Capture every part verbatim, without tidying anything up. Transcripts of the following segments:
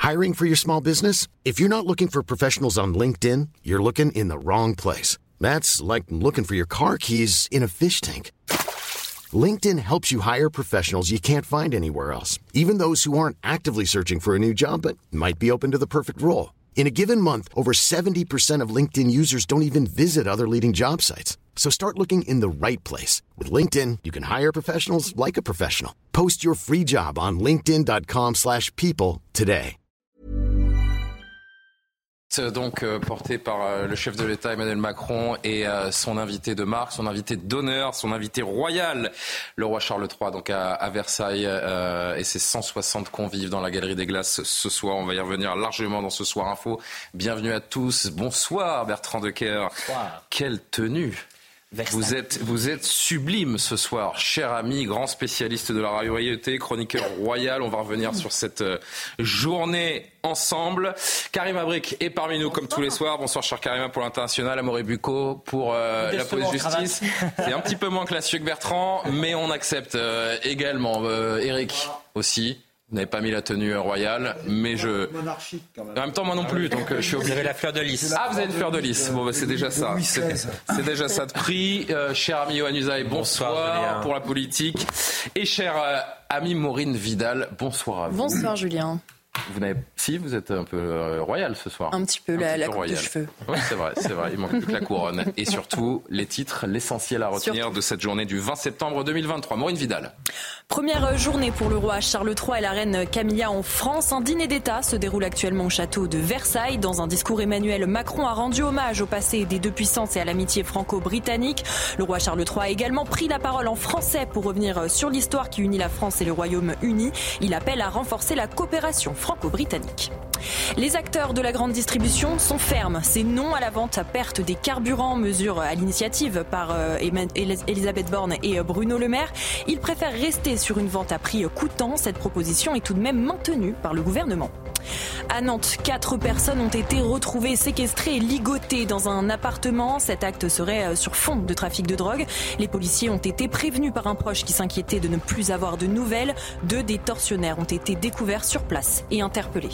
Hiring for your small business? If you're not looking for professionals on LinkedIn, you're looking in the wrong place. That's like looking for your car keys in a fish tank. LinkedIn helps you hire professionals you can't find anywhere else, even those who aren't actively searching for a new job but might be open to the perfect role. In a given month, over seventy percent of LinkedIn users don't even visit other leading job sites. So start looking in the right place. With LinkedIn, you can hire professionals like a professional. Post your free job on linkedin dot com slash people today. Donc euh, porté par euh, le chef de l'État Emmanuel Macron et euh, son invité de marque, son invité d'honneur, son invité royal, le roi Charles trois, donc à, à Versailles, euh, et ses cent soixante convives dans la Galerie des Glaces ce soir. On va y revenir largement dans ce Soir Info. Bienvenue à tous. Bonsoir Bertrand Decker. Bonsoir. Quelle tenue! Vous êtes, vous êtes sublime ce soir, cher ami, grand spécialiste de la royauté, chroniqueur royal. On va revenir sur cette journée ensemble. Karim Abric est parmi nous comme tous les soirs. Bonsoir cher Karim pour l'International, Amaury Bucco pour euh, la police justice. C'est un petit peu moins classieux que Bertrand, mais on accepte euh, également. Euh, Eric aussi. Vous n'avez pas mis la tenue royale, mais je... Monarchique quand même. En même temps, moi non plus, donc je suis obligé. Vous avez la fleur de lys. Ah, vous avez une fleur de lys. Bon, bah, c'est déjà ça. C'est, c'est déjà ça de prix. Euh, cher ami Yohann Usaï, bonsoir, bonsoir pour la politique. Et cher euh, ami Maureen Vidal, bonsoir à vous. Bonsoir Julien. Vous n'avez... Si, vous êtes un peu euh, royal ce soir. Un petit peu, un la, petit la peu coupe royal. De cheveux. Oui, c'est vrai, c'est vrai. Il manque plus que la couronne. Et surtout, les titres, l'essentiel à retenir surtout de cette journée du vingt septembre deux mille vingt-trois. Maureen Vidal. Première journée pour le roi Charles trois et la reine Camilla en France. Un dîner d'État se déroule actuellement au château de Versailles. Dans un discours, Emmanuel Macron a rendu hommage au passé des deux puissances et à l'amitié franco-britannique. Le roi Charles trois a également pris la parole en français pour revenir sur l'histoire qui unit la France et le Royaume-Uni. Il appelle à renforcer la coopération franco-britannique. Les acteurs de la grande distribution sont fermes. C'est non à la vente à perte des carburants, mesure à l'initiative par euh, Elisabeth Borne et Bruno Le Maire. Ils préfèrent rester sur une vente à prix coûtant. Cette proposition est tout de même maintenue par le gouvernement. À Nantes, quatre personnes ont été retrouvées séquestrées et ligotées dans un appartement. Cet acte serait sur fond de trafic de drogue. Les policiers ont été prévenus par un proche qui s'inquiétait de ne plus avoir de nouvelles. Deux des tortionnaires ont été découverts sur place et interpellés.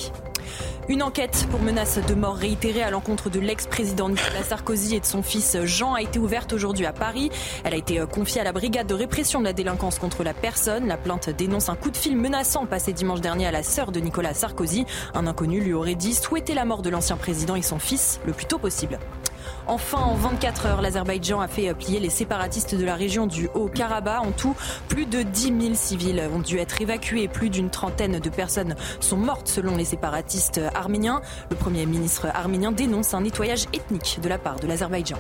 Une enquête pour menace de mort réitérée à l'encontre de l'ex-président Nicolas Sarkozy et de son fils Jean a été ouverte aujourd'hui à Paris. Elle a été confiée à la brigade de répression de la délinquance contre la personne. La plainte dénonce un coup de fil menaçant passé dimanche dernier à la sœur de Nicolas Sarkozy. Un inconnu lui aurait dit souhaiter la mort de l'ancien président et son fils le plus tôt possible. Enfin, en vingt-quatre heures, l'Azerbaïdjan a fait plier les séparatistes de la région du Haut-Karabakh. En tout, plus de dix mille civils ont dû être évacués. Plus d'une trentaine de personnes sont mortes selon les séparatistes arméniens. Le Premier ministre arménien dénonce un nettoyage ethnique de la part de l'Azerbaïdjan.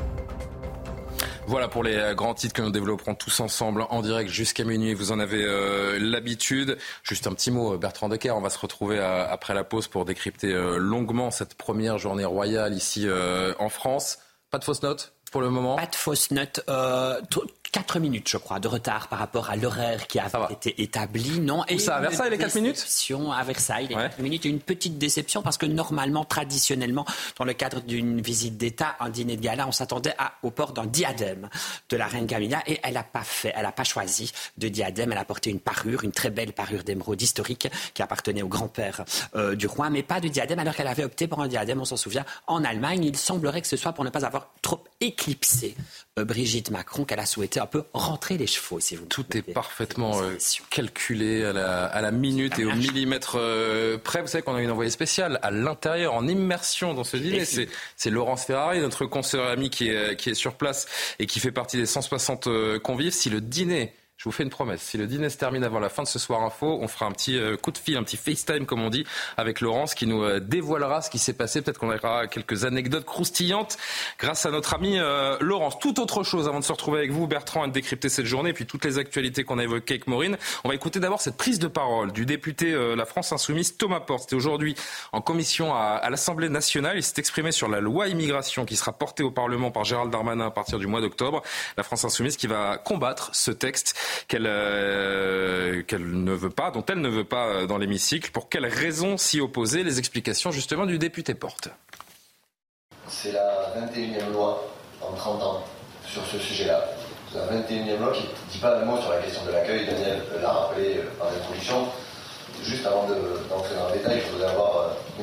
Voilà pour les grands titres que nous développerons tous ensemble en direct jusqu'à minuit. Vous en avez euh, l'habitude. Juste un petit mot, Bertrand Decker. On va se retrouver à, après la pause pour décrypter euh, longuement cette première journée royale ici euh, en France. Pas de fausses notes pour le moment. Pas de fausses notes. Euh, t- quatre minutes, je crois, de retard par rapport à l'horaire qui avait été établi. Non. Où ça, à Versailles, les quatre minutes ? À Versailles, les ouais. quatre minutes. Une petite déception parce que normalement, traditionnellement, dans le cadre d'une visite d'État, un dîner de gala, on s'attendait à, au port d'un diadème de la reine Camilla et elle n'a pas fait, elle n'a pas choisi de diadème. Elle a porté une parure, une très belle parure d'émeraude historique qui appartenait au grand-père euh, du roi, mais pas de diadème alors qu'elle avait opté pour un diadème, on s'en souvient, en Allemagne. Il semblerait que ce soit pour ne pas avoir trop éclipsé euh, Brigitte Macron qu'elle a souhaité un peu rentrer les chevaux, si vous Tout est parfaitement euh, calculé à la, à la minute et au millimètre euh, près. Vous savez qu'on a une envoyée spéciale à l'intérieur, en immersion dans ce dîner. C'est, c'est Laurence Ferrari, notre consoeur ami qui est, qui est sur place et qui fait partie des cent soixante euh, convives. Si le dîner... Je vous fais une promesse, si le dîner se termine avant la fin de ce Soir Info, on fera un petit euh, coup de fil, un petit FaceTime comme on dit, avec Laurence qui nous euh, dévoilera ce qui s'est passé. Peut-être qu'on aura quelques anecdotes croustillantes grâce à notre ami euh, Laurence. Tout autre chose avant de se retrouver avec vous, Bertrand, et de décrypter cette journée et puis toutes les actualités qu'on a évoquées avec Maureen. On va écouter d'abord cette prise de parole du député euh, La France Insoumise, Thomas Porte. C'était aujourd'hui en commission à, à l'Assemblée nationale. Il s'est exprimé sur la loi immigration qui sera portée au Parlement par Gérald Darmanin à partir du mois d'octobre. La France Insoumise qui va combattre ce texte qu'elle, euh, qu'elle ne veut pas, dont elle ne veut pas euh, dans l'hémicycle. Pour quelles raisons s'y opposer ? Les explications justement du député Porte. C'est la vingt et unième loi en trente ans sur ce sujet-là. C'est la vingt et unième loi qui ne dit pas un mot sur la question de l'accueil. Daniel l'a rappelé par l'introduction. Juste avant de, d'entrer dans le détail, je voudrais avoir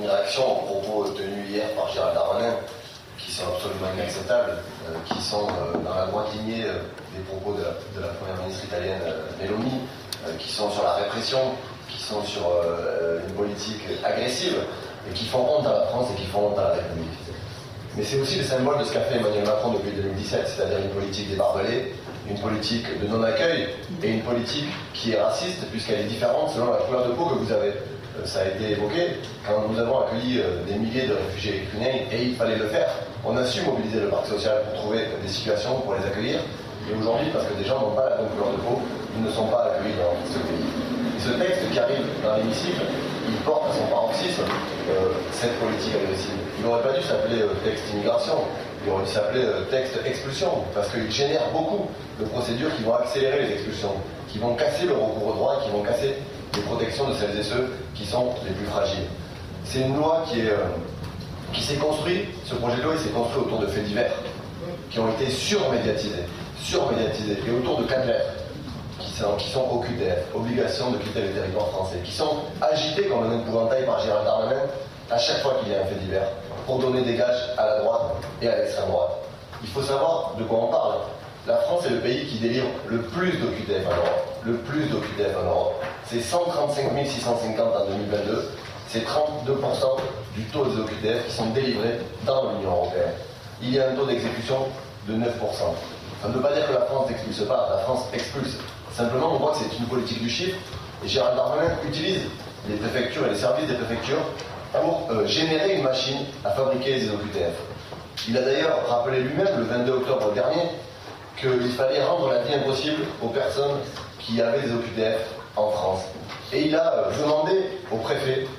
une réaction aux propos tenus hier par Gérald Darmanin, qui sont absolument inacceptables, euh, qui sont euh, dans la droite lignée euh, des propos de la, de la première ministre italienne euh, Meloni, euh, qui sont sur la répression, qui sont sur euh, une politique agressive, et qui font honte à la France et qui font honte à la République. Mais c'est aussi le symbole de ce qu'a fait Emmanuel Macron depuis deux mille dix-sept, c'est-à-dire une politique des barbelés, une politique de non-accueil et une politique qui est raciste puisqu'elle est différente selon la couleur de peau que vous avez. Euh, ça a été évoqué, quand nous avons accueilli euh, des milliers de réfugiés ukrainiens, et il fallait le faire, on a su mobiliser le parc social pour trouver des situations pour les accueillir. Et aujourd'hui, parce que des gens n'ont pas la bonne couleur de peau, ils ne sont pas accueillis dans ce pays. Et ce texte qui arrive dans l'hémicycle, il porte à son paroxysme euh, cette politique agressive. Il n'aurait pas dû s'appeler euh, texte immigration, il aurait dû s'appeler euh, texte expulsion, parce qu'il génère beaucoup de procédures qui vont accélérer les expulsions, qui vont casser le recours au droit et qui vont casser les protections de celles et ceux qui sont les plus fragiles. C'est une loi qui est, euh, qui s'est construite, ce projet de loi il s'est construit autour de faits divers, qui ont été surmédiatisés, surmédiatisés, et autour de quatre lettres, qui sont, qui sont O Q T F, obligation de quitter le territoire français, qui sont agités comme un épouvantail par Gérald Darmanin à chaque fois qu'il y a un fait divers, pour donner des gages à la droite et à l'extrême droite. Il faut savoir de quoi on parle. La France est le pays qui délivre le plus d'O Q T F en Europe. Le plus d'O Q T F en Europe. C'est cent trente-cinq mille six cent cinquante en deux mille vingt-deux. C'est trente-deux pour cent du taux des O Q T F qui sont délivrés dans l'Union européenne. Il y a un taux d'exécution de neuf pour cent. Ça ne veut pas dire que la France n'expulse pas. La France expulse. Simplement, on voit que c'est une politique du chiffre. Et Gérald Darmanin utilise les préfectures et les services des préfectures pour euh, générer une machine à fabriquer des O Q T F. Il a d'ailleurs rappelé lui-même, le vingt-deux octobre dernier, qu'il fallait rendre la vie impossible aux personnes qui avaient des O Q T F en France. Et il a euh, demandé au préfet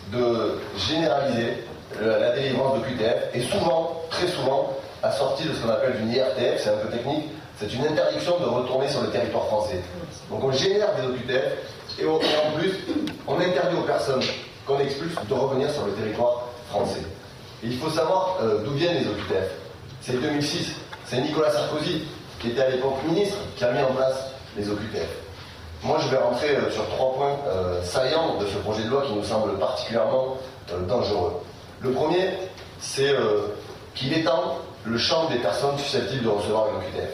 de généraliser la, la délivrance d'O Q T F, et souvent, très souvent, assorti de ce qu'on appelle une I R T F, c'est un peu technique, c'est une interdiction de retourner sur le territoire français. Donc on génère des O Q T F, et en plus, on interdit aux personnes qu'on expulse de revenir sur le territoire français. Et il faut savoir euh, d'où viennent les O Q T F. C'est deux mille six, c'est Nicolas Sarkozy, qui était à l'époque ministre, qui a mis en place les O Q T F. Moi, je vais rentrer euh, sur trois points euh, saillants de ce projet de loi qui nous semble particulièrement euh, dangereux. Le premier, c'est euh, qu'il étend le champ des personnes susceptibles de recevoir une O Q T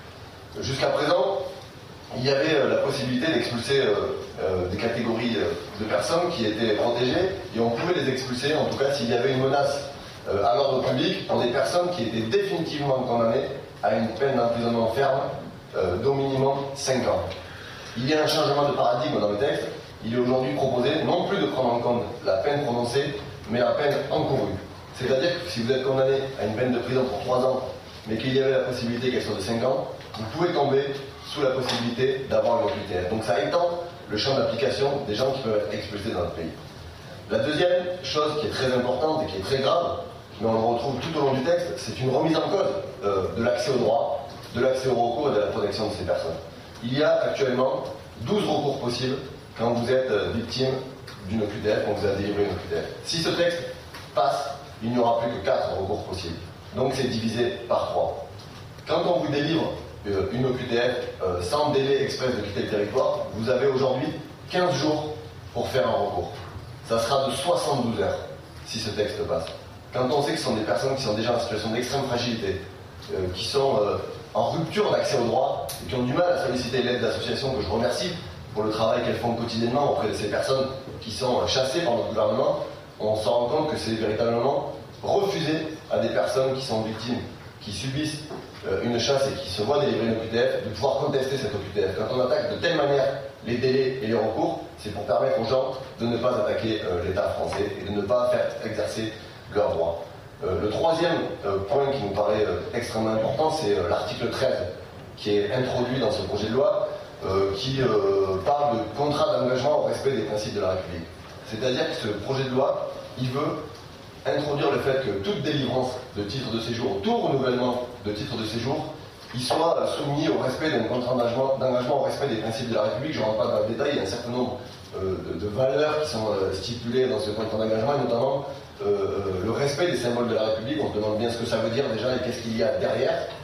F. Jusqu'à présent, il y avait euh, la possibilité d'expulser euh, euh, des catégories euh, de personnes qui étaient protégées, et on pouvait les expulser, en tout cas s'il y avait une menace euh, à l'ordre public, pour des personnes qui étaient définitivement condamnées à une peine d'emprisonnement ferme euh, d'au minimum cinq ans. Il y a un changement de paradigme dans le texte. Il est aujourd'hui proposé non plus de prendre en compte la peine prononcée, mais la peine encourue. C'est-à-dire que si vous êtes condamné à une peine de prison pour trois ans, mais qu'il y avait la possibilité qu'elle soit de cinq ans, vous pouvez tomber sous la possibilité d'avoir une O Q T F. Donc ça étend le champ d'application des gens qui peuvent être expulsés dans notre pays. La deuxième chose qui est très importante et qui est très grave, mais on le retrouve tout au long du texte, c'est une remise en cause euh, de l'accès au droit, de l'accès au recours et de la protection de ces personnes. Il y a actuellement douze recours possibles quand vous êtes euh, victime d'une O Q T F, quand vous avez délivré une O Q T F. Si ce texte passe, il n'y aura plus que quatre recours possibles. Donc c'est divisé par trois. Quand on vous délivre euh, une O Q T F euh, sans délai express de quitter le territoire, vous avez aujourd'hui quinze jours pour faire un recours. Ça sera de soixante-douze heures si ce texte passe. Quand on sait que ce sont des personnes qui sont déjà en situation d'extrême fragilité, euh, qui sont euh, en rupture d'accès au droit et qui ont du mal à solliciter l'aide d'associations que je remercie pour le travail qu'elles font quotidiennement auprès de ces personnes qui sont chassées par notre gouvernement, on se rend compte que c'est véritablement refuser à des personnes qui sont victimes, qui subissent euh, une chasse et qui se voient délivrer une O Q T F, de pouvoir contester cette O Q T F. Quand on attaque de telle manière les délais et les recours, c'est pour permettre aux gens de ne pas attaquer euh, l'État français et de ne pas faire exercer leurs droits. Euh, le troisième euh, point qui nous paraît euh, extrêmement important, c'est euh, l'article treize qui est introduit dans ce projet de loi, euh, qui euh, parle de contrat d'engagement au respect des principes de la République. C'est-à-dire que ce projet de loi, il veut introduire le fait que toute délivrance de titre de séjour, tout renouvellement de titre de séjour, il soit soumis au respect d'un contrat d'engagement au respect des principes de la République. Je ne rentre pas dans le détail, il y a un certain nombre euh, de, de valeurs qui sont euh, stipulées dans ce contrat d'engagement, et notamment euh, le respect des symboles de la République. On se demande bien ce que ça veut dire déjà et qu'est-ce qu'il y a derrière.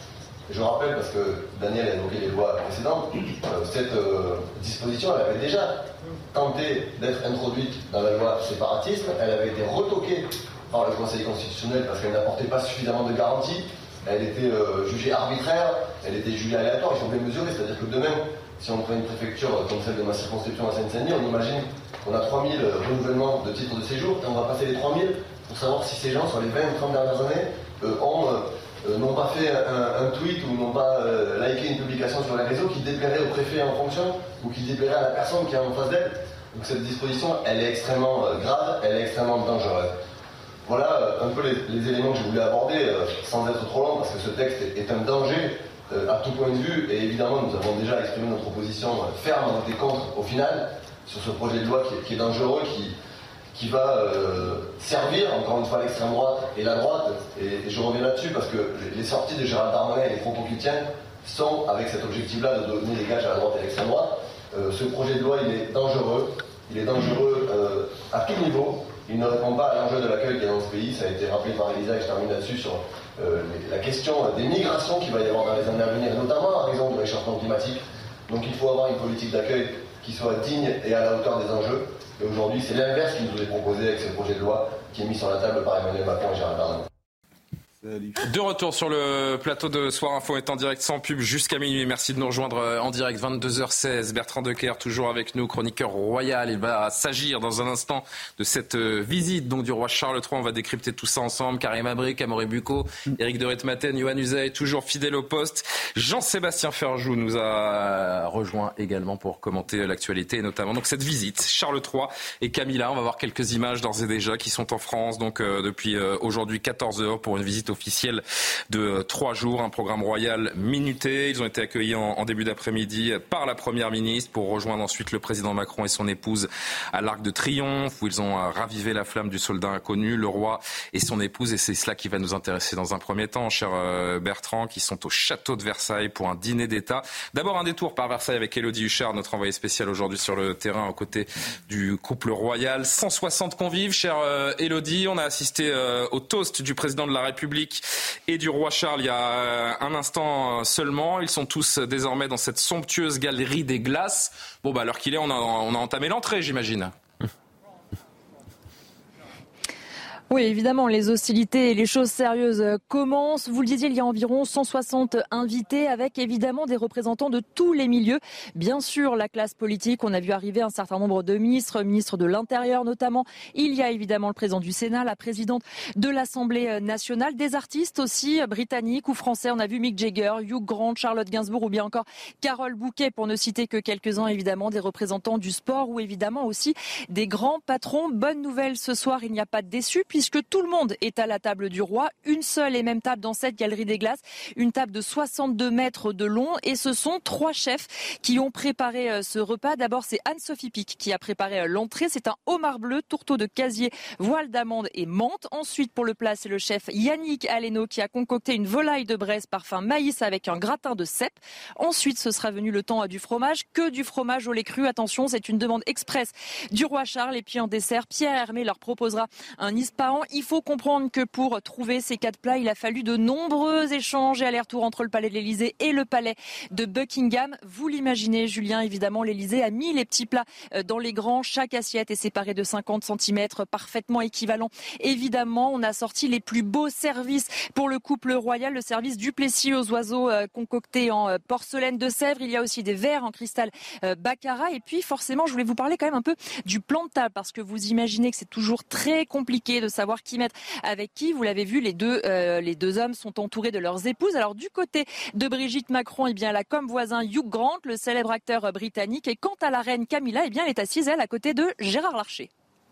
Je rappelle, parce que Daniel a évoqué les lois précédentes, euh, cette euh, disposition, elle avait déjà tenté d'être introduite dans la loi séparatisme. Elle avait été retoquée par le Conseil constitutionnel parce qu'elle n'apportait pas suffisamment de garanties. Elle était euh, jugée arbitraire, elle était jugée aléatoire. Il faut bien mesurer, c'est-à-dire que de même, si on prend une préfecture comme celle de ma circonscription à Seine-Saint-Denis, on imagine qu'on a trois mille renouvellements de titres de séjour et on va passer les trois mille pour savoir si ces gens, sur les vingt ou trente dernières années, euh, ont... Euh, Euh, n'ont pas fait un, un tweet ou n'ont pas euh, liké une publication sur les réseaux qui déplairait au préfet en fonction ou qui déplairait à la personne qui est en face d'elle. Donc cette disposition, elle est extrêmement euh, grave, elle est extrêmement dangereuse. Voilà euh, un peu les, les éléments que je voulais aborder euh, sans être trop long parce que ce texte est, est un danger euh, à tout point de vue et évidemment nous avons déjà exprimé notre opposition euh, ferme, on était contre au final sur ce projet de loi qui est, qui est dangereux, qui qui va euh, servir, encore une fois, l'extrême droite et la droite, et, et je reviens là-dessus parce que les sorties de Gérald Darmanin et les propos qu'il tient sont avec cet objectif-là de donner des gages à la droite et à l'extrême droite. Euh, ce projet de loi, il est dangereux, il est dangereux euh, à tout niveau, il ne répond pas à l'enjeu de l'accueil qu'il y a dans ce pays, ça a été rappelé par Elisa et je termine là-dessus sur euh, les, la question des migrations qu'il va y avoir dans les années à venir, notamment à raison de réchauffement climatique. Donc il faut avoir une politique d'accueil qui soit digne et à la hauteur des enjeux. Et aujourd'hui, c'est l'inverse qui nous est proposé avec ce projet de loi qui est mis sur la table par Emmanuel Macron et Gérald Darmanin. De retour sur le plateau de Soir Info est en direct sans pub jusqu'à minuit. Merci de nous rejoindre en direct, vingt-deux heures seize. Bertrand Decker toujours avec nous, chroniqueur royal. Il va s'agir dans un instant de cette visite donc du roi Charles trois. On va décrypter tout ça ensemble. Karim Abrik, Amaury Bucco, Éric de Ritmaten, Yohann Usaï, toujours fidèle au poste. Jean-Sébastien Ferjou nous a rejoint également pour commenter l'actualité et notamment donc cette visite. Charles trois et Camilla. On va voir quelques images d'ores et déjà qui sont en France donc euh, depuis euh, aujourd'hui quatorze heures pour une visite officielle de trois jours, un programme royal minuté. Ils ont été accueillis en, en début d'après-midi par la Première ministre pour rejoindre ensuite le président Macron et son épouse à l'Arc de Triomphe où ils ont ravivé la flamme du soldat inconnu, le roi et son épouse. Et c'est cela qui va nous intéresser dans un premier temps, cher Bertrand, qui sont au château de Versailles pour un dîner d'État. D'abord un détour par Versailles avec Élodie Huchard, notre envoyée spéciale aujourd'hui sur le terrain aux côtés du couple royal. cent soixante convives, chère Élodie. On a assisté au toast du président de la République et du roi Charles il y a un instant seulement. Ils sont tous désormais dans cette somptueuse galerie des glaces. Bon, bah, à l'heure qu'il est, on a, on a entamé l'entrée, j'imagine. Oui, évidemment, les hostilités et les choses sérieuses commencent. Vous le disiez, il y a environ cent soixante invités avec évidemment des représentants de tous les milieux. Bien sûr, la classe politique, on a vu arriver un certain nombre de ministres, ministres de l'Intérieur notamment. Il y a évidemment le président du Sénat, la présidente de l'Assemblée nationale, des artistes aussi britanniques ou français. On a vu Mick Jagger, Hugh Grant, Charlotte Gainsbourg ou bien encore Carole Bouquet pour ne citer que quelques-uns évidemment, des représentants du sport ou évidemment aussi des grands patrons. Bonne nouvelle ce soir, il n'y a pas de déçus puisque tout le monde est à la table du roi. Une seule et même table dans cette galerie des glaces, une table de soixante-deux mètres de long et ce sont trois chefs qui ont préparé ce repas. D'abord, c'est Anne-Sophie Pic qui a préparé l'entrée. C'est un homard bleu, tourteau de casier, voile d'amande et menthe. Ensuite, pour le plat, c'est le chef Yannick Aleno qui a concocté une volaille de Bresse parfum maïs avec un gratin de cèpe. Ensuite, ce sera venu le temps du fromage, que du fromage au lait cru. Attention, c'est une demande express du roi Charles. Et puis en dessert, Pierre Hermé leur proposera un ispahan. Il faut comprendre que pour trouver ces quatre plats, il a fallu de nombreux échanges et allers-retours entre le palais de l'Élysée et le palais de Buckingham. Vous l'imaginez, Julien, évidemment, l'Élysée a mis les petits plats dans les grands. Chaque assiette est séparée de cinquante centimètres, parfaitement équivalent. Évidemment, on a sorti les plus beaux services pour le couple royal. Le service Duplessis aux oiseaux concocté en porcelaine de Sèvres. Il y a aussi des verres en cristal Baccarat. Et puis, forcément, je voulais vous parler quand même un peu du plan de table parce que vous imaginez que c'est toujours très compliqué de savoir qui mettre avec qui. Vous l'avez vu, les deux, euh, les deux hommes sont entourés de leurs épouses. Alors du côté de Brigitte Macron, eh bien, elle a comme voisin Hugh Grant, le célèbre acteur britannique. Et quant à la reine Camilla, eh bien, elle est assise, elle, à côté de Gérard Larcher.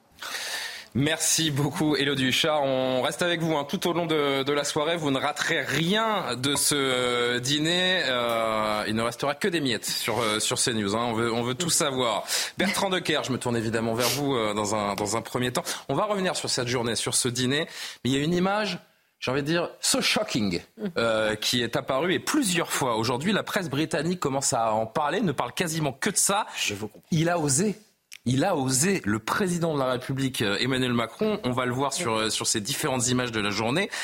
Merci beaucoup Élodie Huchard. On reste avec vous hein, tout au long de, de la soirée. Vous ne raterez rien de ce euh, dîner. Euh, il ne restera que des miettes sur, euh, sur CNews. Hein. On veut, on veut tout savoir. Bertrand Decker, je me tourne évidemment vers vous euh, dans, un, dans un premier temps. On va revenir sur cette journée, sur ce dîner. Mais il y a une image, j'ai envie de dire, so shocking, euh, qui est apparue et plusieurs fois. Aujourd'hui, la presse britannique commence à en parler, ne parle quasiment que de ça. Je vous comprends. Il a osé. Il a osé, le président de la République, Emmanuel Macron, on va le voir sur, sur ces différentes images de la journée, a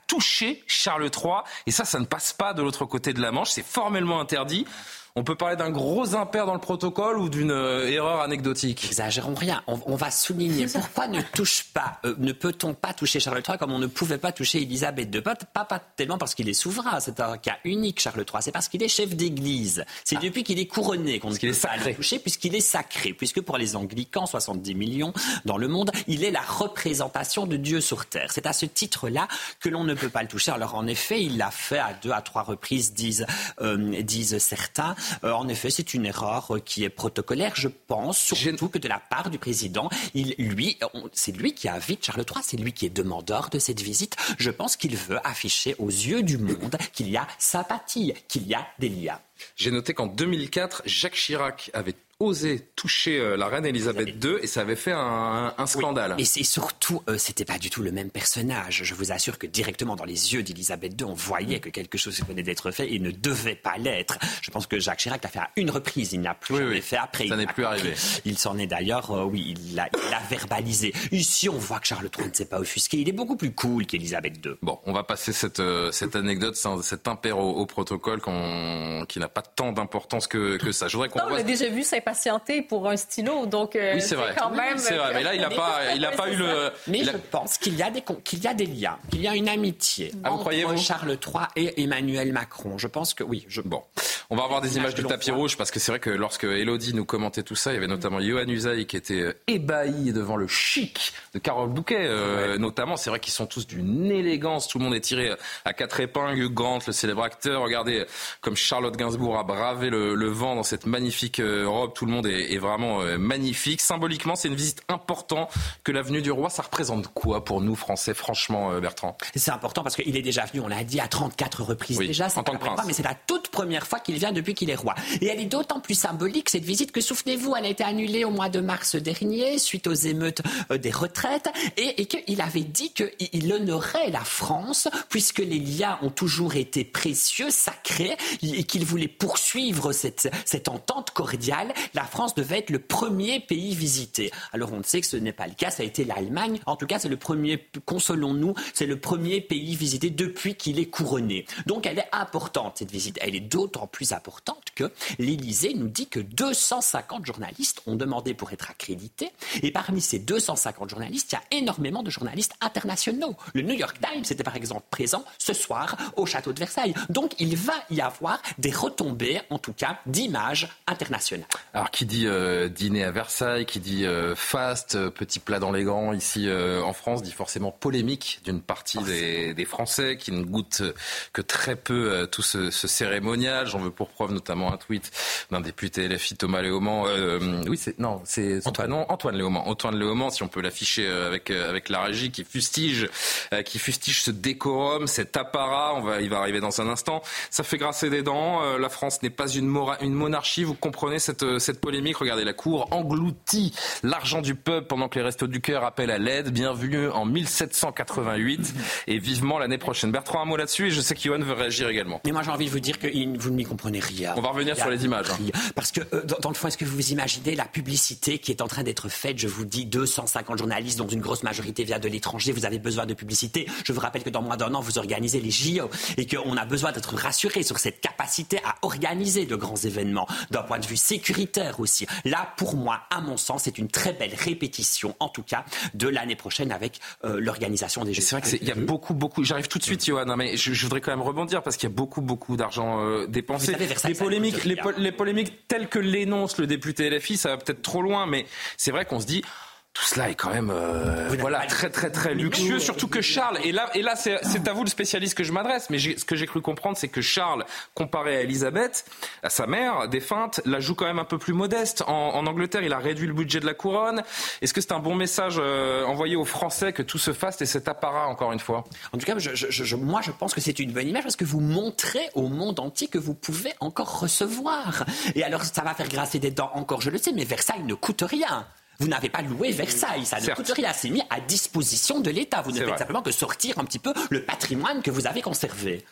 toucher Charles trois. Et ça, ça ne passe pas de l'autre côté de la Manche. C'est formellement interdit. On peut parler d'un gros impair dans le protocole ou d'une euh, erreur anecdotique. Exagérons rien. On, on va souligner pourquoi ne touche pas, euh, ne peut-on pas toucher Charles trois comme on ne pouvait pas toucher Élisabeth deux. Pas, pas, pas tellement parce qu'il est souverain, c'est un cas unique Charles trois. C'est parce qu'il est chef d'église. C'est ah. depuis qu'il est couronné qu'on ne peut pas le toucher, puisqu'il est sacré. Puisque pour les anglicans, soixante-dix millions dans le monde, il est la représentation de Dieu sur terre. C'est à ce titre-là que l'on ne peut pas le toucher. Alors en effet, il l'a fait à deux à trois reprises, disent, euh, disent certains. Euh, en effet, c'est une erreur qui est protocolaire, je pense, surtout que de la part du président. Il, lui, on, c'est lui qui invite Charles trois, c'est lui qui est demandeur de cette visite. Je pense qu'il veut afficher aux yeux du monde qu'il y a sympathie, qu'il y a des liens. J'ai noté qu'en deux mille quatre, Jacques Chirac avait osé toucher la reine Élisabeth deux et ça avait fait un, un scandale. Oui. Et c'est surtout, euh, c'était pas du tout le même personnage. Je vous assure que directement dans les yeux d'Élisabeth deux, on voyait que quelque chose venait d'être fait et ne devait pas l'être. Je pense que Jacques Chirac l'a fait à une reprise, il n'a plus oui, jamais oui. fait après. Ça n'est plus arrivé. Il s'en est d'ailleurs, euh, oui, il l'a, il l'a verbalisé. Ici, on voit que Charles trois ne s'est pas offusqué. Il est beaucoup plus cool qu'Élisabeth deux. Bon, on va passer cette, euh, cette anecdote, cet impair au, au protocole qu'on, qui n'a pas tant d'importance que, que ça. Je voudrais qu'on non, on voit... l'a déjà vu s'impatienter pour un stylo, donc euh, oui, c'est, vrai. c'est quand même... C'est vrai, mais là, il n'a pas, il a pas eu le... Mais il a... je pense qu'il y, a des, qu'il y a des liens, qu'il y a une amitié ah, entre vous Charles trois et Emmanuel Macron. Je pense que oui. Je... Bon, on va avoir des images du tapis rouge, parce que c'est vrai que lorsque Élodie nous commentait tout ça, il y avait notamment Yohann Usaï qui était ébahi devant le chic de Carole Bouquet, euh, ouais. notamment. C'est vrai qu'ils sont tous d'une élégance, tout le monde est tiré à quatre épingles. Hugh Grant, le célèbre acteur, regardez comme Charlotte Gainsbourg a bravé le, le vent dans cette magnifique robe, tout le monde est, est vraiment magnifique. Symboliquement, c'est une visite importante que la venue du roi. Ça représente quoi pour nous, Français, franchement, Bertrand ? C'est important parce qu'il est déjà venu, on l'a dit, à trente-quatre reprises oui, déjà. En tant que prince. Mais c'est la toute première fois qu'il vient depuis qu'il est roi. Et elle est d'autant plus symbolique, cette visite, que souvenez-vous, elle a été annulée au mois de mars dernier, suite aux émeutes euh, des retraites, et, et qu'il avait dit qu'il honorait la France, puisque les liens ont toujours été précieux, sacrés, et qu'il voulait poursuivre cette, cette entente cordiale. La France devait être le premier pays visité. Alors on sait que ce n'est pas le cas, ça a été l'Allemagne. En tout cas, c'est le premier, consolons-nous, c'est le premier pays visité depuis qu'il est couronné. Donc elle est importante, cette visite. Elle est d'autant plus importante que l'Élysée nous dit que deux cent cinquante journalistes ont demandé pour être accrédités. Et parmi ces deux cent cinquante journalistes, il y a énormément de journalistes internationaux. Le New York Times était par exemple présent ce soir au château de Versailles. Donc il va y avoir des retombées, en tout cas, d'images internationales. Alors qui dit euh, dîner à Versailles, qui dit euh, faste, euh, petit plat dans les grands ici euh, en France, dit forcément polémique d'une partie des, des Français qui ne goûtent que très peu euh, tout ce, ce cérémonial. J'en veux pour preuve notamment un tweet d'un député L F I, Thomas Léaumont. Euh, oui, c'est non, c'est Antoine, non, Antoine Léaumont. Antoine Léaumont, si on peut l'afficher avec euh, avec la régie, qui fustige, euh, qui fustige ce décorum, cet apparat. On va, il va arriver dans un instant. Ça fait grincer des dents. Euh, la France n'est pas une, mora, une monarchie. Vous comprenez cette cette polémique. Regardez, la cour engloutit l'argent du peuple pendant que les Restos du Cœur appellent à l'aide. Bienvenue en mille sept cent quatre-vingt-huit et vivement l'année prochaine. Bertrand, un mot là-dessus, et je sais qu'Yohann veut réagir également. Mais moi, j'ai envie de vous dire que vous ne m'y comprenez rien. On va revenir sur les images. Hein. Parce que euh, dans, dans le fond, est-ce que vous vous imaginez la publicité qui est en train d'être faite ? Je vous dis, deux cent cinquante journalistes, dont une grosse majorité vient de l'étranger. Vous avez besoin de publicité. Je vous rappelle que dans moins d'un an, vous organisez les J O et qu'on a besoin d'être rassuré sur cette capacité à organiser de grands événements, d'un point de vue sécuritaire aussi. Là, pour moi, à mon sens, c'est une très belle répétition, en tout cas, de l'année prochaine avec euh, l'organisation des Jeux. C'est vrai qu'il y a beaucoup, beaucoup... J'arrive tout de suite, Yohann, mais je, je voudrais quand même rebondir parce qu'il y a beaucoup, beaucoup d'argent euh, dépensé. Savez, les, polémiques, les, po- les polémiques telles que l'énonce le député L F I, ça va peut-être trop loin, mais c'est vrai qu'on se dit... Tout cela est quand même euh, voilà, très très très luxueux, surtout que Charles, et là, et là c'est, c'est à vous le spécialiste que je m'adresse, mais j'ai, ce que j'ai cru comprendre, c'est que Charles, comparé à Elisabeth, à sa mère défunte, la joue quand même un peu plus modeste. En, en Angleterre, il a réduit le budget de la couronne. Est-ce que c'est un bon message euh, envoyé aux Français que tout se fasse et cet apparat, encore une fois ? En tout cas, je, je, je, moi je pense que c'est une bonne image parce que vous montrez au monde entier que vous pouvez encore recevoir. Et alors ça va faire grincer des dents encore, je le sais, mais Versailles ne coûte rien. Vous n'avez pas loué Versailles, ça ne Certes. coûte rien, c'est mis à disposition de l'État. Vous ne C'est faites vrai. simplement que sortir un petit peu le patrimoine que vous avez conservé.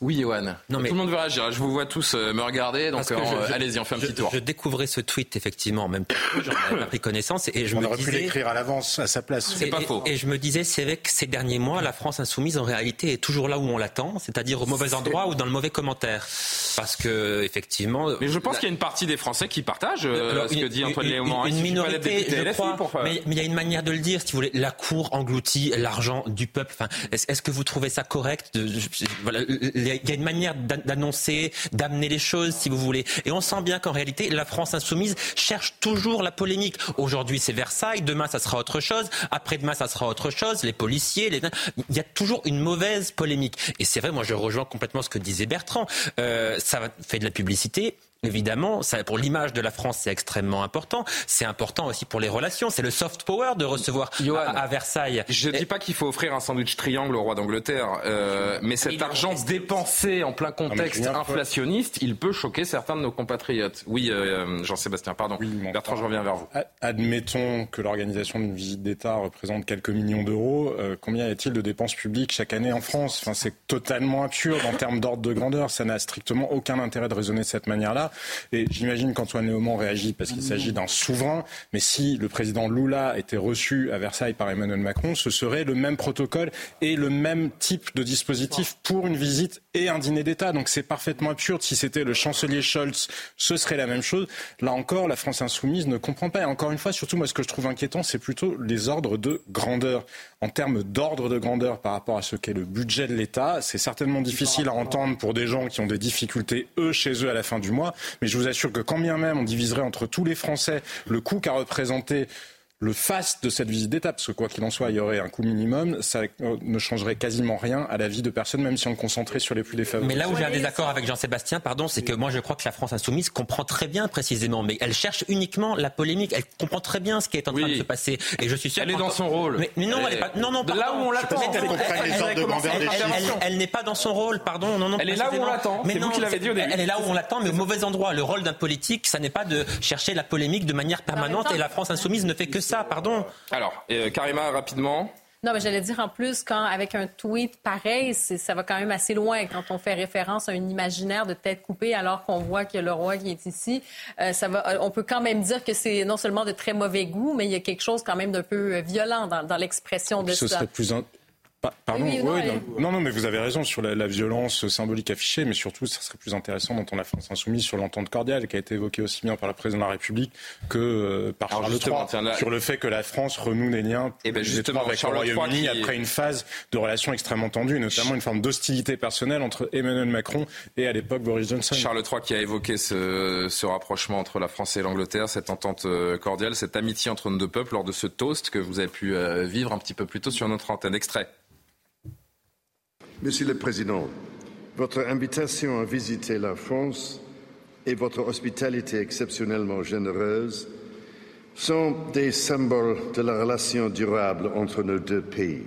Oui, Yoann. Non, mais... Tout le monde veut réagir. Je vous vois tous me regarder, donc euh, je, allez-y, on fait un je, petit tour. Je découvrais ce tweet, effectivement, en même temps. J'en avais pas pris connaissance. Et je on me aurait disais... pu l'écrire à l'avance, à sa place. C'est et, pas et, faux. Et je me disais, c'est vrai que ces derniers mois, la France insoumise, en réalité, est toujours là où on l'attend, c'est-à-dire au mauvais endroit ou dans le mauvais commentaire. Parce que, effectivement... Mais je pense la... qu'il y a une partie des Français qui partagent euh, Alors, ce une, que dit Antoine Léaumont. Une, une minorité, je crois, pour... mais, mais il y a une manière de le dire, si vous voulez. La Cour engloutit l'argent du peuple. Enfin, est-ce, est-ce que vous trouvez ça correct de, je, voilà, il y a une manière d'annoncer, d'amener les choses, si vous voulez. Et on sent bien qu'en réalité, la France insoumise cherche toujours la polémique. Aujourd'hui, c'est Versailles. Demain, ça sera autre chose. Après-demain, ça sera autre chose. Les policiers, les... il y a toujours une mauvaise polémique. Et c'est vrai, moi, je rejoins complètement ce que disait Bertrand. Euh, ça fait de la publicité. Évidemment, ça, pour l'image de la France, c'est extrêmement important. C'est important aussi pour les relations. C'est le soft power de recevoir Yoann, à, à Versailles. Je ne dis pas qu'il faut offrir un sandwich triangle au roi d'Angleterre, euh, mais cet oui, argent dépensé en plein contexte non, inflationniste, il peut choquer certains de nos compatriotes. Oui, euh, Jean-Sébastien, pardon. Oui, Bertrand, je reviens vers vous. Admettons que l'organisation d'une visite d'État représente quelques millions d'euros. Euh, combien y a-t-il de dépenses publiques chaque année en France ? Enfin, c'est totalement absurde en termes d'ordre de grandeur. Ça n'a strictement aucun intérêt de raisonner de cette manière-là. Et j'imagine qu'Antoine Léaumont réagit parce qu'il s'agit d'un souverain, mais si le président Lula était reçu à Versailles par Emmanuel Macron, ce serait le même protocole et le même type de dispositif pour une visite et un dîner d'État. Donc c'est parfaitement absurde. Si c'était le chancelier Scholz, ce serait la même chose. Là encore, la France insoumise ne comprend pas. Et encore une fois, surtout moi, ce que je trouve inquiétant, c'est plutôt les ordres de grandeur. En termes d'ordre de grandeur par rapport à ce qu'est le budget de l'État, c'est certainement difficile à entendre pour des gens qui ont des difficultés, eux, chez eux, à la fin du mois. Mais je vous assure que quand bien même on diviserait entre tous les Français le coût qu'a représenté le faste de cette visite d'État, parce que quoi qu'il en soit, il y aurait un coût minimum, ça ne changerait quasiment rien à la vie de personne, même si on le concentrait sur les plus défavorisés. Mais là où j'ai un désaccord avec Jean-Sébastien, pardon, c'est que moi je crois que la France insoumise comprend très bien précisément, mais elle cherche uniquement la polémique, elle comprend très bien ce qui est en train oui. de se passer. Et je suis sûr elle est dans son rôle. Mais, mais non, elle, elle est pas. Non, non, pardon. Là où on l'attend. Elle, elle, elle, elle, elle n'est pas dans son rôle, pardon. Non, non. Elle est là où on l'attend. Mais c'est non, vous qui l'avez dit au début. Elle est là où on l'attend, mais au mauvais endroit. Le rôle d'un politique, ça n'est pas de chercher la polémique de manière permanente, et la France insoumise ne fait que ça, pardon. Alors, euh, Karima, rapidement. Non, mais j'allais dire en plus, quand avec un tweet pareil, c'est, ça va quand même assez loin. Quand on fait référence à un imaginaire de tête coupée alors qu'on voit qu'il y a le roi qui est ici, euh, ça va, on peut quand même dire que c'est non seulement de très mauvais goût, mais il y a quelque chose quand même d'un peu violent dans, dans l'expression de ce ça. Serait plus un... Pardon, oui, non, oui, non, non, non, mais vous avez raison sur la, la violence symbolique affichée, mais surtout, ça serait plus intéressant d'entendre la France insoumise sur l'entente cordiale qui a été évoquée aussi bien par le président de la République que euh, par Charles trois, là... sur le fait que la France renoue des liens et ben justement avec Charles le Royaume-Uni qui... après une phase de relations extrêmement tendues, notamment une forme d'hostilité personnelle entre Emmanuel Macron et à l'époque Boris Johnson. Charles trois qui a évoqué ce, ce rapprochement entre la France et l'Angleterre, cette entente cordiale, cette amitié entre nos deux peuples lors de ce toast que vous avez pu euh, vivre un petit peu plus tôt sur notre antenne. Extrait. Monsieur le Président, votre invitation à visiter la France et votre hospitalité exceptionnellement généreuse sont des symboles de la relation durable entre nos deux pays.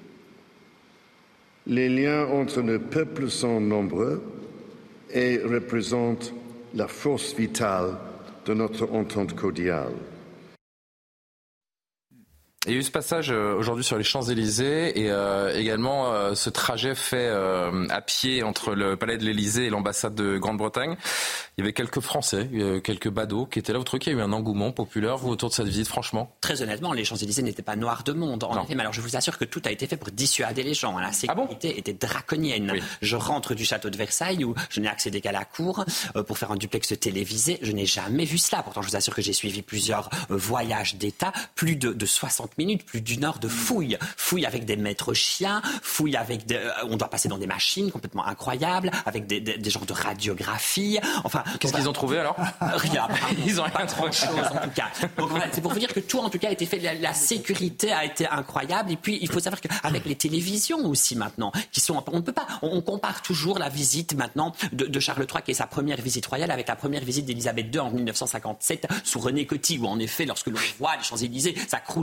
Les liens entre nos peuples sont nombreux et représentent la force vitale de notre entente cordiale. Il y a eu ce passage aujourd'hui sur les Champs-Élysées et euh, également euh, ce trajet fait euh, à pied entre le palais de l'Élysée et l'ambassade de Grande-Bretagne. Il y avait quelques Français, euh, quelques badauds qui étaient là. Vous trouvez qu'il y a eu un engouement populaire vous, autour de cette visite, franchement ? Très honnêtement, les Champs-Élysées n'étaient pas noirs de monde. En effet, mais alors je vous assure que tout a été fait pour dissuader les gens. La sécurité ah bon était draconienne. Oui. Je rentre du château de Versailles où je n'ai accédé qu'à la cour euh, pour faire un duplex télévisé. Je n'ai jamais vu cela. Pourtant, je vous assure que j'ai suivi plusieurs euh, voyages d'État, plus de, de soixante minutes, plus d'une heure de fouille. Fouille avec des maîtres chiens, fouille avec des... Euh, on doit passer dans des machines complètement incroyables, avec des, des, des genres de radiographie. Enfin, qu'est-ce qu'ils ont trouvé alors ? Rien. Ils ont rien pas trop de choses en tout cas. Donc voilà, c'est pour vous dire que tout en tout cas a été fait. La, la sécurité a été incroyable. Et puis il faut savoir qu'avec les télévisions aussi maintenant, qui sont... On ne peut pas... On, on compare toujours la visite maintenant de, de Charles trois, qui est sa première visite royale, avec la première visite d'Élisabeth deux en dix-neuf cent cinquante-sept sous René Coty, où en effet, lorsque l'on voit les Champs-Élysées, ça croule de monde.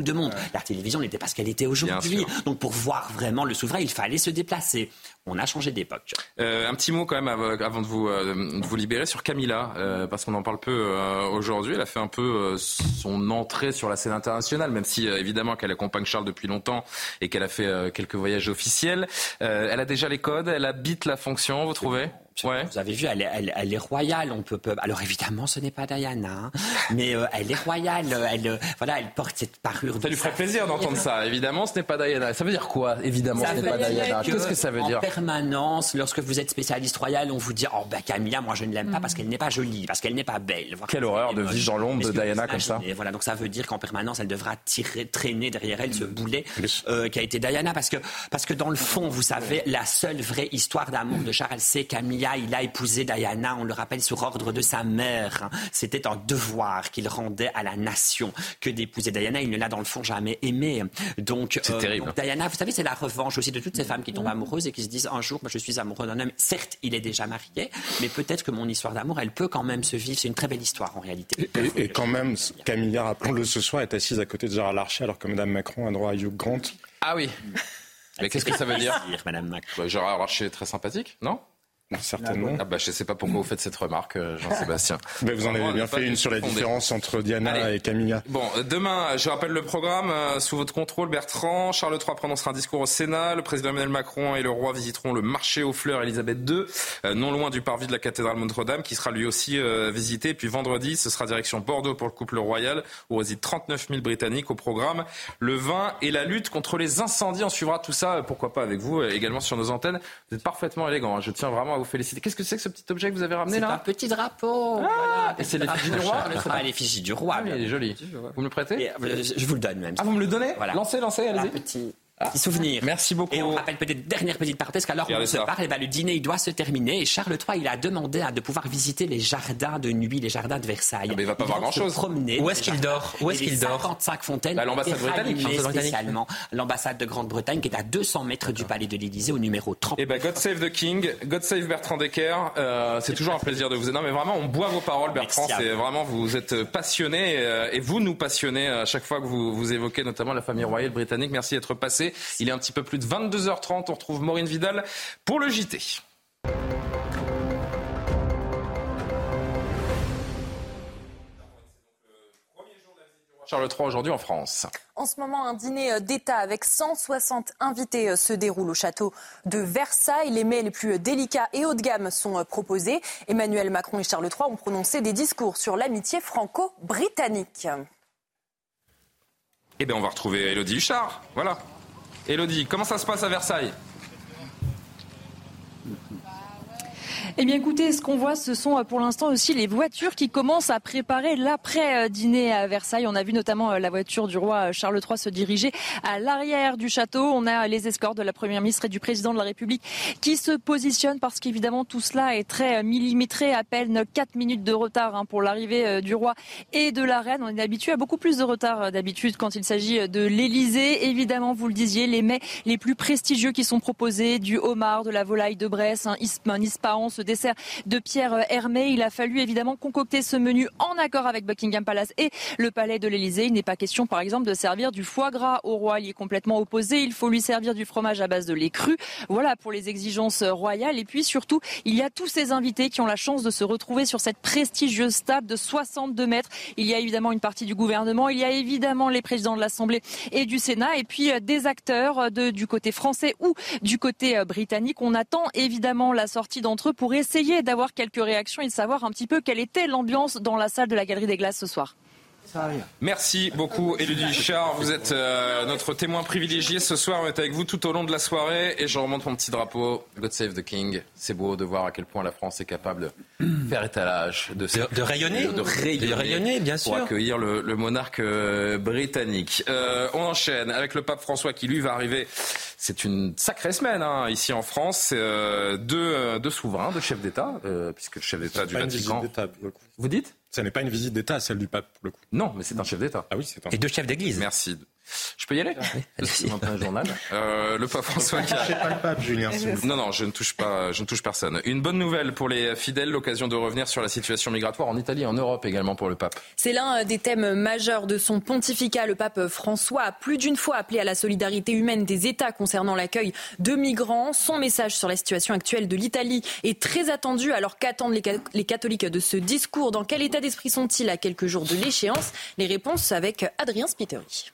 la télévision n'était pas ce qu'elle était aujourd'hui. Donc pour voir vraiment le souverain, il fallait se déplacer. On a changé d'époque. Euh, un petit mot quand même avant de vous, euh, de vous libérer sur Camilla, euh, parce qu'on en parle peu euh, aujourd'hui. Elle a fait un peu euh, son entrée sur la scène internationale, même si euh, évidemment qu'elle accompagne Charles depuis longtemps et qu'elle a fait euh, quelques voyages officiels. Euh, elle a déjà les codes, elle habite la fonction, vous trouvez ? Ouais. Vous avez vu, elle est, elle, elle est royale. On peut, peut. Alors évidemment, ce n'est pas Diana, hein, mais euh, elle est royale. Elle, euh, voilà, elle porte cette parure. Ça lui ferait plaisir d'entendre ça. Évidemment, ce n'est pas Diana. Ça veut dire quoi ? Évidemment, ça ce n'est pas Diana. Qu'est-ce que ça veut dire ? En permanence, lorsque vous êtes spécialiste royal, on vous dit oh ben Camilla, moi je ne l'aime pas parce qu'elle n'est pas jolie, parce qu'elle n'est pas belle. Voilà. Quelle horreur de vivre dans l'ombre de Diana comme ça. Voilà, donc ça veut dire qu'en permanence, elle devra tirer, traîner derrière elle ce boulet euh, qui a été Diana, parce que parce que dans le fond, vous savez, la seule vraie histoire d'amour de Charles, c'est Camilla. Il a épousé Diana, on le rappelle, sur ordre de sa mère. C'était un devoir qu'il rendait à la nation que d'épouser Diana. Il ne l'a dans le fond jamais aimée. Donc, c'est euh, terrible. Donc Diana, vous savez, c'est la revanche aussi de toutes ces femmes qui tombent amoureuses et qui se disent un jour, bah, je suis amoureux d'un homme. Certes, il est déjà marié, mais peut-être que mon histoire d'amour, elle peut quand même se vivre. C'est une très belle histoire en réalité. Et, et, et quand même, Camilla, rappelons-le ce soir, est assise à côté de Gérard Larcher, alors que Mme Macron a droit à Hugh Grant. Ah oui. Mais qu'est-ce que ça veut dire, Madame Macron ? Gérard Larcher est très sympathique, non ? Certainement. Ah bah, je ne sais pas pourquoi vous faites cette remarque, Jean-Sébastien. Mais vous en avez bien fait une sur la différence entre Diana Allez. et Camilla. Bon, demain, je rappelle le programme. Euh, sous votre contrôle, Bertrand, Charles trois prononcera un discours au Sénat. Le président Emmanuel Macron et le roi visiteront le marché aux fleurs Elisabeth deux, euh, non loin du parvis de la cathédrale Notre-Dame, qui sera lui aussi euh, visité. Et puis vendredi, ce sera direction Bordeaux pour le couple royal, où résident trente-neuf mille Britanniques. Au programme, le vin et la lutte contre les incendies. On suivra tout ça, pourquoi pas avec vous, également sur nos antennes. Vous êtes parfaitement élégant. Hein. Je tiens vraiment à vous féliciter. Qu'est-ce que c'est que ce petit objet que vous avez ramené là ? C'est un petit drapeau. Ah, voilà. Et c'est l'effigie du roi ? Ah, l'effigie du roi. Ah, il est joli. Vous me le prêtez ? Et, euh, Je vous le donne même. Ah, vous me le donnez ? Voilà. Lancez, lancez, allez-y. Un petit... Ah. Petit souvenir. Merci beaucoup. Et on rappelle peut-être, dernière petite parenthèse, qu'alors on se parle, et ben, le dîner il doit se terminer et Charles trois il a demandé à, de pouvoir visiter les jardins de nuit, les jardins de Versailles. Ah, mais il va pas voir grand-chose. Où est-ce qu'il dort Où est-ce qu'il dort cinquante-cinq fontaines. Bah, l'ambassade britannique. Spécialement l'ambassade de Grande-Bretagne qui est à deux cents mètres du palais de l'Élysée au numéro trente. Et ben God Save the King, God Save Bertrand Decker. Euh, c'est, c'est toujours un plaisir de vous. Non mais vraiment, on boit vos paroles, Bertrand. C'est vraiment, vous êtes passionné euh, et vous nous passionnez à chaque fois que vous, vous évoquez notamment la famille royale britannique. Merci d'être passé. Il est un petit peu plus de vingt-deux heures trente, on retrouve Maureen Vidal pour le J T. Charles trois aujourd'hui en France. En ce moment, un dîner d'État avec cent soixante invités se déroule au château de Versailles. Les mets les plus délicats et haut de gamme sont proposés. Emmanuel Macron et Charles trois ont prononcé des discours sur l'amitié franco-britannique. Eh bien, on va retrouver Élodie Huchard. Voilà. Élodie, comment ça se passe à Versailles ? Eh bien écoutez, ce qu'on voit, ce sont pour l'instant aussi les voitures qui commencent à préparer l'après-dîner à Versailles. On a vu notamment la voiture du roi Charles trois se diriger à l'arrière du château. On a les escortes de la Première ministre et du Président de la République qui se positionnent parce qu'évidemment tout cela est très millimétré. À peine quatre minutes de retard pour l'arrivée du roi et de la reine. On est habitué à beaucoup plus de retard d'habitude quand il s'agit de l'Élysée. Évidemment, vous le disiez, les mets les plus prestigieux qui sont proposés, du homard, de la volaille de Bresse, un ispahan, ce dessert de Pierre Hermé. Il a fallu évidemment concocter ce menu en accord avec Buckingham Palace et le palais de l'Élysée. Il n'est pas question par exemple de servir du foie gras au roi, il est complètement opposé. Il faut lui servir du fromage à base de lait cru. Voilà pour les exigences royales. Et puis surtout, il y a tous ces invités qui ont la chance de se retrouver sur cette prestigieuse table de soixante-deux mètres. Il y a évidemment une partie du gouvernement, il y a évidemment les présidents de l'Assemblée et du Sénat et puis des acteurs de, du côté français ou du côté britannique. On attend évidemment la sortie d'entre eux pour essayer d'avoir quelques réactions et de savoir un petit peu quelle était l'ambiance dans la salle de la Galerie des Glaces ce soir. Merci beaucoup Élodie Huchard, vous êtes euh, notre témoin privilégié ce soir, on est avec vous tout au long de la soirée et je remonte mon petit drapeau, God Save the King. C'est beau de voir à quel point la France est capable de faire étalage, de, de, de rayonner, de, de rayonner, de rayonner bien sûr, pour accueillir le, le monarque euh, britannique. Euh, on enchaîne avec le pape François qui lui va arriver, c'est une sacrée semaine hein, ici en France, euh, deux, deux souverains, deux chefs d'État, euh, puisque le chef d'État du Vatican... Vous dites ? Ça n'est pas une visite d'État, celle du pape, pour le coup. Non, mais c'est un chef d'État. Ah oui, c'est un... Et deux chefs d'église. Merci. Je peux y aller ? Oui, c'est un journal. Euh, le pape François qui a... pas le pape, Julien. Non, non, je ne touche pas, je ne touche personne. Une bonne nouvelle pour les fidèles, l'occasion de revenir sur la situation migratoire en Italie et en Europe également pour le pape. C'est l'un des thèmes majeurs de son pontificat. Le pape François a plus d'une fois appelé à la solidarité humaine des États concernant l'accueil de migrants. Son message sur la situation actuelle de l'Italie est très attendu. Alors qu'attendent les catholiques de ce discours ? Dans quel état d'esprit sont-ils à quelques jours de l'échéance ? Les réponses avec Adrien Spiteri.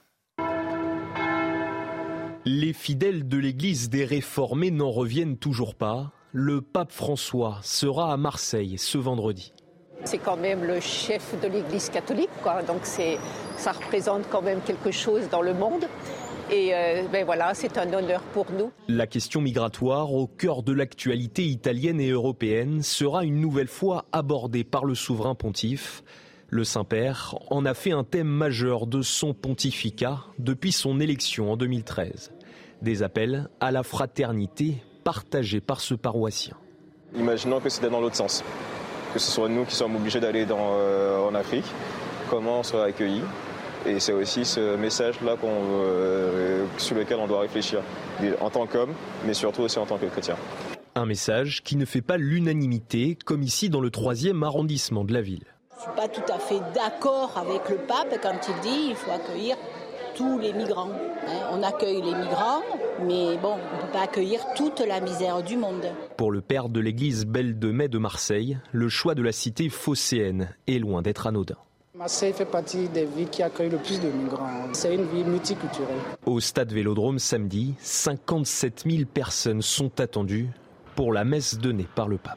Les fidèles de l'Église des Réformés n'en reviennent toujours pas. Le pape François sera à Marseille ce vendredi. C'est quand même le chef de l'Église catholique, quoi. Donc c'est, ça représente quand même quelque chose dans le monde. Et euh, ben voilà, c'est un honneur pour nous. La question migratoire, au cœur de l'actualité italienne et européenne, sera une nouvelle fois abordée par le souverain pontife. Le Saint-Père en a fait un thème majeur de son pontificat depuis son élection en deux mille treize. Des appels à la fraternité partagés par ce paroissien. Imaginons que c'était dans l'autre sens, que ce soit nous qui sommes obligés d'aller dans, euh, en Afrique, comment on sera accueillis. Et c'est aussi ce message-là qu'on, euh, sur lequel on doit réfléchir, en tant qu'homme, mais surtout aussi en tant que chrétien. Un message qui ne fait pas l'unanimité, comme ici dans le troisième arrondissement de la ville. Je ne suis pas tout à fait d'accord avec le pape quand il dit qu'il faut accueillir tous les migrants. On accueille les migrants, mais bon, on ne peut pas accueillir toute la misère du monde. Pour le père de l'église Belle de Mai de Marseille, le choix de la cité phocéenne est loin d'être anodin. Marseille fait partie des villes qui accueillent le plus de migrants. C'est une ville multiculturelle. Au stade Vélodrome samedi, cinquante-sept mille personnes sont attendues pour la messe donnée par le pape.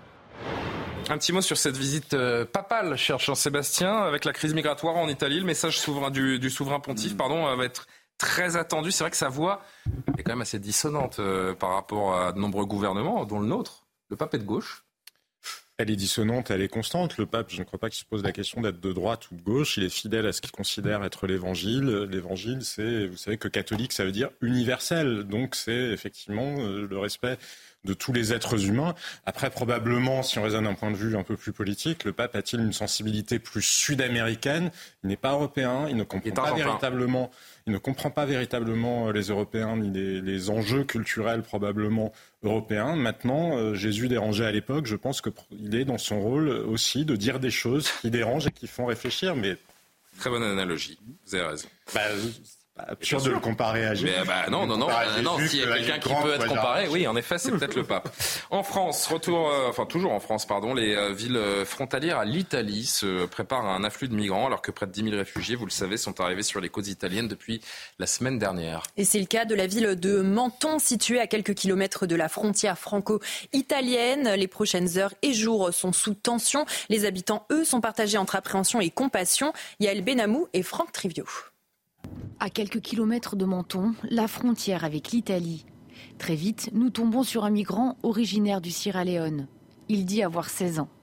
Un petit mot sur cette visite euh, papale, cher Jean-Sébastien. Avec la crise migratoire en Italie, le message souverain du, du souverain pontife pardon, va être très attendu. C'est vrai que sa voix est quand même assez dissonante euh, par rapport à de nombreux gouvernements, dont le nôtre. Le pape est de gauche. Elle est dissonante, elle est constante. Le pape, je ne crois pas qu'il se pose la question d'être de droite ou de gauche. Il est fidèle à ce qu'il considère être l'évangile. L'évangile, c'est, vous savez que catholique, ça veut dire universel. Donc c'est effectivement euh, le respect de tous les êtres humains. Après, probablement, si on raisonne d'un point de vue un peu plus politique, le pape a-t-il une sensibilité plus sud-américaine ? Il n'est pas européen, il ne comprend pas véritablement, il ne comprend pas véritablement les Européens ni les, les enjeux culturels probablement européens. Maintenant, euh, Jésus dérangeait à l'époque, je pense qu'il est dans son rôle aussi de dire des choses qui dérangent et qui font réfléchir. Mais très bonne analogie, vous avez raison. Bah, absurde de le comparer à Jésus. Mais bah non, non, non, non, non s'il y a quelqu'un qui peut être comparé, oui, en effet, c'est peut-être le pape. En France, retour, euh, enfin toujours en France, pardon, les euh, villes frontalières à l'Italie se préparent à un afflux de migrants, alors que près de dix mille réfugiés, vous le savez, sont arrivés sur les côtes italiennes depuis la semaine dernière. Et c'est le cas de la ville de Menton, située à quelques kilomètres de la frontière franco-italienne. Les prochaines heures et jours sont sous tension. Les habitants, eux, sont partagés entre appréhension et compassion. Yael Benamou et Franck Trivio. À quelques kilomètres de Menton, la frontière avec l'Italie. Très vite, nous tombons sur un migrant originaire du Sierra Leone. Il dit avoir seize ans.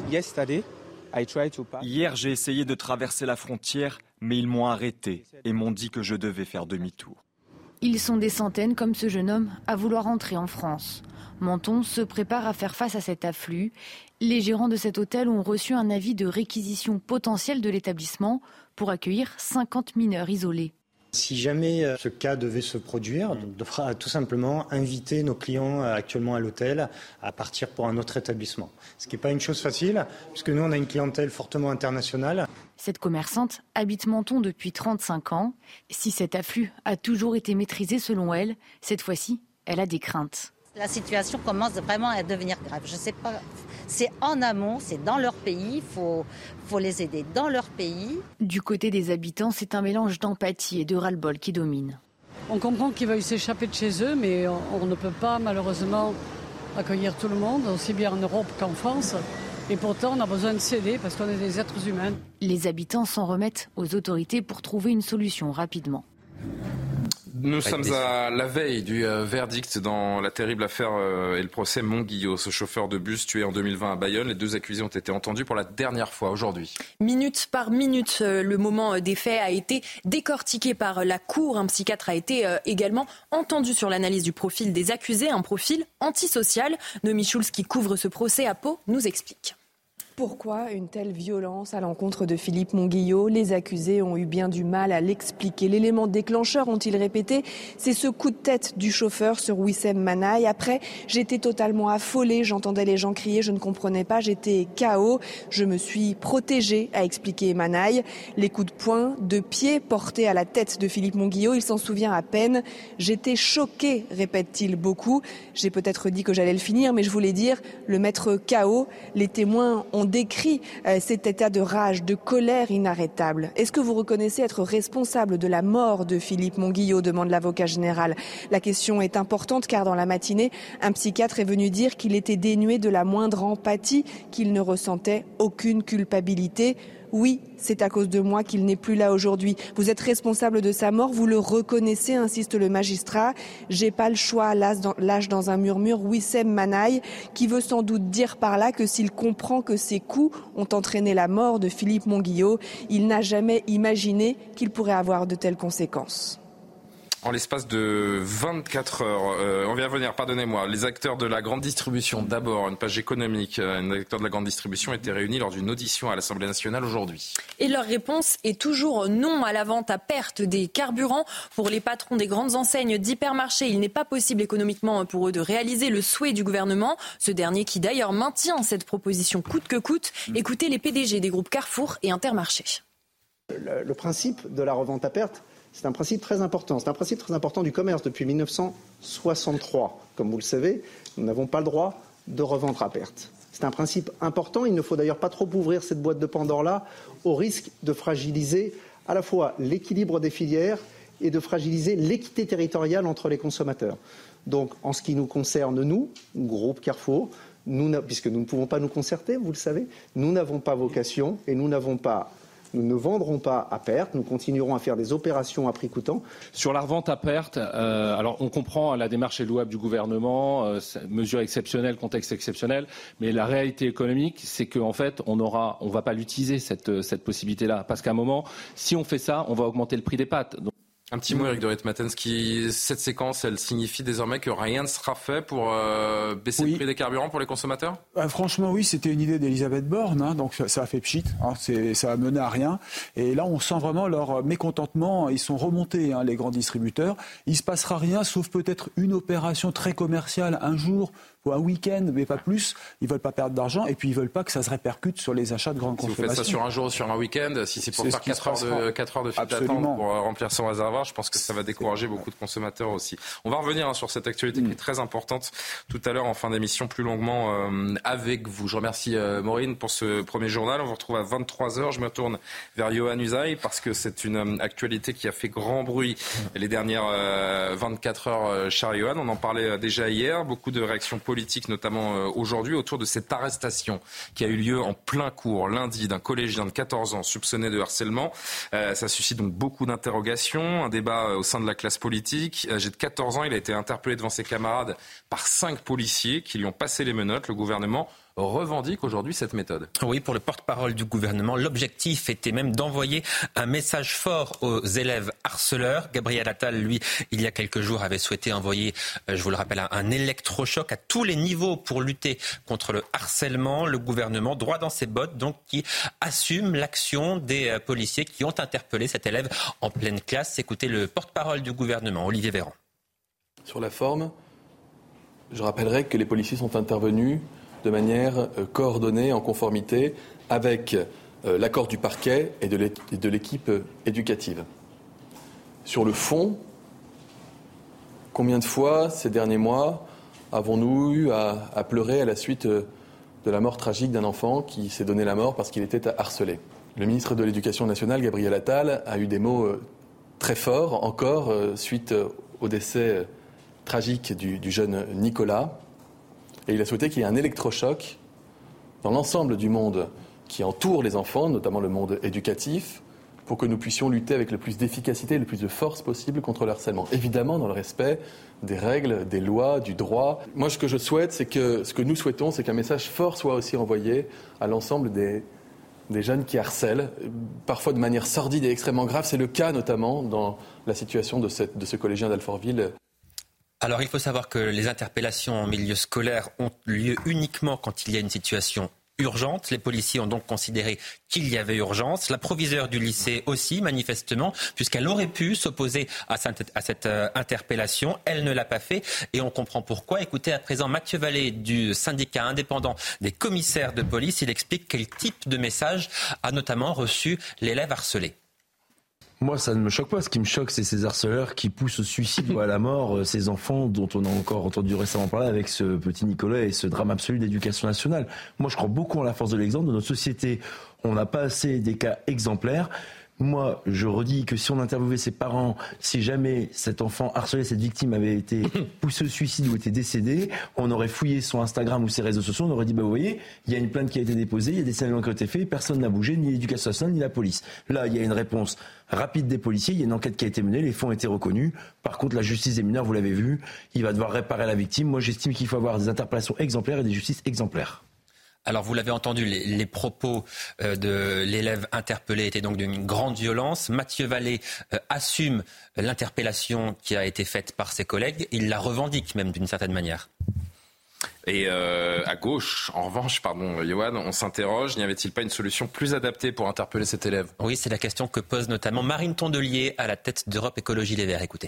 Hier, j'ai essayé de traverser la frontière, mais ils m'ont arrêté et m'ont dit que je devais faire demi-tour. Ils sont des centaines, comme ce jeune homme, à vouloir entrer en France. Menton se prépare à faire face à cet afflux. Les gérants de cet hôtel ont reçu un avis de réquisition potentielle de l'établissement pour accueillir cinquante mineurs isolés. Si jamais ce cas devait se produire, on devra tout simplement inviter nos clients actuellement à l'hôtel à partir pour un autre établissement. Ce qui n'est pas une chose facile, puisque nous, on a une clientèle fortement internationale. Cette commerçante habite Menton depuis trente-cinq ans. Si cet afflux a toujours été maîtrisé selon elle, cette fois-ci, elle a des craintes. La situation commence vraiment à devenir grave. Je sais pas, c'est en amont, c'est dans leur pays, il faut, faut les aider dans leur pays. Du côté des habitants, c'est un mélange d'empathie et de ras-le-bol qui domine. On comprend qu'ils veuillent s'échapper de chez eux, mais on, on ne peut pas malheureusement accueillir tout le monde, aussi bien en Europe qu'en France. Et pourtant, on a besoin de s'aider parce qu'on est des êtres humains. Les habitants s'en remettent aux autorités pour trouver une solution rapidement. Nous sommes à la veille du euh, verdict dans la terrible affaire euh, et le procès Montguillot, ce chauffeur de bus tué en deux mille vingt à Bayonne. Les deux accusés ont été entendus pour la dernière fois aujourd'hui. Minute par minute, euh, le moment des faits a été décortiqué par la Cour. Un psychiatre a été euh, également entendu sur l'analyse du profil des accusés, un profil antisocial. Noémie Schulz, qui couvre ce procès à Pau, nous explique. Pourquoi une telle violence à l'encontre de Philippe Monguillot ? Les accusés ont eu bien du mal à l'expliquer. L'élément déclencheur, ont-ils répété, c'est ce coup de tête du chauffeur sur Wissem Manaï. Après, j'étais totalement affolée, j'entendais les gens crier, je ne comprenais pas, j'étais K O. Je me suis protégée, a expliqué Manaï. Les coups de poing, de pied portés à la tête de Philippe Monguillot, il s'en souvient à peine. J'étais choquée, répète-t-il beaucoup. J'ai peut-être dit que j'allais le finir, mais je voulais dire le mettre K O. Les témoins ont décrit euh, cet état de rage, de colère inarrêtable. Est-ce que vous reconnaissez être responsable de la mort de Philippe Monguillot ? Demande l'avocat général. La question est importante car dans la matinée, un psychiatre est venu dire qu'il était dénué de la moindre empathie, qu'il ne ressentait aucune culpabilité. Oui, c'est à cause de moi qu'il n'est plus là aujourd'hui. Vous êtes responsable de sa mort, vous le reconnaissez, insiste le magistrat. J'ai pas le choix, lâche dans un murmure Wissem Manaï, qui veut sans doute dire par là que s'il comprend que ces coups ont entraîné la mort de Philippe Monguillot, il n'a jamais imaginé qu'il pourrait avoir de telles conséquences. En l'espace de vingt-quatre heures, euh, on vient venir, pardonnez-moi, les acteurs de la grande distribution, d'abord une page économique, euh, les acteurs de la grande distribution étaient réunis lors d'une audition à l'Assemblée nationale aujourd'hui. Et leur réponse est toujours non à la vente à perte des carburants. Pour les patrons des grandes enseignes d'hypermarchés, il n'est pas possible économiquement pour eux de réaliser le souhait du gouvernement. Ce dernier qui d'ailleurs maintient cette proposition coûte que coûte. Écoutez les P D G des groupes Carrefour et Intermarché. Le, le principe de la revente à perte, c'est un principe très important. C'est un principe très important du commerce depuis mille neuf cent soixante-trois. Comme vous le savez, nous n'avons pas le droit de revendre à perte. C'est un principe important. Il ne faut d'ailleurs pas trop ouvrir cette boîte de Pandore-là au risque de fragiliser à la fois l'équilibre des filières et de fragiliser l'équité territoriale entre les consommateurs. Donc, en ce qui nous concerne, nous, groupe Carrefour, nous, puisque nous ne pouvons pas nous concerter, vous le savez, nous n'avons pas vocation et nous n'avons pas... Nous ne vendrons pas à perte, nous continuerons à faire des opérations à prix coûtant. Sur la revente à perte, euh, alors on comprend la démarche est louable du gouvernement, euh, mesure exceptionnelle, contexte exceptionnel, mais la réalité économique, c'est qu'en fait, on aura, on va pas l'utiliser cette, cette possibilité-là, parce qu'à un moment, si on fait ça, on va augmenter le prix des pâtes. Donc... Un petit mot, Éric de Ritmaten, qui cette séquence, elle signifie désormais que rien ne sera fait pour euh, baisser oui. le prix des carburants pour les consommateurs ? euh, Franchement, oui, c'était une idée d'Elisabeth Borne, hein, donc ça, ça a fait pchit, hein, c'est, ça a mené à rien. Et là, on sent vraiment leur mécontentement. Ils sont remontés, hein, les grands distributeurs. Il ne se passera rien, sauf peut-être une opération très commerciale un jour, ou un week-end, mais pas plus. Ils ne veulent pas perdre d'argent et puis ils ne veulent pas que ça se répercute sur les achats de grandes si consommations. vous faites ça sur un jour ou sur un week-end, si c'est pour c'est faire quatre heures, de, quatre heures de file d'attente pour remplir son réservoir, je pense que ça va décourager beaucoup de consommateurs aussi. On va revenir hein, sur cette actualité mmh. qui est très importante tout à l'heure en fin d'émission, plus longuement euh, avec vous. Je remercie euh, Maureen pour ce premier journal. On vous retrouve à vingt-trois heures. Je me tourne vers Yohann Usaï parce que c'est une euh, actualité qui a fait grand bruit les dernières euh, vingt-quatre heures, euh, cher Yohann. On en parlait euh, déjà hier. Beaucoup de réactions politiques, notamment euh, aujourd'hui, autour de cette arrestation qui a eu lieu en plein cours lundi d'un collégien de quatorze ans soupçonné de harcèlement. Euh, ça suscite donc beaucoup d'interrogations. Un débat euh, au sein de la classe politique. Âgé de quatorze ans, il a été interpellé devant ses camarades par cinq policiers qui lui ont passé les menottes. Le gouvernement revendique aujourd'hui cette méthode. Oui, pour le porte-parole du gouvernement, l'objectif était même d'envoyer un message fort aux élèves harceleurs. Gabriel Attal, lui, il y a quelques jours, avait souhaité envoyer, je vous le rappelle, un électrochoc à tous les niveaux pour lutter contre le harcèlement. Le gouvernement, droit dans ses bottes, donc, qui assume l'action des policiers qui ont interpellé cet élève en pleine classe. Écoutez le porte-parole du gouvernement, Olivier Véran. Sur la forme, je rappellerai que les policiers sont intervenus de manière coordonnée, en conformité avec l'accord du parquet et de l'équipe éducative. Sur le fond, combien de fois ces derniers mois avons-nous eu à, à pleurer à la suite de la mort tragique d'un enfant qui s'est donné la mort parce qu'il était harcelé ? Le ministre de l'Éducation nationale, Gabriel Attal, a eu des mots très forts encore suite au décès tragique du, du jeune Nicolas. Et il a souhaité qu'il y ait un électrochoc dans l'ensemble du monde qui entoure les enfants, notamment le monde éducatif, pour que nous puissions lutter avec le plus d'efficacité et le plus de force possible contre le harcèlement. Évidemment, dans le respect des règles, des lois, du droit. Moi, ce que je souhaite, c'est que, ce que nous souhaitons, c'est qu'un message fort soit aussi envoyé à l'ensemble des, des jeunes qui harcèlent, parfois de manière sordide et extrêmement grave. C'est le cas, notamment, dans la situation de, cette, de ce collégien d'Alfortville. Alors, il faut savoir que les interpellations en milieu scolaire ont lieu uniquement quand il y a une situation urgente. Les policiers ont donc considéré qu'il y avait urgence. La proviseure du lycée aussi, manifestement, puisqu'elle aurait pu s'opposer à cette, à cette euh, interpellation. Elle ne l'a pas fait et on comprend pourquoi. Écoutez à présent Mathieu Vallée du syndicat indépendant des commissaires de police. Il explique quel type de message a notamment reçu l'élève harcelé. Moi, ça ne me choque pas. Ce qui me choque, c'est ces harceleurs qui poussent au suicide ou à la mort ces enfants dont on a encore entendu récemment parler avec ce petit Nicolas et ce drame absolu d'éducation nationale. Moi, je crois beaucoup en la force de l'exemple. Dans notre société, on n'a pas assez des cas exemplaires. Moi, je redis que si on interviewait ses parents, si jamais cet enfant harcelé, cette victime avait été poussé au suicide ou était décédé, on aurait fouillé son Instagram ou ses réseaux sociaux, on aurait dit, bah vous voyez, il y a une plainte qui a été déposée, il y a des signalements qui ont été faits, personne n'a bougé, ni l'éducation nationale, ni la police. Là, il y a une réponse rapide des policiers, il y a une enquête qui a été menée, les faits ont été reconnus. Par contre, la justice des mineurs, vous l'avez vu, il va devoir réparer la victime. Moi, j'estime qu'il faut avoir des interpellations exemplaires et des justices exemplaires. Alors vous l'avez entendu, les, les propos euh, de l'élève interpellé étaient donc d'une grande violence. Mathieu Vallée euh, assume l'interpellation qui a été faite par ses collègues. Il la revendique même d'une certaine manière. Et euh, à gauche, en revanche, pardon, Yoann, on s'interroge, n'y avait-il pas une solution plus adaptée pour interpeller cet élève ? Oui, c'est la question que pose notamment Marine Tondelier à la tête d'Europe Écologie Les Verts. Écoutez.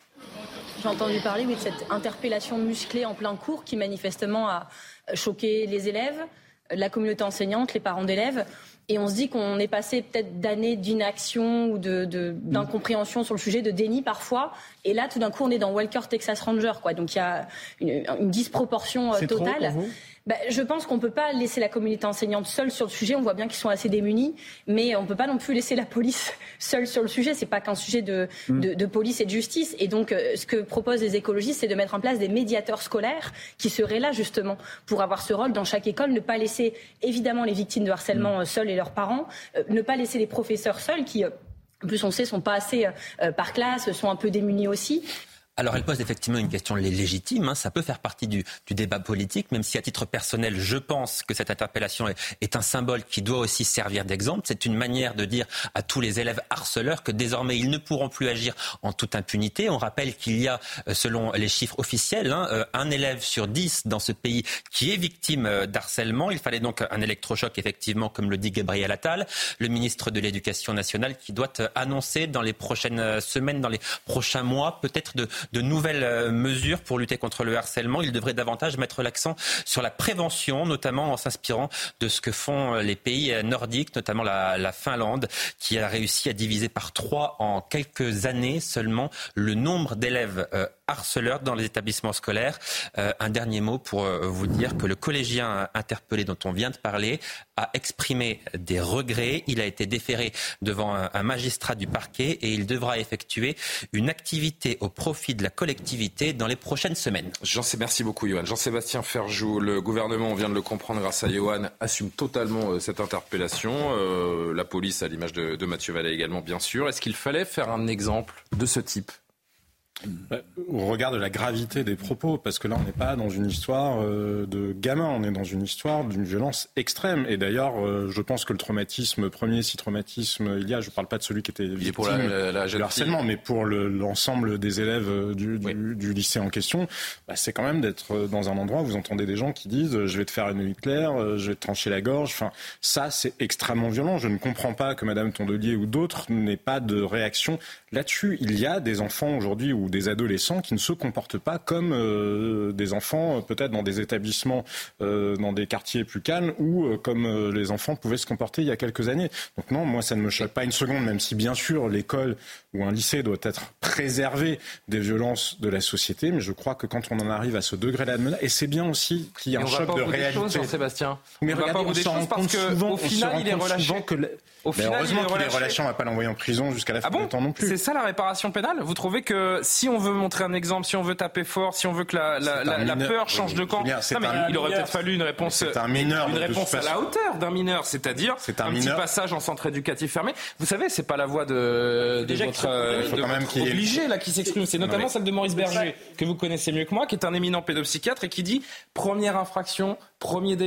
J'ai entendu parler oui, de cette interpellation musclée en plein cours qui manifestement a choqué les élèves, la communauté enseignante, les parents d'élèves. Et on se dit qu'on est passé peut-être d'années d'inaction ou de, de, d'incompréhension sur le sujet, de déni parfois. Et là, tout d'un coup, on est dans Walker Texas Ranger, quoi. Donc il y a une, une disproportion C'est totale. trop pour vous ? Bah, je pense qu'on ne peut pas laisser la communauté enseignante seule sur le sujet. On voit bien qu'ils sont assez démunis, mais on ne peut pas non plus laisser la police seule sur le sujet. C'est pas qu'un sujet de, mmh. de, de police et de justice. Et donc, euh, ce que proposent les écologistes, c'est de mettre en place des médiateurs scolaires qui seraient là justement pour avoir ce rôle dans chaque école, ne pas laisser évidemment les victimes de harcèlement mmh. seules et leurs parents, euh, ne pas laisser les professeurs seuls qui, euh, en plus on sait, sont pas assez euh, par classe, sont un peu démunis aussi. Alors elle pose effectivement une question légitime, hein, ça peut faire partie du, du débat politique, même si à titre personnel, je pense que cette interpellation est, est un symbole qui doit aussi servir d'exemple. C'est une manière de dire à tous les élèves harceleurs que désormais ils ne pourront plus agir en toute impunité. On rappelle qu'il y a, selon les chiffres officiels, hein, un élève sur dix dans ce pays qui est victime d'harcèlement. Il fallait donc un électrochoc, effectivement, comme le dit Gabriel Attal, le ministre de l'Éducation nationale, qui doit annoncer dans les prochaines semaines, dans les prochains mois, peut-être de de nouvelles mesures pour lutter contre le harcèlement. Il devrait davantage mettre l'accent sur la prévention, notamment en s'inspirant de ce que font les pays nordiques, notamment la, la Finlande, qui a réussi à diviser par trois en quelques années seulement le nombre d'élèves euh, harceleurs dans les établissements scolaires. Euh, un dernier mot pour euh, vous dire que le collégien interpellé dont on vient de parler a exprimé des regrets. Il a été déféré devant un, un magistrat du parquet et il devra effectuer une activité au profit de la collectivité dans les prochaines semaines. Jean, merci beaucoup, Yoann. Jean-Sébastien Ferjou, le gouvernement, on vient de le comprendre grâce à Yoann, assume totalement euh, cette interpellation. Euh, la police, à l'image de, de Mathieu Vallée également, bien sûr. Est-ce qu'il fallait faire un exemple de ce type ? Au regard de la gravité des propos, parce que là on n'est pas dans une histoire euh, de gamin, on est dans une histoire d'une violence extrême. Et d'ailleurs, euh, je pense que le traumatisme premier, si traumatisme il y a, je ne parle pas de celui qui était victime pour la, la, la du harcèlement, mais pour le, l'ensemble des élèves du, du, oui. du lycée en question, bah, c'est quand même d'être dans un endroit où vous entendez des gens qui disent je vais te faire une Hitler, je vais te trancher la gorge. Enfin, ça c'est extrêmement violent. Je ne comprends pas que Madame Tondelier ou d'autres n'aient pas de réaction là-dessus. Il y a des enfants aujourd'hui ou des adolescents qui ne se comportent pas comme euh, des enfants, euh, peut-être dans des établissements, euh, dans des quartiers plus calmes, ou euh, comme euh, les enfants pouvaient se comporter il y a quelques années. Donc non, moi ça ne me choque pas une seconde, même si bien sûr l'école ou un lycée doit être préservé des violences de la société, mais je crois que quand on en arrive à ce degré-là de menace, et c'est bien aussi qu'il y a un choc de réalité. Jean-Sébastien. Mais on regardez, on s'en rend compte souvent, au final il est relâché. Que le... Au final, heureusement qu'il est relâché, on ne va pas l'envoyer en prison jusqu'à la fin ah bon du temps non plus. C'est ça la réparation pénale ? Vous trouvez que si on veut montrer un exemple, si on veut taper fort, si on veut que la, la, la, la peur change oui, de camp, bien, non, mais il aurait peut-être fallu une réponse, un mineur, une réponse à la hauteur d'un mineur, c'est-à-dire c'est un, un mineur. petit passage en centre éducatif fermé. Vous savez, c'est pas la voix de, de votre, euh, de votre obligé là qui s'exprime, c'est notamment non, mais... celle de Maurice Berger que vous connaissez mieux que moi, qui est un éminent pédopsychiatre et qui dit première infraction, premier délit.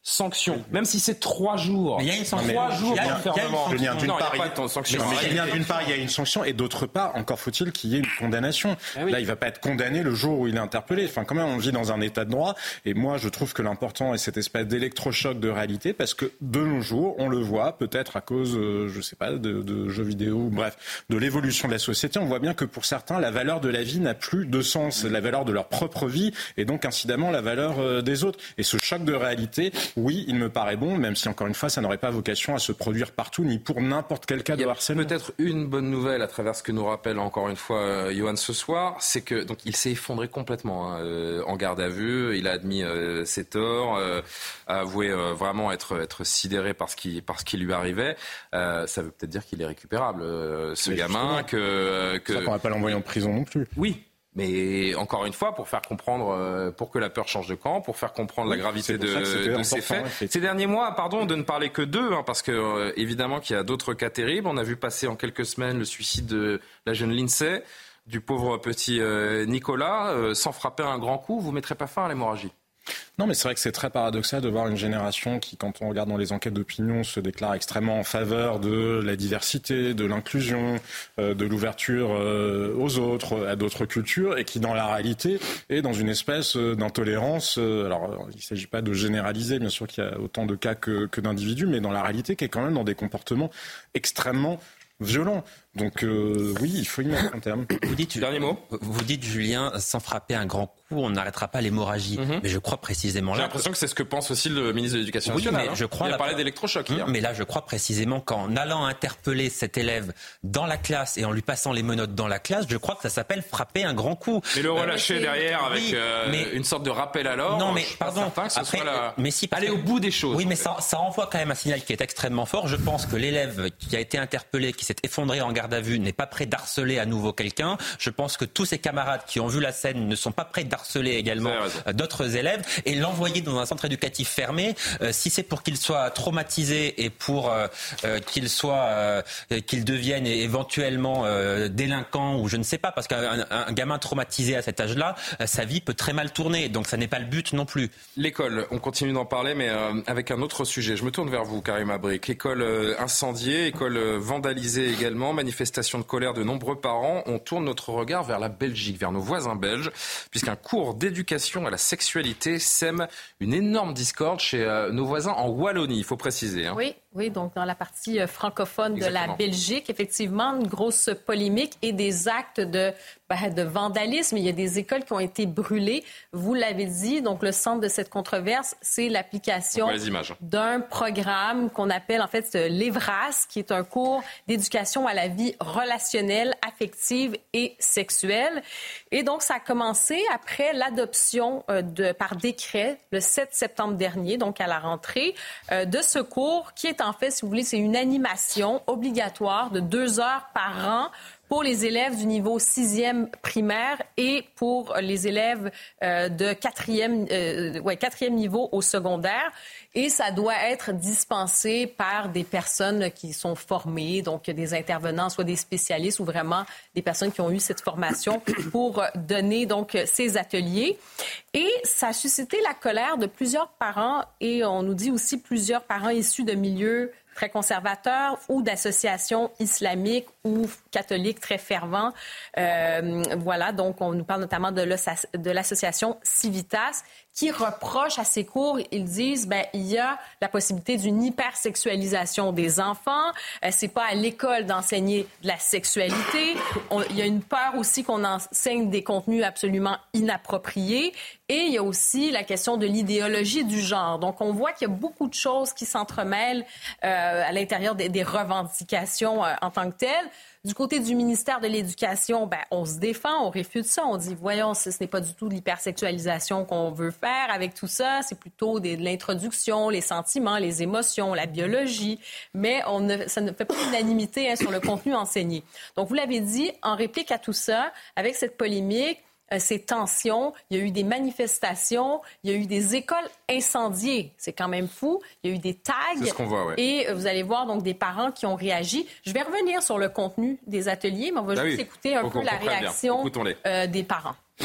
sanction, même si c'est trois jours. Mais il y a une sanction. Trois jours d'enfermement. Julien, d'une non, part, il n'y a pas de sanction. Mais, mais Julien, d'une part, il y a une sanction, et d'autre part, encore faut-il qu'il y ait une condamnation. Ah oui. Là, il ne va pas être condamné le jour où il est interpellé. Enfin, quand même, on vit dans un état de droit. Et moi, je trouve que l'important est cette espèce d'électrochoc de réalité, parce que de nos jours, on le voit, peut-être à cause, euh, je sais pas, de, de jeux vidéo, bref, de l'évolution de la société. On voit bien que pour certains, la valeur de la vie n'a plus de sens, la valeur de leur propre vie, et donc incidemment la valeur euh, des autres. Et ce choc de réalité, oui, il me paraît bon, même si encore une fois, ça n'aurait pas vocation à se produire partout, ni pour n'importe quel cas de harcèlement. Peut-être une bonne nouvelle à travers ce que nous rappelle encore une fois euh, Johan ce soir, c'est que donc il s'est effondré complètement hein, euh, en garde à vue. Il a admis euh, ses torts, euh, a avoué euh, vraiment être être sidéré par ce qui par ce qui lui arrivait. Euh, ça veut peut-être dire qu'il est récupérable, euh, ce Mais gamin. Que que c'est ça qu'on va pas l'envoyer en prison non plus. Oui. Mais encore une fois, pour faire comprendre, pour que la peur change de camp, pour faire comprendre oui, la gravité de, de ces faits. Ces derniers mois, pardon, de ne parler que d'eux, hein, parce que euh, évidemment qu'il y a d'autres cas terribles. On a vu passer en quelques semaines le suicide de la jeune Lindsay, du pauvre petit euh, Nicolas, euh, sans frapper un grand coup. Vous mettrez pas fin à l'hémorragie? Non, mais c'est vrai que c'est très paradoxal de voir une génération qui, quand on regarde dans les enquêtes d'opinion, se déclare extrêmement en faveur de la diversité, de l'inclusion, euh, de l'ouverture euh, aux autres, à d'autres cultures, et qui, dans la réalité, est dans une espèce euh, d'intolérance. Euh, alors, il ne s'agit pas de généraliser, bien sûr qu'il y a autant de cas que, que d'individus, mais dans la réalité, qui est quand même dans des comportements extrêmement violents. Donc euh, oui, il faut y mettre un terme. Vous dites, Dernier mot. Vous dites, Julien, sans frapper un grand coup, on n'arrêtera pas l'hémorragie. Mm-hmm. Mais je crois précisément là... J'ai l'impression que c'est ce que pense aussi le ministre de l'Éducation oui, nationale. Mais hein. je crois Il a la... parlé d'électrochoc hier. Mais là, je crois précisément qu'en allant interpeller cet élève dans la classe et en lui passant les menottes dans la classe, je crois que ça s'appelle frapper un grand coup. Mais le relâcher euh, derrière avec oui, euh, mais... une sorte de rappel à l'ordre... Non, mais pardon, que ce après, soit la... mais si, aller que... au bout des choses. Oui, mais ça, ça envoie quand même un signal qui est extrêmement fort. Je pense que l'élève qui a été interpellé, qui s'est effondré en garde à vue, n'est pas prêt d'harceler à nouveau quelqu'un. Je pense que tous ses camarades qui ont vu la scène ne sont pas prêts d'harceler également d'autres élèves, et l'envoyer dans un centre éducatif fermé, euh, si c'est pour qu'il soit traumatisé et pour euh, euh, qu'il soit euh, qu'il devienne éventuellement euh, délinquant ou je ne sais pas, parce qu'un un gamin traumatisé à cet âge-là, euh, sa vie peut très mal tourner, donc ça n'est pas le but non plus. L'école, on continue d'en parler, mais euh, avec un autre sujet. Je me tourne vers vous, Karima Brick. École euh, incendiée, école euh, vandalisée également, manifestation de colère de nombreux parents. On tourne notre regard vers la Belgique, vers nos voisins belges, puisqu'un cours d'éducation à la sexualité sème une énorme discorde chez euh, nos voisins en Wallonie, il faut préciser. Hein. Oui, oui, donc dans la partie euh, francophone Exactement. de la Belgique, effectivement, une grosse polémique et des actes de, ben, de vandalisme. Il y a des écoles qui ont été brûlées. Vous l'avez dit, donc le centre de cette controverse, c'est l'application d'un programme qu'on appelle en fait l'E V R A S, qui est un cours d'éducation à la vie relationnelle, affective et sexuelle. Et donc, ça a commencé après l'adoption euh, de, par décret le sept septembre dernier, donc à la rentrée, euh, de ce cours qui est en fait, si vous voulez, c'est une animation obligatoire de deux heures par an pour les élèves du niveau sixième primaire et pour les élèves euh, de quatrième, euh, ouais, quatrième niveau au secondaire. Et ça doit être dispensé par des personnes qui sont formées, donc des intervenants, soit des spécialistes ou vraiment des personnes qui ont eu cette formation pour donner donc ces ateliers. Et ça a suscité la colère de plusieurs parents et on nous dit aussi plusieurs parents issus de milieux très conservateurs ou d'associations islamiques ou catholiques très fervents. Euh, voilà, donc on nous parle notamment de, de l'association Civitas qui reproche à ces cours, ils disent, ben il y a la possibilité d'une hypersexualisation des enfants. Euh, c'est pas à l'école d'enseigner de la sexualité. On, il y a une peur aussi qu'on enseigne des contenus absolument inappropriés. Et il y a aussi la question de l'idéologie du genre. Donc on voit qu'il y a beaucoup de choses qui s'entremêlent euh, à l'intérieur des, des revendications euh, en tant que telles. Du côté du ministère de l'Éducation, ben, on se défend, on réfute ça. On dit, voyons, ce, ce n'est pas du tout de l'hypersexualisation qu'on veut faire avec tout ça. C'est plutôt des, de l'introduction, les sentiments, les émotions, la biologie. Mais on ne, ça ne fait pas l'unanimité hein, sur le contenu enseigné. Donc, vous l'avez dit, en réplique à tout ça, avec cette polémique, ces tensions, il y a eu des manifestations, il y a eu des écoles incendiées. C'est quand même fou. Il y a eu des tags. C'est ce qu'on voit, ouais. Et vous allez voir donc des parents qui ont réagi. Je vais revenir sur le contenu des ateliers, mais on va bah juste oui, écouter un peu la réaction euh, des parents.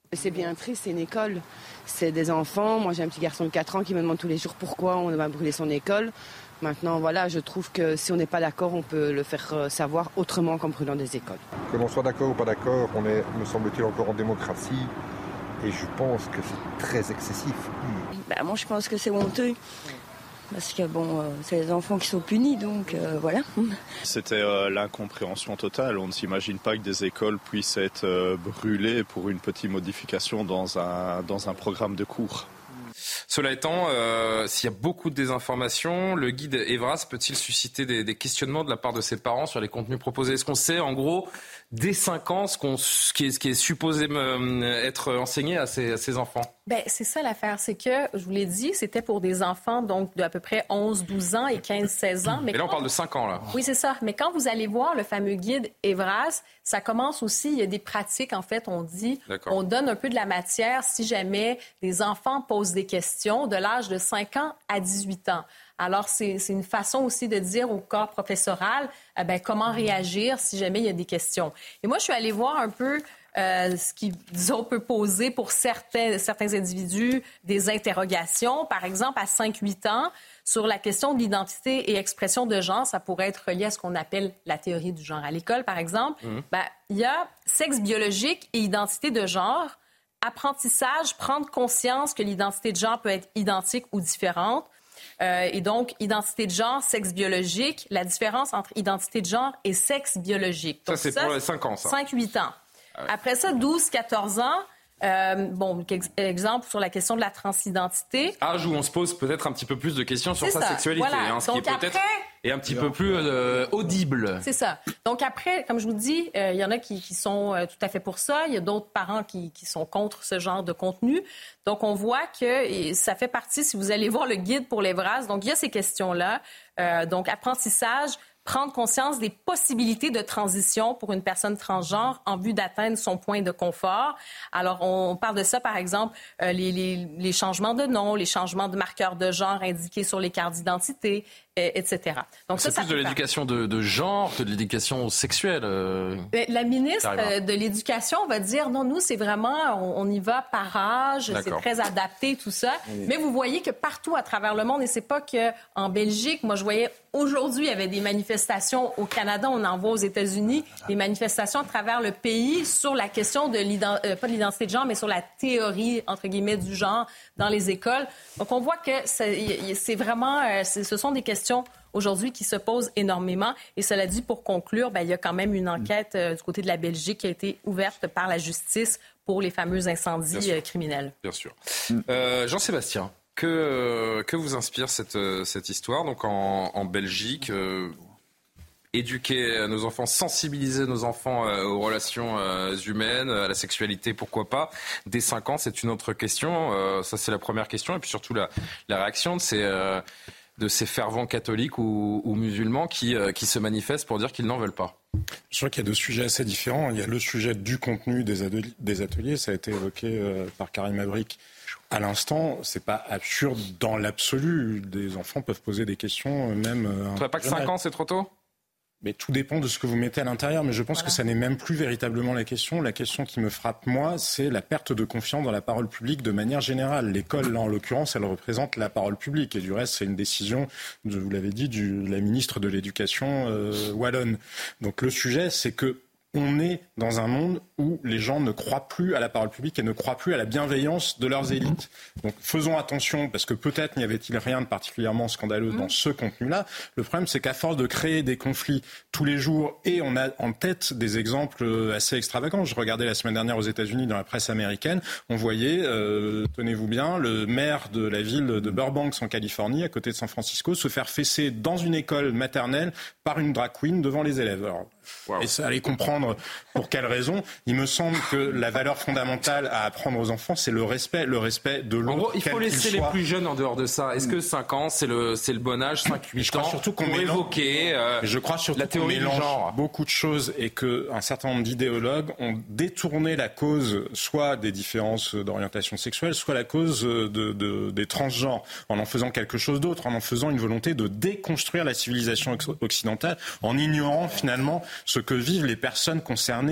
C'est bien triste, c'est une école. C'est des enfants. Moi, j'ai un petit garçon de quatre ans qui me demande tous les jours pourquoi on va brûler son école. Maintenant, voilà, je trouve que si on n'est pas d'accord, on peut le faire savoir autrement qu'en brûlant des écoles. Que l'on soit d'accord ou pas d'accord, on est, me semble-t-il, encore en démocratie. Et je pense que c'est très excessif. Bah, moi, je pense que c'est honteux. Parce que bon, euh, c'est les enfants qui sont punis, donc euh, voilà. C'était euh, l'incompréhension totale. On ne s'imagine pas que des écoles puissent être euh, brûlées pour une petite modification dans un, dans un programme de cours. Cela étant, euh, s'il y a beaucoup de désinformation, le guide Evras peut-il susciter des, des questionnements de la part de ses parents sur les contenus proposés ? Est-ce qu'on sait, en gros, dès cinq ans, ce, qu'on, ce, qui, est, ce qui est supposé euh, être enseigné à ces, à ces enfants ? Ben, c'est ça l'affaire, c'est que, je vous l'ai dit, c'était pour des enfants donc d'à peu près onze, douze ans et quinze, seize ans. Mais, mais là, quand... on parle de cinq ans, là. Oui, c'est ça. Mais quand vous allez voir le fameux guide Evras, ça commence aussi, il y a des pratiques, en fait, on dit, D'accord. on donne un peu de la matière si jamais des enfants posent des questions de l'âge de cinq ans à dix-huit ans. Alors, c'est, c'est une façon aussi de dire au corps professoral eh bien, comment réagir si jamais il y a des questions. Et moi, je suis allée voir un peu euh, ce qui, disons, peut poser pour certains, certains individus des interrogations. Par exemple, à cinq huit ans, sur la question de l'identité et expression de genre, ça pourrait être relié à ce qu'on appelle la théorie du genre à l'école, par exemple. Mmh. Ben, il y a sexe biologique et identité de genre. Apprentissage, prendre conscience que l'identité de genre peut être identique ou différente. Euh, et donc, identité de genre, sexe biologique, la différence entre identité de genre et sexe biologique. Donc, ça, c'est ça, pour les cinq ans, ça. cinq huit ans. Ah ouais. Après ça, douze quatorze ans, euh, bon, exemple sur la question de la transidentité. Âge où on se pose peut-être un petit peu plus de questions sur c'est sa ça. sexualité, Voilà. hein, ce donc qui est peut-être après, est un petit peu plus euh, audible. C'est ça. Donc après, comme je vous dis, il euh, y en a qui, qui sont euh, tout à fait pour ça. Il y a d'autres parents qui, qui sont contre ce genre de contenu. Donc on voit que ça fait partie, si vous allez voir le guide pour l'Evras, donc il y a ces questions-là. Euh, donc apprentissage, prendre conscience des possibilités de transition pour une personne transgenre en vue d'atteindre son point de confort. Alors, on parle de ça, par exemple, euh, les, les, les changements de nom, les changements de marqueurs de genre indiqués sur les cartes d'identité, et cetera. Donc c'est ça, plus ça de l'éducation de, de genre que de l'éducation sexuelle. Euh, la ministre carrément. de l'Éducation va dire, non, nous, c'est vraiment, on, on y va par âge, D'accord. c'est très adapté, tout ça. Oui. Mais vous voyez que partout à travers le monde, et c'est pas qu'en Belgique, moi, je voyais aujourd'hui, il y avait des manifestations au Canada, on en voit aux États-Unis, des manifestations à travers le pays sur la question de l'identité, euh, pas de l'identité de genre, mais sur la théorie, entre guillemets, du genre dans les écoles. Donc, on voit que c'est, c'est vraiment, euh, c'est, ce sont des questions aujourd'hui qui se posent énormément. Et cela dit, pour conclure, ben, il y a quand même une enquête euh, du côté de la Belgique qui a été ouverte par la justice pour les fameux incendies euh, criminels. Bien sûr. Euh, Jean-Sébastien, que, que vous inspire cette, cette histoire donc en, en Belgique euh, éduquer nos enfants, sensibiliser nos enfants euh, aux relations euh, humaines, à la sexualité, pourquoi pas. Dès cinq ans, c'est une autre question. Euh, ça, c'est la première question. Et puis surtout, la, la réaction de ces, euh, de ces fervents catholiques ou, ou musulmans qui, euh, qui se manifestent pour dire qu'ils n'en veulent pas. Je crois qu'il y a deux sujets assez différents. Il y a le sujet du contenu des ateliers. Des ateliers. Ça a été évoqué euh, par Karim Abric à l'instant. C'est pas absurde dans l'absolu. Des enfants peuvent poser des questions, même... Euh, tu ne trouves pas que cinq ans, c'est trop tôt ? Mais tout dépend de ce que vous mettez à l'intérieur. Mais je pense voilà. que ça n'est même plus véritablement la question. La question qui me frappe, moi, c'est la perte de confiance dans la parole publique de manière générale. L'école, là, en l'occurrence, elle représente la parole publique. Et du reste, c'est une décision, je vous l'avez dit, du, de la ministre de l'Éducation euh, wallonne. Donc le sujet, c'est que on est dans un monde où les gens ne croient plus à la parole publique et ne croient plus à la bienveillance de leurs élites. Donc faisons attention, parce que peut-être n'y avait-il rien de particulièrement scandaleux dans ce contenu-là. Le problème, c'est qu'à force de créer des conflits tous les jours, et on a en tête des exemples assez extravagants. Je regardais la semaine dernière aux États-Unis dans la presse américaine, on voyait, euh, tenez-vous bien, le maire de la ville de Burbank en Californie, à côté de San Francisco, se faire fesser dans une école maternelle par une drag queen devant les élèves. Alors, wow. Et ça allait comprendre pour quelle raison. Il me semble que la valeur fondamentale à apprendre aux enfants, c'est le respect, le respect de l'autre. En gros, il faut laisser les plus jeunes en dehors de ça. Est-ce que cinq ans, c'est le, c'est le bon âge, cinq huit ans, surtout qu'on pour mélange, évoquer euh, je crois surtout la théorie qu'on mélange du genre. Beaucoup de choses et qu'un certain nombre d'idéologues ont détourné la cause soit des différences d'orientation sexuelle, soit la cause de, de, des transgenres, en en faisant quelque chose d'autre, en en faisant une volonté de déconstruire la civilisation occidentale, en ignorant finalement ce que vivent les personnes concernées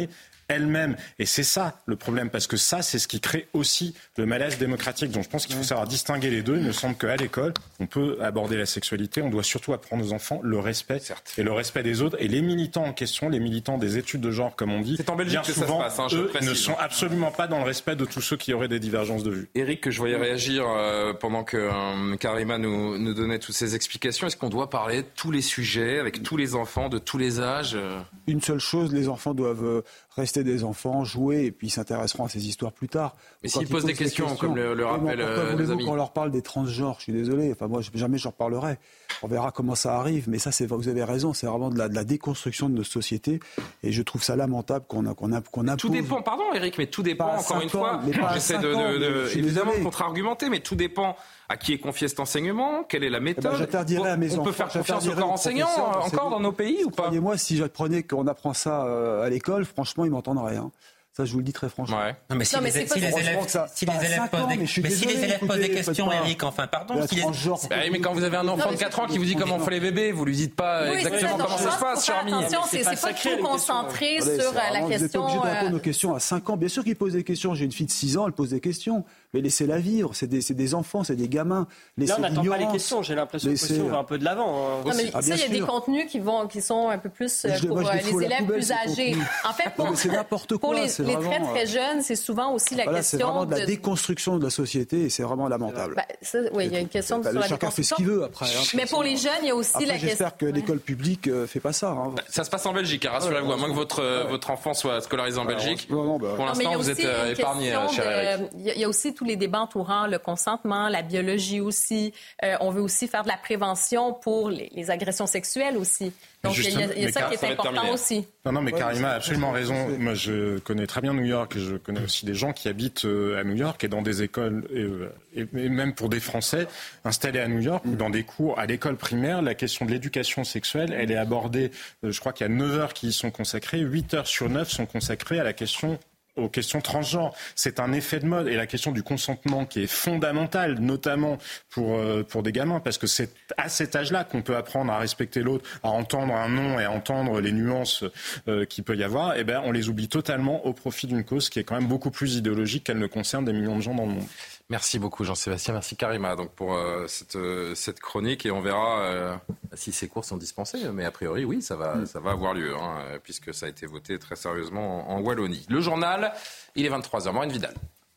elles-mêmes. Et c'est ça le problème, parce que ça, c'est ce qui crée aussi le malaise démocratique. Donc je pense qu'il faut savoir distinguer les deux. Il me semble qu'à l'école, on peut aborder la sexualité, on doit surtout apprendre aux enfants le respect, certes, et le respect des autres. Et les militants en question, les militants des études de genre, comme on dit, c'est en Belgique bien que souvent, ça se passe, hein, je eux précise. ne sont absolument pas dans le respect de tous ceux qui auraient des divergences de vue. Éric, que je voyais réagir euh, pendant que euh, Karima nous, nous donnait toutes ces explications. Est-ce qu'on doit parler de tous les sujets, avec tous les enfants, de tous les âges euh... Une seule chose, les enfants doivent rester des enfants, jouer, et puis ils s'intéresseront à ces histoires plus tard. Mais s'ils posent des questions, questions, comme le, le rappelle euh, nos amis. Quand on leur parle des transgenres, je suis désolé, enfin moi jamais j'en reparlerai. On verra comment ça arrive, mais ça, c'est, vous avez raison, c'est vraiment de la, de la déconstruction de nos sociétés, et je trouve ça lamentable qu'on a, qu'on a, qu'on a Tout dépend, pardon Éric, mais tout dépend, encore une fois, j'essaie de, de, de évidemment de contre-argumenter, mais tout dépend à qui est confié cet enseignement, quelle est la méthode. Eh ben, à mes on enfants, peut faire confiance aux corps enseignants encore dans nos pays ou pas? Croyez-moi, si j'apprenais qu'on apprend ça à l'école, franchement, ils m'entendraient. Hein. Ça, je vous le dis très franchement. Ouais. Non, mais si, non, mais les, si les élèves, ça, si les élèves posent des, mais mais si les élèves posent des questions, Eric, enfin, pardon. Si les... bah, mais quand vous avez un enfant non, de quatre ans qui vous dit comment on fait les bébés, vous lui dites pas oui, exactement comment ça se passe, cher ami. Attention, c'est, c'est pas trop concentré sur la question. Vous êtes obligé de répondre aux questions à cinq ans. Bien sûr qu'ils posent des questions. J'ai une fille de six ans, elle pose des questions. Mais laissez-la vivre. C'est des, c'est des enfants, c'est des gamins. Là, on n'attend pas les questions. J'ai l'impression que on va un peu de l'avant. Non, mais ça, il y a des contenus qui vont, qui sont un peu plus pour les élèves plus âgés. En fait, pour les très très jeunes, c'est souvent aussi la voilà, question c'est vraiment de la déconstruction de la société et c'est vraiment lamentable. Bah, ça, oui, il y a une question bah, sur la chacun fait ce qu'il veut après. Hein, mais pour les jeunes, il y a aussi après, la question. J'espère que l'école publique euh, fait pas ça. Hein. Ça se passe en Belgique, hein, rassurez-vous, à moins que votre euh, votre enfant soit scolarisé en Belgique. Non, non, bah, pour l'instant, non, vous êtes euh, épargné, cher Eric. Il y a aussi tous les débats entourant le consentement, la biologie aussi. Euh, on veut aussi faire de la prévention pour les, les agressions sexuelles aussi. Donc, il y a, il y a ça qui est important aussi. Non, non, mais ouais, Karima a absolument raison. Moi, je connais très bien New York et je connais aussi des gens qui habitent à New York et dans des écoles, et, et même pour des Français installés à New York, ou dans des cours à l'école primaire, la question de l'éducation sexuelle, elle est abordée, je crois qu'il y a neuf heures qui y sont consacrées, huit heures sur neuf sont consacrées à la question aux questions transgenres. C'est un effet de mode et la question du consentement qui est fondamentale, notamment pour, euh, pour des gamins, parce que c'est à cet âge-là qu'on peut apprendre à respecter l'autre, à entendre un nom et à entendre les nuances euh, qu'il peut y avoir. Et ben, on les oublie totalement au profit d'une cause qui est quand même beaucoup plus idéologique qu'elle ne concerne des millions de gens dans le monde. Merci beaucoup Jean-Sébastien, merci Karima donc pour euh, cette, euh, cette chronique et on verra euh, si ces cours sont dispensés, mais a priori oui, ça va, ça va avoir lieu hein, puisque ça a été voté très sérieusement en, en Wallonie. Le journal, il est vingt-trois heures, Maureen Vidal.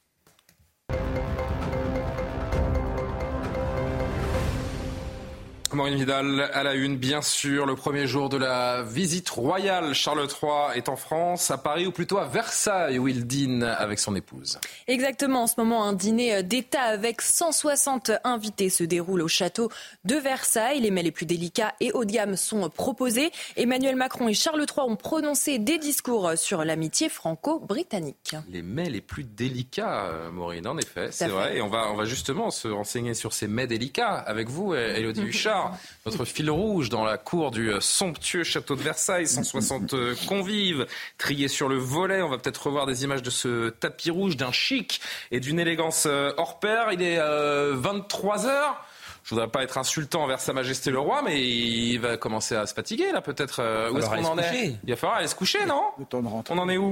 Maureen Vidal à la une, bien sûr, le premier jour de la visite royale. Charles trois est en France, à Paris ou plutôt à Versailles où il dîne avec son épouse. Exactement, en ce moment un dîner d'État avec cent soixante invités se déroule au château de Versailles. Les mets les plus délicats et haut de gamme sont proposés. Emmanuel Macron et Charles trois ont prononcé des discours sur l'amitié franco-britannique. Les mets les plus délicats, Maureen, en effet, c'est vrai. Et on va, on va justement se renseigner sur ces mets délicats avec vous, Élodie Huchard. Notre fil rouge dans la cour du somptueux château de Versailles, cent soixante convives triés sur le volet. On va peut-être revoir des images de ce tapis rouge, d'un chic et d'une élégance hors pair. Il est euh, vingt-trois heures. Je voudrais pas être insultant envers Sa Majesté le Roi, mais il va commencer à se fatiguer là peut-être. Où est-ce qu'on en est ? Il va falloir aller se coucher, non ? On en est où ?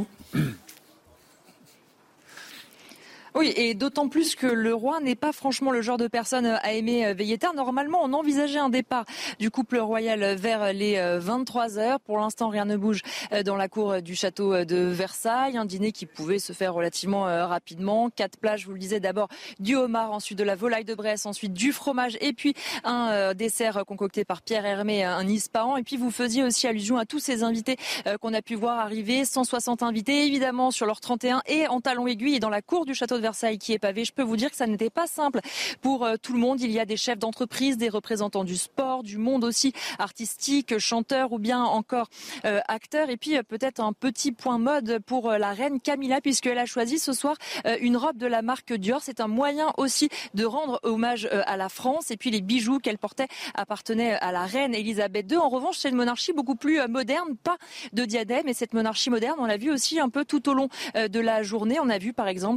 Oui, et d'autant plus que le roi n'est pas franchement le genre de personne à aimer veiller tard. Normalement, on envisageait un départ du couple royal vers les vingt-trois heures. Pour l'instant, rien ne bouge dans la cour du château de Versailles. Un dîner qui pouvait se faire relativement rapidement. Quatre plats, je vous le disais, d'abord du homard, ensuite de la volaille de Bresse, ensuite du fromage et puis un dessert concocté par Pierre Hermé, un Ispahan. Et puis vous faisiez aussi allusion à tous ces invités qu'on a pu voir arriver. cent soixante invités, évidemment, sur leur trente et un et en talons aiguilles et dans la cour du château de Versailles qui est pavé. Je peux vous dire que ça n'était pas simple pour euh, tout le monde. Il y a des chefs d'entreprise, des représentants du sport, du monde aussi artistique, chanteurs ou bien encore euh, acteurs. Et puis euh, peut-être un petit point mode pour euh, la reine Camilla puisqu'elle a choisi ce soir euh, une robe de la marque Dior. C'est un moyen aussi de rendre hommage euh, à la France. Et puis les bijoux qu'elle portait appartenaient à la reine Elisabeth deux. En revanche, c'est une monarchie beaucoup plus euh, moderne, pas de diadème. Et cette monarchie moderne, on l'a vu aussi un peu tout au long euh, de la journée. On a vu par exemple que Brigitte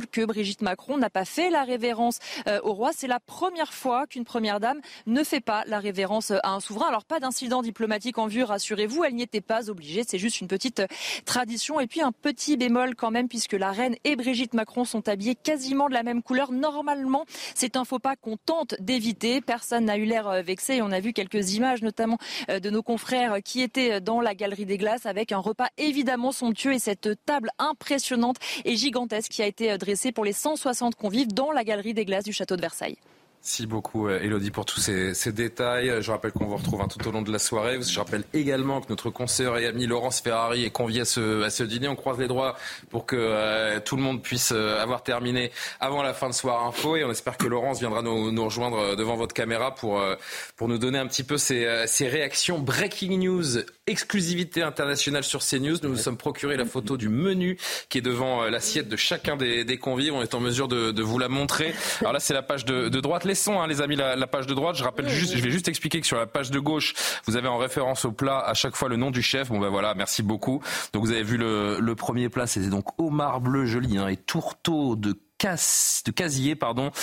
Brigitte Macron n'a pas fait la révérence au roi. C'est la première fois qu'une première dame ne fait pas la révérence à un souverain. Alors pas d'incident diplomatique en vue, rassurez-vous, elle n'y était pas obligée. C'est juste une petite tradition. Et puis un petit bémol quand même, puisque la reine et Brigitte Macron sont habillées quasiment de la même couleur. Normalement, c'est un faux pas qu'on tente d'éviter. Personne n'a eu l'air vexé. Et on a vu quelques images, notamment de nos confrères qui étaient dans la Galerie des Glaces, avec un repas évidemment somptueux et cette table impressionnante et gigantesque qui a été dressée pour les cent soixante convives dans la Galerie des Glaces du château de Versailles. Merci beaucoup Élodie pour tous ces, ces détails. Je rappelle qu'on vous retrouve hein, tout au long de la soirée. Je rappelle également que notre consoeur et ami Laurence Ferrari est convié à ce, à ce dîner. On croise les doigts pour que euh, tout le monde puisse euh, avoir terminé avant la fin de Soir Info. Et on espère que Laurence viendra nous, nous rejoindre devant votre caméra pour, euh, pour nous donner un petit peu ses, ses réactions. Breaking news, exclusivité internationale sur CNews. Nous nous sommes procuré la photo du menu qui est devant euh, l'assiette de chacun des, des convives. On est en mesure de, de vous la montrer. Alors là, c'est la page de, de droite. Laissons, hein, les amis, la, la page de droite. Je rappelle juste, je vais juste expliquer que sur la page de gauche, vous avez en référence au plat à chaque fois le nom du chef. Bon ben voilà, merci beaucoup. Donc vous avez vu le, le premier plat, c'était donc homard bleu joli hein, et tourteau de Casse, de casier, pardon,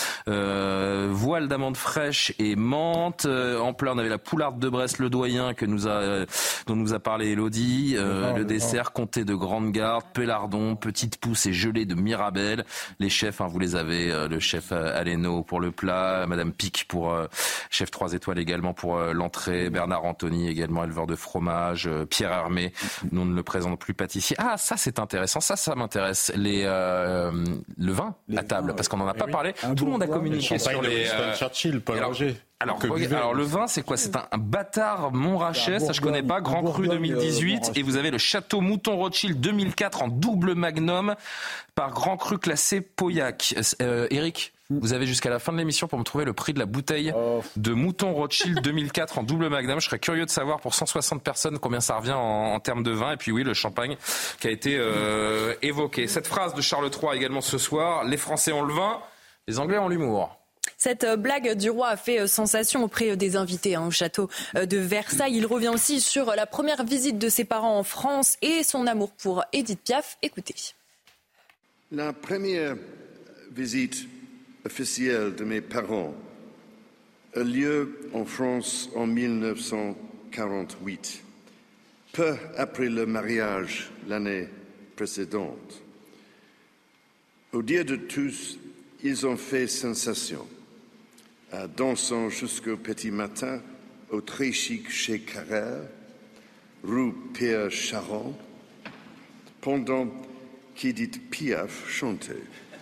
euh, voile d'amande fraîche et menthe. Euh, en plat, on avait la poularde de Brest, le doyen que nous a, euh, dont nous a parlé Élodie. Euh, le, le, le dessert, comté de Grande Garde, pélardon, petite pousse et gelée de Mirabelle. Les chefs, hein, vous les avez. Euh, le chef Aleno pour le plat, Madame Pic pour euh, chef trois étoiles également pour euh, l'entrée, Bernard Anthony également éleveur de fromage, euh, Pierre Hermé, nous ne le présente plus pâtissier. Ah, ça c'est intéressant, ça ça m'intéresse. Les euh, le vin. À table, parce qu'on n'en a pas oui. parlé. Un Tout le monde a communiqué sur les... Euh... Churchill, Paul alors, Roger. Alors, regarde, alors le vin, c'est quoi? C'est un, un bâtard Montrachet, ça je connais pas, Grand Cru deux mille dix-huit, et vous avez le Château Mouton Rothschild deux mille quatre en double magnum par Grand Cru classé Pauillac. Euh, Eric, vous avez jusqu'à la fin de l'émission pour me trouver le prix de la bouteille oh. de Mouton Rothschild deux mille quatre en double magnum. Je serais curieux de savoir pour cent soixante personnes combien ça revient en, en termes de vin. Et puis oui, le champagne qui a été euh, évoqué. Cette phrase de Charles trois également ce soir, les Français ont le vin, les Anglais ont l'humour. Cette blague du roi a fait sensation auprès des invités hein, au château de Versailles. Il revient aussi sur la première visite de ses parents en France et son amour pour Édith Piaf. Écoutez. La première visite officielle de mes parents a lieu en France en mille neuf cent quarante-huit, peu après le mariage l'année précédente. Au dire de tous, ils ont fait sensation, dansant jusqu'au petit matin au très chic chez Carrère, rue Pierre Charon, pendant qu'Édith Piaf chantait.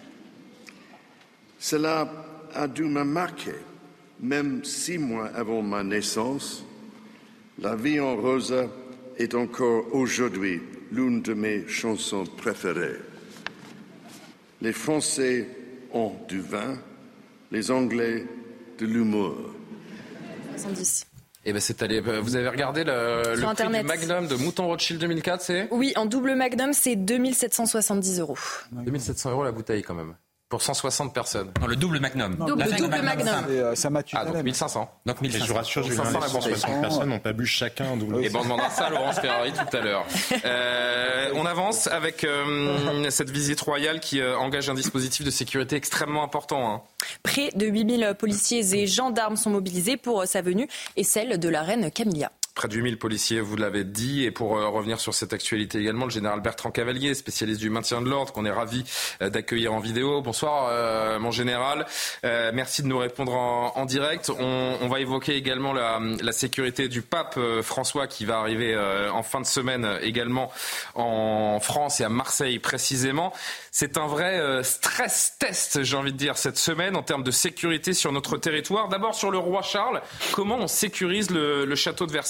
Cela a dû me marquer, même six mois avant ma naissance. La vie en rose est encore aujourd'hui l'une de mes chansons préférées. Les Français ont du vin, les Anglais de l'humour. soixante-dix. Eh ben c'est allé. Vous avez regardé le, le prix Internet. Du Magnum de Mouton Rothschild deux mille quatre, c'est ? Oui, en double Magnum, c'est deux mille sept cent soixante-dix euros. deux mille sept cents euros la bouteille quand même. Pour cent soixante personnes. Non, le double Magnum. Double, la double Magnum. Magnum. Euh, ça m'a tué. Ah, donc mille cinq cents. Donc mille cinq cents. Et je vous rassure, j'ai eu cent soixante personnes n'ont pas bu chacun un double. Et ben on demandera ça à Laurence Ferrari tout à l'heure. Euh, on avance avec euh, cette visite royale qui euh, engage un dispositif de sécurité extrêmement important. Hein. Près de huit mille policiers et gendarmes sont mobilisés pour sa venue et celle de la reine Camilla. Près de huit mille policiers, vous l'avez dit. Et pour euh, revenir sur cette actualité également, le général Bertrand Cavalier, spécialiste du maintien de l'ordre, qu'on est ravi euh, d'accueillir en vidéo. Bonsoir, euh, mon général. Euh, merci de nous répondre en, en direct. On, on va évoquer également la, la sécurité du pape euh, François qui va arriver euh, en fin de semaine également en France et à Marseille précisément. C'est un vrai euh, stress test, j'ai envie de dire, cette semaine en termes de sécurité sur notre territoire. D'abord sur le roi Charles, comment on sécurise le, le château de Versailles ?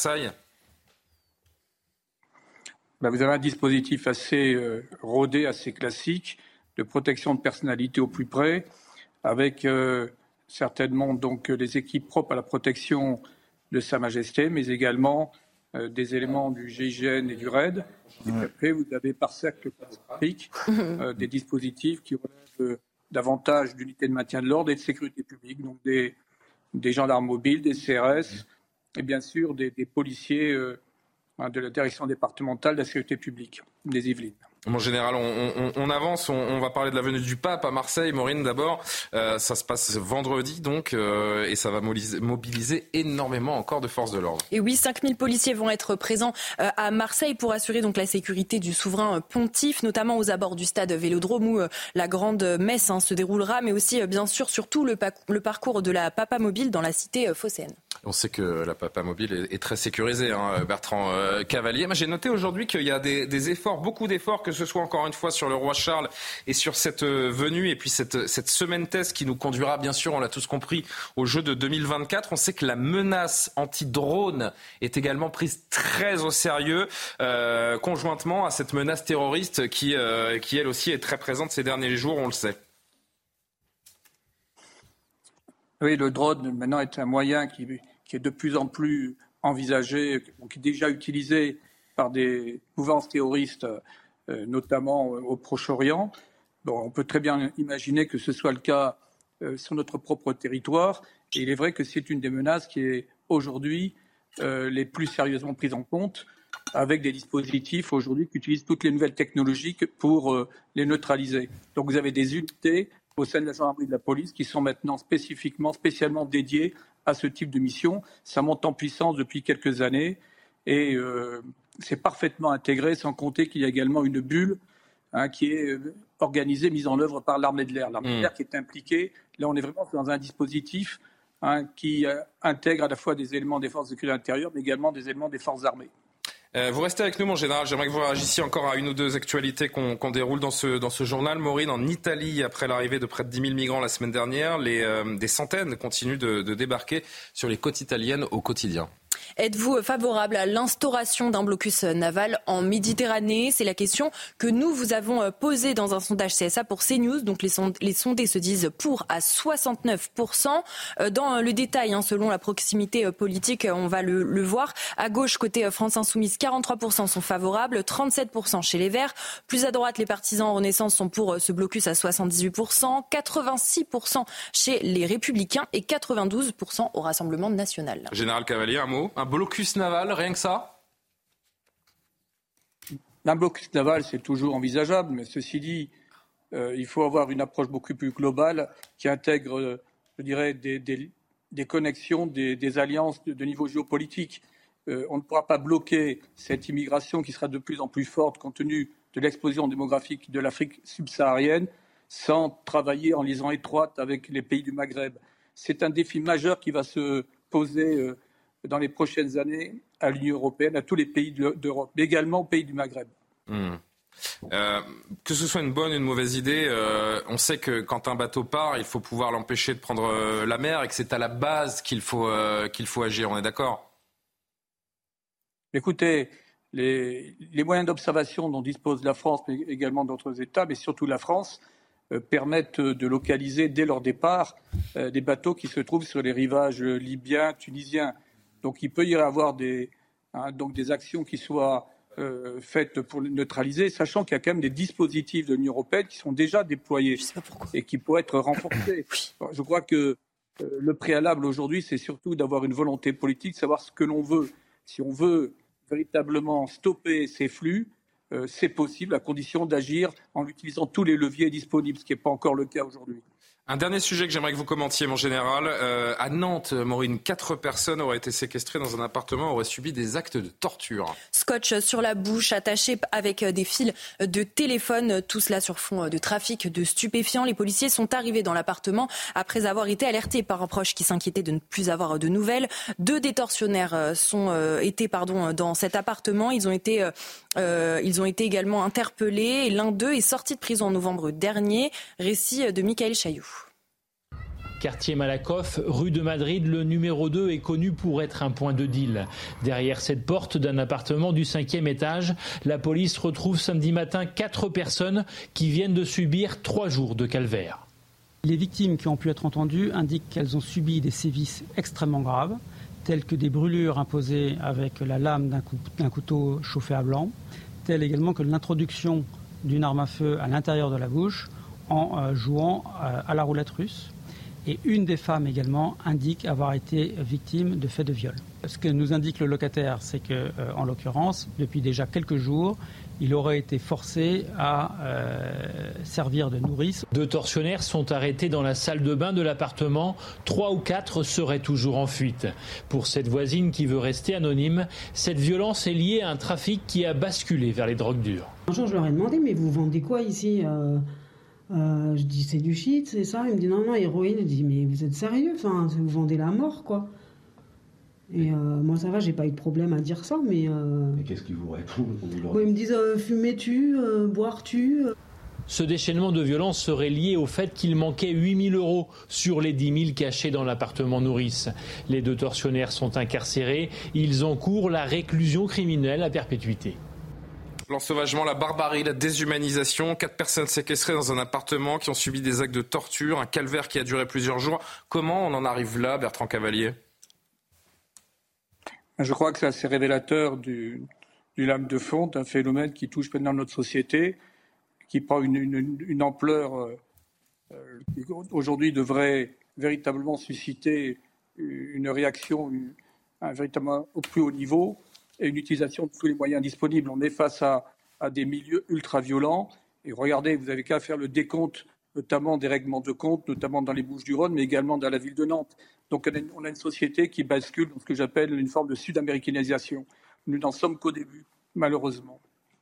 Ben vous avez un dispositif assez euh, rodé, assez classique, de protection de personnalité au plus près, avec euh, certainement donc les équipes propres à la protection de Sa Majesté, mais également euh, des éléments du G I G N et du R A I D. Et puis après, vous avez par cercle pacifique euh, des dispositifs qui relèvent euh, davantage d'unités de maintien de l'ordre et de sécurité publique, donc des, des gendarmes mobiles, des C R S et bien sûr des, des policiers euh, de la direction départementale de la sécurité publique des Yvelines. En général, on, on, on avance, on, on va parler de la venue du pape à Marseille. Maureen, d'abord, euh, ça se passe vendredi, donc, euh, et ça va mobiliser, mobiliser énormément encore de forces de l'ordre. Et oui, cinq mille policiers vont être présents euh, à Marseille pour assurer donc la sécurité du souverain pontife, notamment aux abords du stade Vélodrome où euh, la grande messe hein, se déroulera, mais aussi, euh, bien sûr, surtout le, pa- le parcours de la Papa Mobile dans la cité euh, phocéenne. On sait que la Papa Mobile est, est très sécurisée, hein, Bertrand euh, Cavalier. Moi, j'ai noté aujourd'hui qu'il y a des, des efforts, beaucoup d'efforts, que ce soit encore une fois sur le roi Charles et sur cette euh, venue et puis cette, cette semaine test qui nous conduira, bien sûr, on l'a tous compris, aux Jeux de deux mille vingt-quatre. On sait que la menace anti-drone est également prise très au sérieux, euh, conjointement à cette menace terroriste qui, euh, qui, elle aussi, est très présente ces derniers jours, on le sait. Oui, le drone, maintenant, est un moyen qui, qui est de plus en plus envisagé, qui est déjà utilisé par des mouvances terroristes, euh, notamment au Proche-Orient. Bon, on peut très bien imaginer que ce soit le cas euh, sur notre propre territoire. Et il est vrai que c'est une des menaces qui est aujourd'hui euh, les plus sérieusement prises en compte, avec des dispositifs aujourd'hui qui utilisent toutes les nouvelles technologies pour euh, les neutraliser. Donc vous avez des unités au sein de la gendarmerie de la police qui sont maintenant spécifiquement, spécialement dédiées à ce type de mission. Ça monte en puissance depuis quelques années et euh, c'est parfaitement intégré, sans compter qu'il y a également une bulle hein, qui est euh, organisée, mise en œuvre par l'armée de l'air. L'armée mmh. de l'air qui est impliquée. Là, on est vraiment dans un dispositif hein, qui euh, intègre à la fois des éléments des forces de sécurité intérieure, mais également des éléments des forces armées. Euh, vous restez avec nous, mon général. J'aimerais que vous réagissiez encore à une ou deux actualités qu'on, qu'on déroule dans ce, dans ce journal. Maureen, en Italie, après l'arrivée de près de dix mille migrants la semaine dernière, les, euh, des centaines continuent de, de débarquer sur les côtes italiennes au quotidien. Êtes-vous favorable à l'instauration d'un blocus naval en Méditerranée ? C'est la question que nous vous avons posée dans un sondage C S A pour CNews. Donc les, sond- les sondés se disent pour à soixante-neuf pour cent. Dans le détail, hein, selon la proximité politique, on va le, le voir. À gauche, côté France Insoumise, quarante-trois pour cent sont favorables, trente-sept pour cent chez les Verts. Plus à droite, les partisans en Renaissance sont pour ce blocus à soixante-dix-huit pour cent, quatre-vingt-six pour cent chez les Républicains et quatre-vingt-douze pour cent au Rassemblement national. Général Cavalier, un mot ? Un blocus naval, rien que ça ? Un blocus naval, c'est toujours envisageable, mais ceci dit, euh, il faut avoir une approche beaucoup plus globale qui intègre, euh, je dirais, des, des, des connexions, des, des alliances de, de niveau géopolitique. Euh, on ne pourra pas bloquer cette immigration qui sera de plus en plus forte compte tenu de l'explosion démographique de l'Afrique subsaharienne sans travailler en liaison étroite avec les pays du Maghreb. C'est un défi majeur qui va se poser euh, dans les prochaines années à l'Union européenne, à tous les pays d'Europe, mais également aux pays du Maghreb. Mmh. Euh, que ce soit une bonne ou une mauvaise idée, euh, on sait que quand un bateau part, il faut pouvoir l'empêcher de prendre euh, la mer et que c'est à la base qu'il faut, euh, qu'il faut agir. On est d'accord ? Écoutez, les, les moyens d'observation dont dispose la France, mais également d'autres États, mais surtout la France, euh, permettent de localiser dès leur départ euh, des bateaux qui se trouvent sur les rivages libyens, tunisiens. Donc il peut y avoir des, hein, donc des actions qui soient euh, faites pour le neutraliser, sachant qu'il y a quand même des dispositifs de l'Union européenne qui sont déjà déployés et qui pourraient être renforcés. Bon, je crois que euh, le préalable aujourd'hui, c'est surtout d'avoir une volonté politique, de savoir ce que l'on veut. Si on veut véritablement stopper ces flux, euh, c'est possible à condition d'agir en utilisant tous les leviers disponibles, ce qui n'est pas encore le cas aujourd'hui. Un dernier sujet que j'aimerais que vous commentiez, mon général. Euh, à Nantes, Maureen, quatre personnes auraient été séquestrées dans un appartement, auraient subi des actes de torture. Scotch sur la bouche, attaché avec des fils de téléphone, tout cela sur fond de trafic de stupéfiants. Les policiers sont arrivés dans l'appartement après avoir été alertés par un proche qui s'inquiétait de ne plus avoir de nouvelles. Deux détortionnaires sont euh, été pardon dans cet appartement. Ils ont été euh, ils ont été également interpellés. Et l'un d'eux est sorti de prison en novembre dernier. Récit de Michael Chailloux. Quartier Malakoff, rue de Madrid, le numéro deux est connu pour être un point de deal. Derrière cette porte d'un appartement du cinquième étage, la police retrouve samedi matin quatre personnes qui viennent de subir trois jours de calvaire. Les victimes qui ont pu être entendues indiquent qu'elles ont subi des sévices extrêmement graves, tels que des brûlures imposées avec la lame d'un, coup, d'un couteau chauffé à blanc, tels également que l'introduction d'une arme à feu à l'intérieur de la bouche en euh, jouant euh, à la roulette russe. Et une des femmes également indique avoir été victime de faits de viol. Ce que nous indique le locataire, c'est que, euh, en l'occurrence, depuis déjà quelques jours, il aurait été forcé à euh, servir de nourrice. Deux tortionnaires sont arrêtés dans la salle de bain de l'appartement. Trois ou quatre seraient toujours en fuite. Pour cette voisine qui veut rester anonyme, cette violence est liée à un trafic qui a basculé vers les drogues dures. Un jour, je leur ai demandé, mais vous vendez quoi ici ? euh, euh, Je dis, c'est du shit, c'est ça ? Il me dit, non, non, héroïne. Je dis, mais vous êtes sérieux ? Enfin, vous vendez la mort, quoi. Et euh, moi, ça va, j'ai pas eu de problème à dire ça, mais... Euh... Mais qu'est-ce qu'ils vous répondent ? Bon, ils me disent, euh, fumer-tu, euh, boire-tu euh... Ce déchaînement de violence serait lié au fait qu'il manquait huit mille euros sur les dix mille cachés dans l'appartement nourrice. Les deux tortionnaires sont incarcérés. Ils encourent la réclusion criminelle à perpétuité. L'ensauvagement, la barbarie, la déshumanisation. Quatre personnes séquestrées dans un appartement qui ont subi des actes de torture, un calvaire qui a duré plusieurs jours. Comment on en arrive là, Bertrand Cavalier ? Je crois que c'est assez révélateur du, du lame de fond, d'un phénomène qui touche maintenant notre société, qui prend une, une, une ampleur euh, qui aujourd'hui devrait véritablement susciter une réaction une, un, véritablement au plus haut niveau et une utilisation de tous les moyens disponibles. On est face à, à des milieux ultra-violents. Et regardez, vous n'avez qu'à faire le décompte, notamment des règlements de compte, notamment dans les Bouches-du-Rhône, mais également dans la ville de Nantes. Donc on a, une, on a une société qui bascule dans ce que j'appelle une forme de sud-américanisation. Nous n'en sommes qu'au début, malheureusement.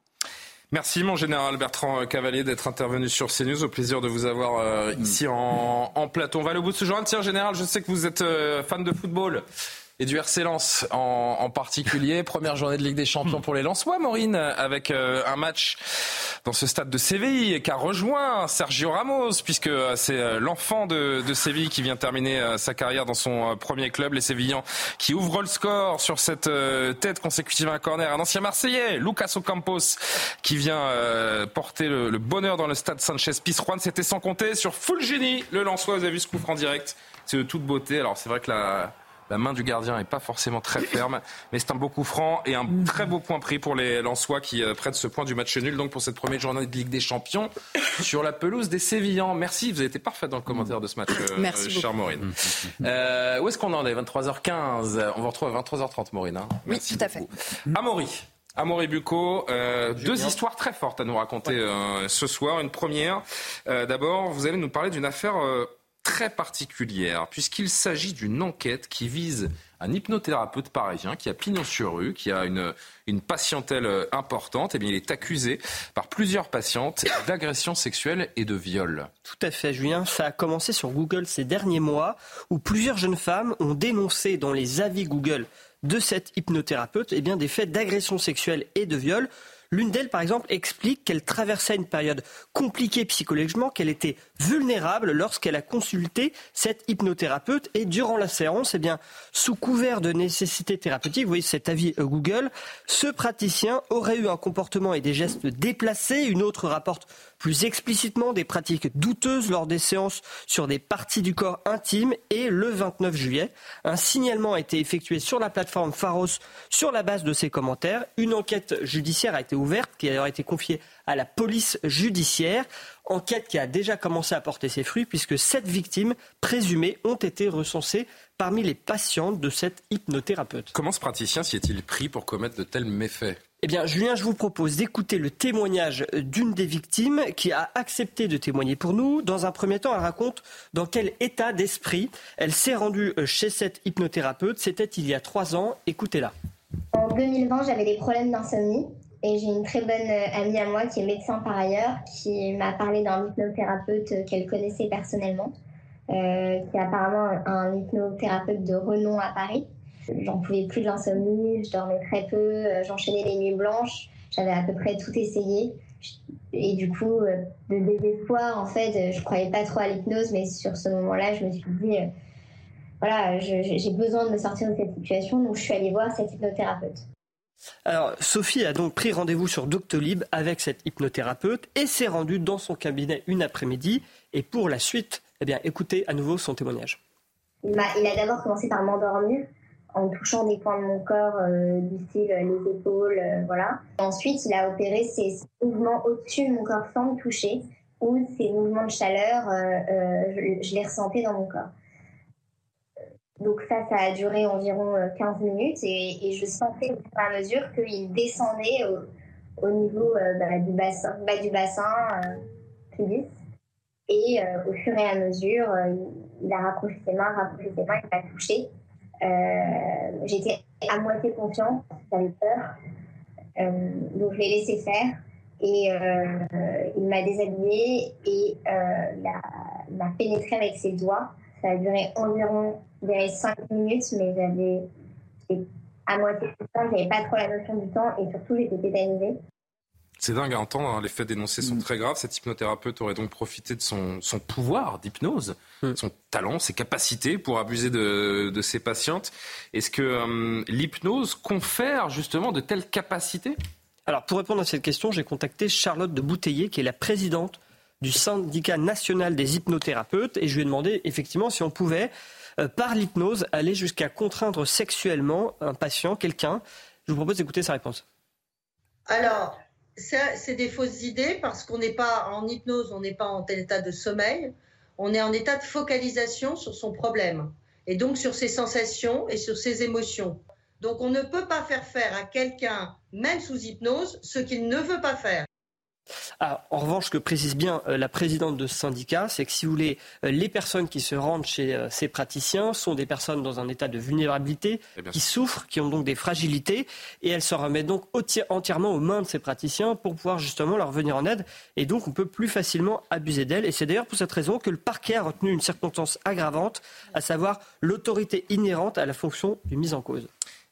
Merci mon général Bertrand Cavalier d'être intervenu sur CNews. Au plaisir de vous avoir euh, ici en, en plateau. On va aller au bout de ce journal. Tiens, général, je sais que vous êtes euh, fan de football. Et du R C Lens en, en particulier. Première journée de Ligue des Champions pour les Lensois, Maureen, avec euh, un match dans ce stade de Séville qu'a rejoint Sergio Ramos, puisque euh, c'est euh, l'enfant de, de Séville qui vient terminer euh, sa carrière dans son euh, premier club. Les Sévillans qui ouvrent le score sur cette euh, tête consécutive à un corner. Un ancien Marseillais, Lucas Ocampos, qui vient euh, porter le, le bonheur dans le stade Sanchez-Pizjuán. C'était sans compter sur Fulgini, le Lensois. Vous avez vu ce coup franc direct. C'est de toute beauté. Alors c'est vrai que la... La main du gardien n'est pas forcément très ferme, mais c'est un beau coup franc et un très beau point pris pour les Lensois qui prennent ce point du match nul donc pour cette première journée de Ligue des Champions sur la pelouse des Sévillans. Merci, vous avez été parfaite dans le commentaire de ce match, Merci euh, chère Maureen. Euh, où est-ce qu'on en est ? vingt-trois heures quinze. On va retrouver à vingt-trois heures trente, Maureen. Hein. Oui, tout à fait. Amaury. Amaury Bucco, euh, deux histoires très fortes à nous raconter euh, ce soir. Une première, euh, d'abord, vous allez nous parler d'une affaire... Euh, très particulière, puisqu'il s'agit d'une enquête qui vise un hypnothérapeute parisien qui a pignon sur rue, qui a une, une patientèle importante. Et bien, il est accusé par plusieurs patientes d'agression sexuelle et de viol. Tout à fait, Julien. Ça a commencé sur Google ces derniers mois, où plusieurs jeunes femmes ont dénoncé dans les avis Google de cet hypnothérapeute eh bien, des faits d'agression sexuelle et de viol. L'une d'elles, par exemple, explique qu'elle traversait une période compliquée psychologiquement, qu'elle était vulnérable lorsqu'elle a consulté cet hypnothérapeute. Et durant la séance, eh bien, sous couvert de nécessité thérapeutique, vous voyez cet avis Google, ce praticien aurait eu un comportement et des gestes déplacés. Une autre rapporte plus explicitement des pratiques douteuses lors des séances sur des parties du corps intimes. Et le vingt-neuf juillet, un signalement a été effectué sur la plateforme Pharos sur la base de ces commentaires. Une enquête judiciaire a été ouverte, qui a été confiée à la police judiciaire. Enquête qui a déjà commencé à porter ses fruits, puisque sept victimes présumées ont été recensées parmi les patientes de cet hypnothérapeute. Comment ce praticien s'y est-il pris pour commettre de tels méfaits ? Eh bien, Julien, je vous propose d'écouter le témoignage d'une des victimes qui a accepté de témoigner pour nous. Dans un premier temps, elle raconte dans quel état d'esprit elle s'est rendue chez cet hypnothérapeute. C'était il y a trois ans. Écoutez-la. En deux mille vingt, j'avais des problèmes d'insomnie. Et j'ai une très bonne amie à moi qui est médecin par ailleurs, qui m'a parlé d'un hypnothérapeute qu'elle connaissait personnellement, euh, qui est apparemment un hypnothérapeute de renom à Paris. J'en pouvais plus de l'insomnie, je dormais très peu, j'enchaînais les nuits blanches, j'avais à peu près tout essayé. Et du coup, de désespoir, en fait, je croyais pas trop à l'hypnose, mais sur ce moment-là, je me suis dit, euh, voilà, je, j'ai besoin de me sortir de cette situation, donc je suis allée voir cet hypnothérapeute. Alors, Sophie a donc pris rendez-vous sur Doctolib avec cet hypnothérapeute et s'est rendue dans son cabinet une après-midi. Et pour la suite, eh bien, écoutez à nouveau son témoignage. Il, m'a, il a d'abord commencé par m'endormir en touchant des points de mon corps, euh, du style euh, les épaules, euh, voilà. Ensuite, il a opéré ces mouvements au-dessus de mon corps sans me toucher, où ces mouvements de chaleur, euh, euh, je, je les ressentais dans mon corps. Donc ça, ça a duré environ quinze minutes et, et je sentais au fur et à mesure qu'il descendait au, au niveau euh, bah, du bassin, bas du bassin euh, pubis. Et euh, au fur et à mesure, euh, il a rapproché ses mains, rapproché ses mains, il m'a touché. Euh, j'étais à moitié confiante, j'avais peur. Euh, donc je l'ai laissé faire. Et euh, il m'a déshabillée et euh, il, a, il m'a pénétré avec ses doigts. Ça a duré environ cinq minutes, mais j'avais, j'étais à moitié confiante, j'avais pas trop la notion du temps et surtout j'étais tétanisée. C'est dingue à entendre, hein. Les faits dénoncés sont très graves. Cette hypnothérapeute aurait donc profité de son, son pouvoir d'hypnose, mmh. son talent, ses capacités pour abuser de, de ses patientes. Est-ce que euh, l'hypnose confère justement de telles capacités ? Alors pour répondre à cette question, j'ai contacté Charlotte de Bouteiller, qui est la présidente du syndicat national des hypnothérapeutes, et je lui ai demandé effectivement si on pouvait, euh, par l'hypnose, aller jusqu'à contraindre sexuellement un patient, quelqu'un. Je vous propose d'écouter sa réponse. Alors... C'est, c'est des fausses idées parce qu'on n'est pas en hypnose, on n'est pas en état de sommeil, on est en état de focalisation sur son problème et donc sur ses sensations et sur ses émotions. Donc on ne peut pas faire faire à quelqu'un, même sous hypnose, ce qu'il ne veut pas faire. Ah, en revanche, ce que précise bien euh, la présidente de ce syndicat, c'est que si vous voulez, euh, les personnes qui se rendent chez euh, ces praticiens sont des personnes dans un état de vulnérabilité, qui souffrent, qui ont donc des fragilités, et elles se remettent donc entièrement aux mains de ces praticiens pour pouvoir justement leur venir en aide, et donc on peut plus facilement abuser d'elles. Et c'est d'ailleurs pour cette raison que le parquet a retenu une circonstance aggravante, à savoir l'autorité inhérente à la fonction du mis en cause.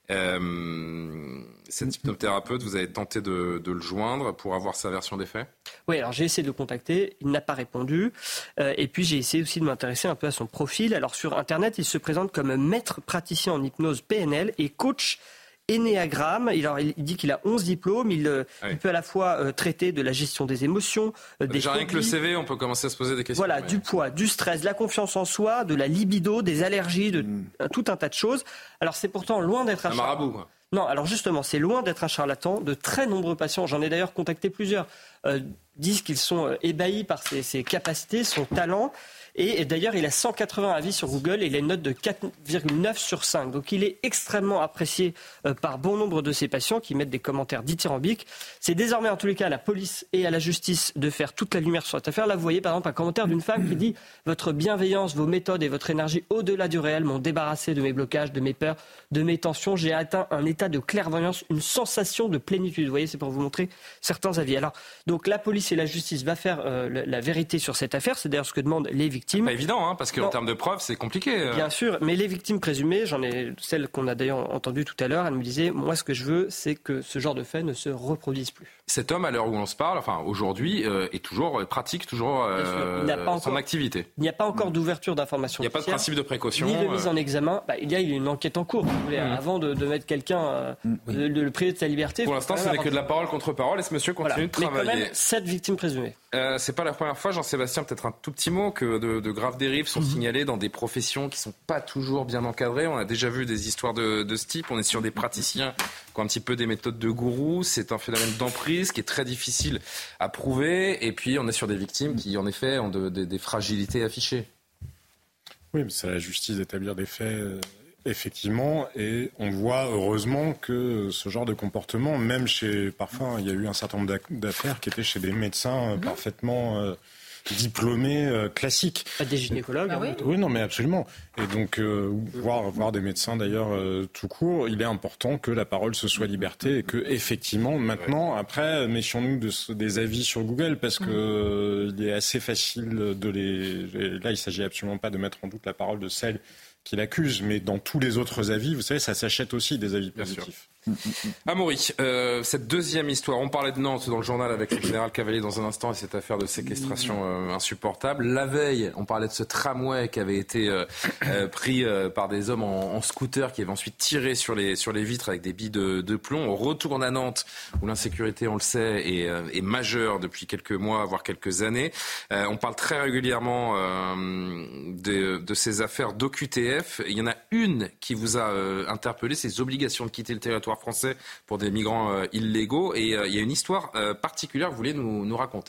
Euh, cet hypnothérapeute, vous avez tenté de, de le joindre pour avoir sa version des faits ? Oui, alors j'ai essayé de le contacter, il n'a pas répondu. Euh, et puis j'ai essayé aussi de m'intéresser un peu à son profil. Alors sur Internet, il se présente comme maître praticien en hypnose P N L et coach Énéagramme. Il, alors, il dit qu'il a onze diplômes. Il, euh, ah oui. il peut à la fois euh, traiter de la gestion des émotions, euh, des Déjà rien que le C V, on peut commencer à se poser des questions. Voilà, mais... du poids, du stress, de la confiance en soi, de la libido, des allergies, de mmh. tout un tas de choses. Alors c'est pourtant loin d'être un, un marabout, quoi. Non, alors justement, c'est loin d'être un charlatan. De très nombreux patients, j'en ai d'ailleurs contacté plusieurs, euh, disent qu'ils sont euh, ébahis par ses, ses capacités, son talent. Et, et d'ailleurs, il a cent quatre-vingts avis sur Google et il a une note de quatre virgule neuf sur cinq. Donc il est extrêmement apprécié euh, par bon nombre de ses patients qui mettent des commentaires dithyrambiques. C'est désormais en tous les cas à la police et à la justice de faire toute la lumière sur cette affaire. Là, vous voyez par exemple un commentaire d'une femme qui dit « Votre bienveillance, vos méthodes et votre énergie au-delà du réel m'ont débarrassé de mes blocages, de mes peurs, de mes tensions. J'ai atteint un état de clairvoyance, une sensation de plénitude. » Vous voyez, c'est pour vous montrer certains avis. Alors, donc la police et la justice va faire euh, la, la vérité sur cette affaire. C'est d'ailleurs ce que demandent les victimes. C'est pas évident, hein, parce qu'en termes de preuves, c'est compliqué. Bien sûr, mais les victimes présumées, j'en ai celle qu'on a d'ailleurs entendue tout à l'heure, elle me disait, moi ce que je veux, c'est que ce genre de faits ne se reproduisent plus. Cet homme, à l'heure où on se parle, enfin aujourd'hui, euh, est toujours euh, pratique toujours euh, son encore, activité. Il n'y a pas encore d'ouverture d'information. Il n'y a pas de principe de précaution. Ni de mise en examen. Bah, il y a une enquête en cours. Vous voulez, mmh. Avant de, de mettre quelqu'un, euh, mmh. de, de le priver de sa liberté. Pour l'instant, ce n'est que de la parole contre parole et ce monsieur continue voilà. de travailler. Mais quand même, sept victimes présumées. Euh, c'est pas la première fois, Jean-Sébastien, peut-être un tout petit mot, que de, de graves dérives sont mmh. signalées dans des professions qui sont pas toujours bien encadrées. On a déjà vu des histoires de, de ce type. On est sur des praticiens qui ont un petit peu des méthodes de gourou. C'est un phénomène d'emprise qui est très difficile à prouver. Et puis, on est sur des victimes qui, en effet, ont de, de, des fragilités affichées. Oui, mais c'est à la justice d'établir des faits, euh, effectivement. Et on voit, heureusement, que ce genre de comportement, même chez... Parfois, il y a eu un certain nombre d'affaires qui étaient chez des médecins euh, parfaitement... Euh, diplômés euh, classiques. Des gynécologues. Ah, oui. oui, non, mais absolument. Et donc, euh, voir, voir des médecins d'ailleurs euh, tout court, il est important que la parole se soit liberté et que effectivement, maintenant, après, méfions-nous de, des avis sur Google parce que euh, il est assez facile de les. Là, il s'agit absolument pas de mettre en doute la parole de celle qui l'accuse, mais dans tous les autres avis, vous savez, ça s'achète aussi des avis positifs. Amaury, euh, cette deuxième histoire, on parlait de Nantes dans le journal avec le général Cavalier dans un instant et cette affaire de séquestration euh, insupportable. La veille, on parlait de ce tramway qui avait été euh, euh, pris euh, par des hommes en, en scooter qui avaient ensuite tiré sur les, sur les vitres avec des billes de, de plomb. On retourne à Nantes où l'insécurité, on le sait, est, euh, est majeure depuis quelques mois, voire quelques années. Euh, on parle très régulièrement euh, de, de ces affaires d'O Q T F. Il y en a une qui vous a euh, interpellé, c'est les obligations de quitter le territoire français pour des migrants euh, illégaux. Et euh, il y a une histoire euh, particulière que vous voulez nous, nous raconter.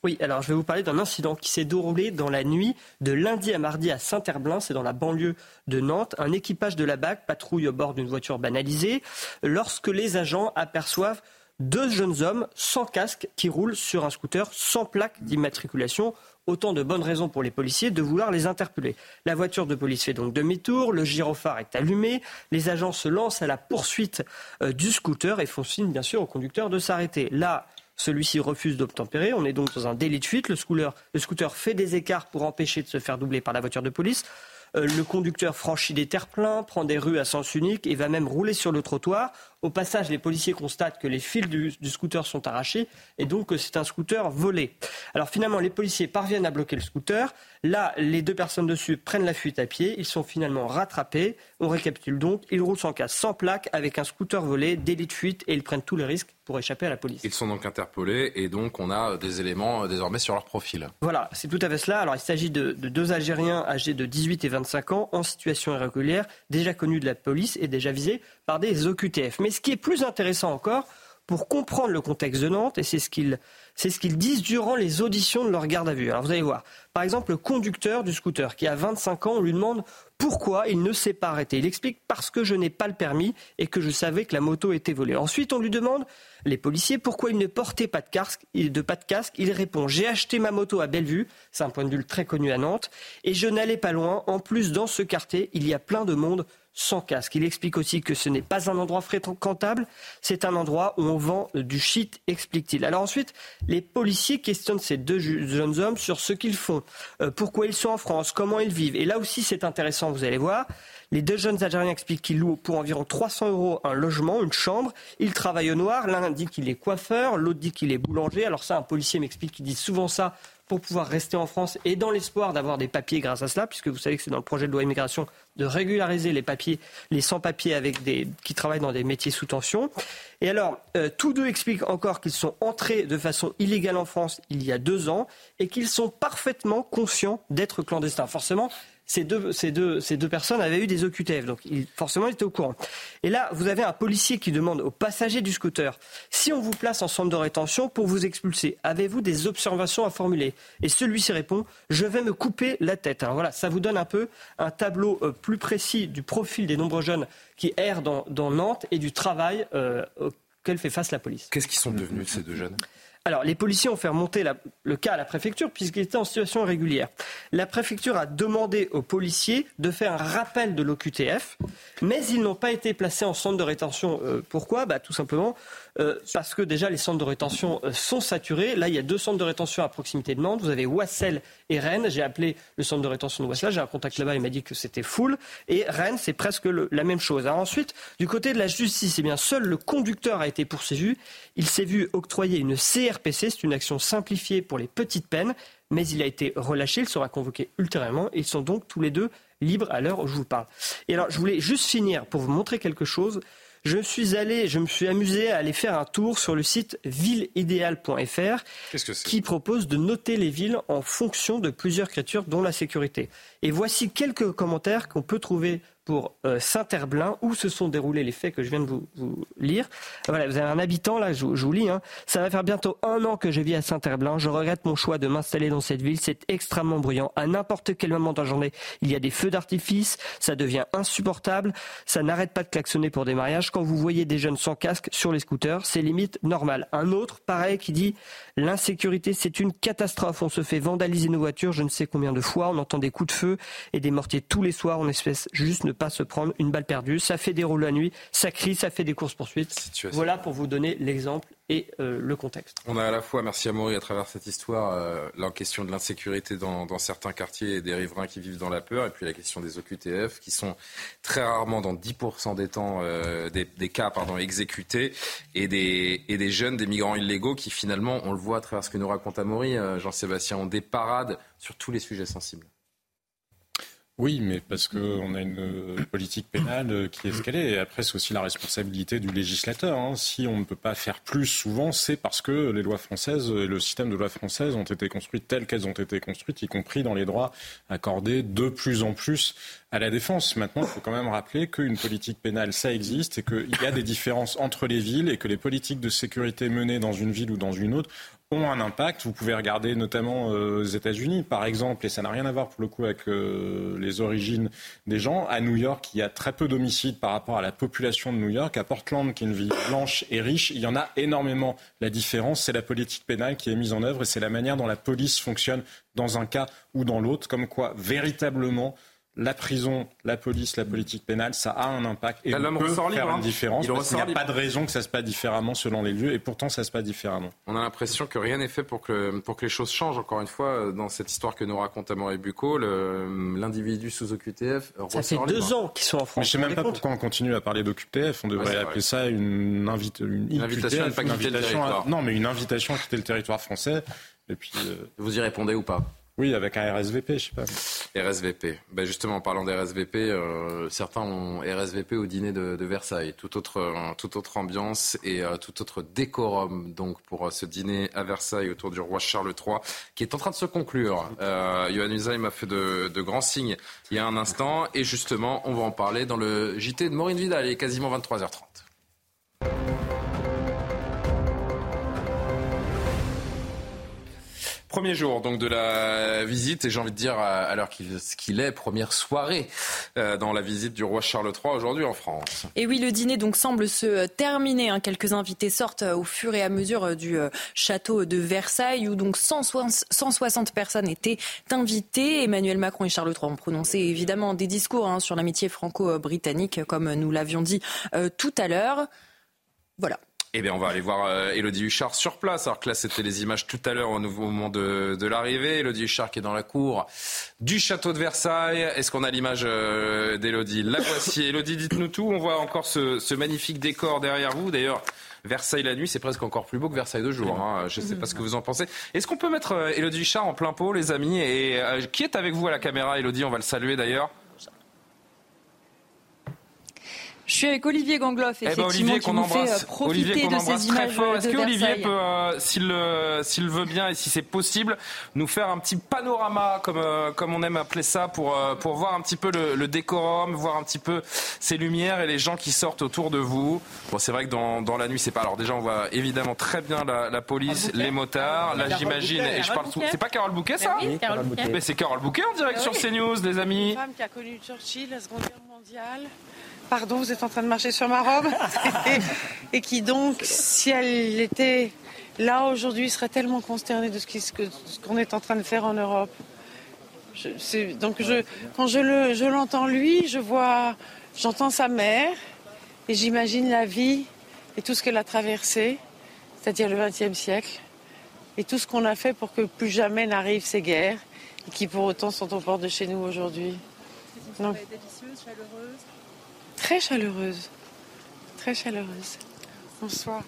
Oui, alors je vais vous parler d'un incident qui s'est déroulé dans la nuit de lundi à mardi à Saint-Herblain, c'est dans la banlieue de Nantes. Un équipage de la B A C patrouille au bord d'une voiture banalisée lorsque les agents aperçoivent deux jeunes hommes sans casque qui roulent sur un scooter sans plaque d'immatriculation. Autant de bonnes raisons pour les policiers de vouloir les interpeller. La voiture de police fait donc demi-tour, le gyrophare est allumé, les agents se lancent à la poursuite euh, du scooter et font signe bien sûr au conducteur de s'arrêter. Là, celui-ci refuse d'obtempérer, on est donc dans un délit de fuite, le scooter, le scooter fait des écarts pour empêcher de se faire doubler par la voiture de police. Euh, le conducteur franchit des terre-pleins, prend des rues à sens unique et va même rouler sur le trottoir. Au passage, les policiers constatent que les fils du, du scooter sont arrachés et donc que c'est un scooter volé. Alors finalement, les policiers parviennent à bloquer le scooter. Là, les deux personnes dessus prennent la fuite à pied. Ils sont finalement rattrapés. On récapitule donc. Ils roulent sans casque, sans plaque, avec un scooter volé, délit de fuite et ils prennent tous les risques pour échapper à la police. Ils sont donc interpellés et donc on a des éléments désormais sur leur profil. Voilà, c'est tout à fait cela. Alors il s'agit de, de deux Algériens âgés de dix-huit et vingt-cinq ans en situation irrégulière, déjà connus de la police et déjà visés par des O Q T F. Mais ce qui est plus intéressant encore, pour comprendre le contexte de Nantes, et c'est ce qu'ils, c'est ce qu'ils disent durant les auditions de leur garde à vue. Alors vous allez voir, par exemple, le conducteur du scooter qui a vingt-cinq ans, on lui demande pourquoi il ne s'est pas arrêté. Il explique parce que je n'ai pas le permis et que je savais que la moto était volée. Ensuite, on lui demande, les policiers, pourquoi il ne portait pas de casque. De pas de casque. Il répond, j'ai acheté ma moto à Bellevue, c'est un point de vue très connu à Nantes, et je n'allais pas loin. En plus, dans ce quartier, il y a plein de monde sans casque. Il explique aussi que ce n'est pas un endroit fréquentable, c'est un endroit où on vend du shit, explique-t-il. Alors ensuite, les policiers questionnent ces deux jeunes hommes sur ce qu'ils font, euh, pourquoi ils sont en France, comment ils vivent. Et là aussi, c'est intéressant, vous allez voir. Les deux jeunes Algériens expliquent qu'ils louent pour environ trois cents euros un logement, une chambre. Ils travaillent au noir. L'un dit qu'il est coiffeur, l'autre dit qu'il est boulanger. Alors ça, un policier m'explique qu'il dit souvent ça pour pouvoir rester en France et dans l'espoir d'avoir des papiers grâce à cela, puisque vous savez que c'est dans le projet de loi immigration de régulariser les papiers, les sans-papiers avec des, qui travaillent dans des métiers sous tension. Et alors, euh, tous deux expliquent encore qu'ils sont entrés de façon illégale en France il y a deux ans et qu'ils sont parfaitement conscients d'être clandestins. Forcément, Ces deux, ces, deux, ces deux personnes avaient eu des O Q T F, donc ils, forcément ils étaient au courant. Et là, vous avez un policier qui demande aux passagers du scooter, si on vous place en centre de rétention pour vous expulser, avez-vous des observations à formuler ? Et celui-ci répond, je vais me couper la tête. Alors voilà, ça vous donne un peu un tableau euh, plus précis du profil des nombreux jeunes qui errent dans, dans Nantes et du travail euh, auquel fait face la police. Qu'est-ce qu'ils sont devenus ces deux jeunes ? Alors, les policiers ont fait remonter la, le cas à la préfecture puisqu'ils étaient en situation irrégulière. La préfecture a demandé aux policiers de faire un rappel de l'O Q T F, mais ils n'ont pas été placés en centre de rétention. Euh, pourquoi ? Bah, tout simplement euh, parce que déjà les centres de rétention euh, sont saturés. Là, il y a deux centres de rétention à proximité de Nantes. Vous avez Ouassel et Rennes. J'ai appelé le centre de rétention de Ouassel. J'ai un contact là-bas, il m'a dit que c'était full. Et Rennes, c'est presque le, la même chose. Alors ensuite, du côté de la justice, eh bien, seul le conducteur a été poursuivi. Il s'est vu octroyer une C R P C, c'est une action simplifiée pour les petites peines, mais il a été relâché, il sera convoqué ultérieurement et ils sont donc tous les deux libres à l'heure où je vous parle. Et alors, je voulais juste finir pour vous montrer quelque chose. Je suis allé, je me suis amusé à aller faire un tour sur le site ville idéale point f r qui propose de noter les villes en fonction de plusieurs critères, dont la sécurité. Et voici quelques commentaires qu'on peut trouver pour euh, Saint-Herblain, où se sont déroulés les faits que je viens de vous, vous lire. Voilà, vous avez un habitant, là, je, je vous lis. Hein. Ça va faire bientôt un an que je vis à Saint-Herblain. Je regrette mon choix de m'installer dans cette ville. C'est extrêmement bruyant. À n'importe quel moment de la journée, il y a des feux d'artifice. Ça devient insupportable. Ça n'arrête pas de klaxonner pour des mariages. Quand vous voyez des jeunes sans casque sur les scooters, c'est limite normal. Un autre, pareil, qui dit « L'insécurité, c'est une catastrophe. On se fait vandaliser nos voitures, je ne sais combien de fois. On entend des coups de feu et des mortiers tous les soirs. On espèce juste ne pas se prendre une balle perdue. Ça fait des rôles la nuit, ça crie, ça fait des courses-poursuites. Voilà pour vous donner l'exemple et euh, le contexte. On a à la fois, merci Amaury, à travers cette histoire, euh, la question de l'insécurité dans, dans certains quartiers et des riverains qui vivent dans la peur, et puis la question des O Q T F qui sont très rarement dans dix pour cent des temps, euh, des, des cas pardon, exécutés, et des, et des jeunes, des migrants illégaux qui finalement, on le voit à travers ce que nous raconte Amaury, euh, Jean-Sébastien, ont des parades sur tous les sujets sensibles. Oui, mais parce qu'on a une politique pénale qui est ce qu'elle est. Et après, c'est aussi la responsabilité du législateur. Hein. Si on ne peut pas faire plus souvent, c'est parce que les lois françaises et le système de lois françaises ont été construites telles qu'elles ont été construites, y compris dans les droits accordés de plus en plus à la défense. Maintenant, il faut quand même rappeler qu'une politique pénale, ça existe et qu'il y a des différences entre les villes et que les politiques de sécurité menées dans une ville ou dans une autre ont un impact. Vous pouvez regarder notamment euh, aux États-Unis, par exemple, et ça n'a rien à voir pour le coup avec euh, les origines des gens. À New York, il y a très peu d'homicides par rapport à la population de New York. À Portland, qui est une ville blanche et riche, il y en a énormément. La différence, c'est la politique pénale qui est mise en œuvre et c'est la manière dont la police fonctionne dans un cas ou dans l'autre. Comme quoi, véritablement, la prison, la police, la politique pénale, ça a un impact et on peut faire libre, une différence parce qu'il n'y a libre. Pas de raison que ça se passe différemment selon les lieux et pourtant ça se passe différemment. On a l'impression que rien n'est fait pour que, pour que les choses changent. Encore une fois, dans cette histoire que nous raconte Amaury Bucco, le, l'individu sous O Q T F ça fait deux libre. ans qu'ils sont en France. Mais je ne sais même pas compte. Pourquoi on continue à parler d'O Q T F. On devrait ouais, appeler ça une, invite, une, une invitation, à ne pas quitter le territoire. À, non, mais une invitation à quitter le territoire français. Et puis, euh... vous y répondez ou pas? Oui, avec un R S V P, je sais pas. R S V P. Ben justement, en parlant d'R S V P, euh, certains ont R S V P au dîner de, de Versailles. Toute autre, euh, toute autre ambiance et euh, tout autre décorum donc pour euh, ce dîner à Versailles autour du roi Charles trois, qui est en train de se conclure. Euh, Yohann Usaï m'a fait de, de grands signes il y a un instant. Et justement, on va en parler dans le J T de Maureen Vidal. Il est quasiment vingt-trois heures trente. Premier jour donc de la visite et j'ai envie de dire à l'heure qu'il est, première soirée euh, dans la visite du roi Charles trois aujourd'hui en France. Et oui, le dîner donc semble se terminer. Hein. Quelques invités sortent au fur et à mesure du euh, château de Versailles où donc cent soixante personnes étaient invitées. Emmanuel Macron et Charles trois ont prononcé évidemment des discours hein, sur l'amitié franco-britannique comme nous l'avions dit euh, tout à l'heure. Voilà. Eh bien, on va aller voir euh, Élodie Huchard sur place. Alors que là, c'était les images tout à l'heure au moment de, de l'arrivée. Élodie Huchard qui est dans la cour du château de Versailles. Est-ce qu'on a l'image euh, d'Élodie? La voici. Élodie, dites-nous tout. On voit encore ce, ce magnifique décor derrière vous. D'ailleurs, Versailles la nuit, c'est presque encore plus beau que Versailles de jour. Hein. Je ne sais pas ce que vous en pensez. Est-ce qu'on peut mettre euh, Élodie Huchard en plein pot, les amis? Et euh, qui est avec vous à la caméra, Élodie? On va le saluer d'ailleurs. Je suis avec Olivier Gangloff, effectivement, eh ben Olivier, qui nous fait profiter Olivier, de ces images de Est-ce que Olivier peut, euh, s'il, euh, s'il veut bien et si c'est possible, nous faire un petit panorama, comme, euh, comme on aime appeler ça, pour, euh, pour voir un petit peu le, le décorum, voir un petit peu ces lumières et les gens qui sortent autour de vous. Bon, c'est vrai que dans, dans la nuit, c'est pas... Alors déjà, on voit évidemment très bien la, la police, les motards. Là, j'imagine... Et je parle sous... C'est pas Carole Bouquet, ça? Oui, Carole Bouquet. Mais c'est Carole Bouquet en direct oui. sur CNews, les amis. Une femme qui a connu Churchill, la Seconde Guerre mondiale. Pardon, vous êtes en train de marcher sur ma robe. et, et qui donc, si elle était là aujourd'hui, serait tellement consternée de ce, qui, ce, que, ce qu'on est en train de faire en Europe. Je, c'est, donc je, quand je, le, je l'entends lui, je vois, j'entends sa mère et j'imagine la vie et tout ce qu'elle a traversé, c'est-à-dire le vingtième siècle, et tout ce qu'on a fait pour que plus jamais n'arrivent ces guerres et qui pour autant sont aux portes de chez nous aujourd'hui. C'est une soirée délicieuse, chaleureuse. Très chaleureuse, très chaleureuse. Bonsoir.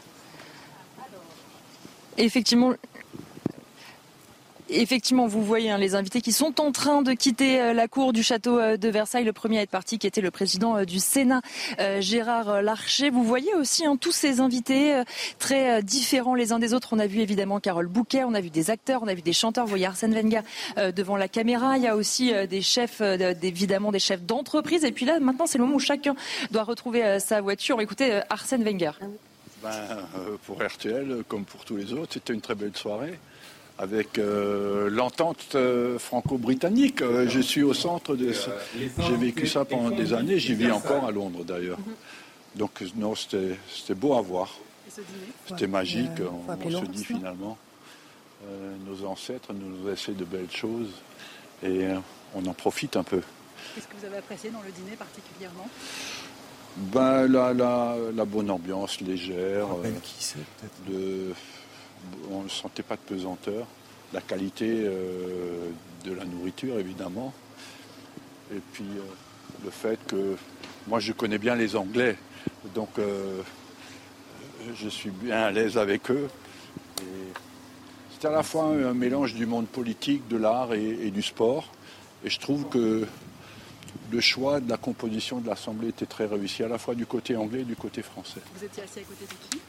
Effectivement, effectivement, vous voyez hein, les invités qui sont en train de quitter euh, la cour du château euh, de Versailles. Le premier à être parti, qui était le président euh, du Sénat, euh, Gérard Larcher. Vous voyez aussi hein, tous ces invités euh, très euh, différents les uns des autres. On a vu évidemment Carole Bouquet, on a vu des acteurs, on a vu des chanteurs. Vous voyez Arsène Wenger euh, devant la caméra. Il y a aussi euh, des chefs, euh, évidemment des chefs d'entreprise. Et puis là, maintenant, c'est le moment où chacun doit retrouver euh, sa voiture. Écoutez, euh, Arsène Wenger. Ben, euh, pour R T L, comme pour tous les autres, c'était une très belle soirée. Avec euh, l'entente euh, franco-britannique. Euh, je suis au centre de ça. J'ai vécu ça pendant des années. J'y vis encore à Londres, d'ailleurs. Donc, non, c'était, c'était beau à voir. C'était magique. On, on se dit finalement, euh, nos ancêtres nous ont laissé de belles choses et euh, on en profite un peu. Qu'est-ce que vous avez apprécié dans le dîner particulièrement ? Ben, la, la, la bonne ambiance légère. Euh, qui c'est, peut-être de... On ne sentait pas de pesanteur, la qualité euh, de la nourriture évidemment, et puis euh, le fait que moi je connais bien les Anglais, donc euh, je suis bien à l'aise avec eux. Et c'est à la fois un mélange du monde politique, de l'art et, et du sport, et je trouve que le choix de la composition de l'Assemblée était très réussi, à la fois du côté anglais et du côté français. Vous étiez assis à côté de qui ?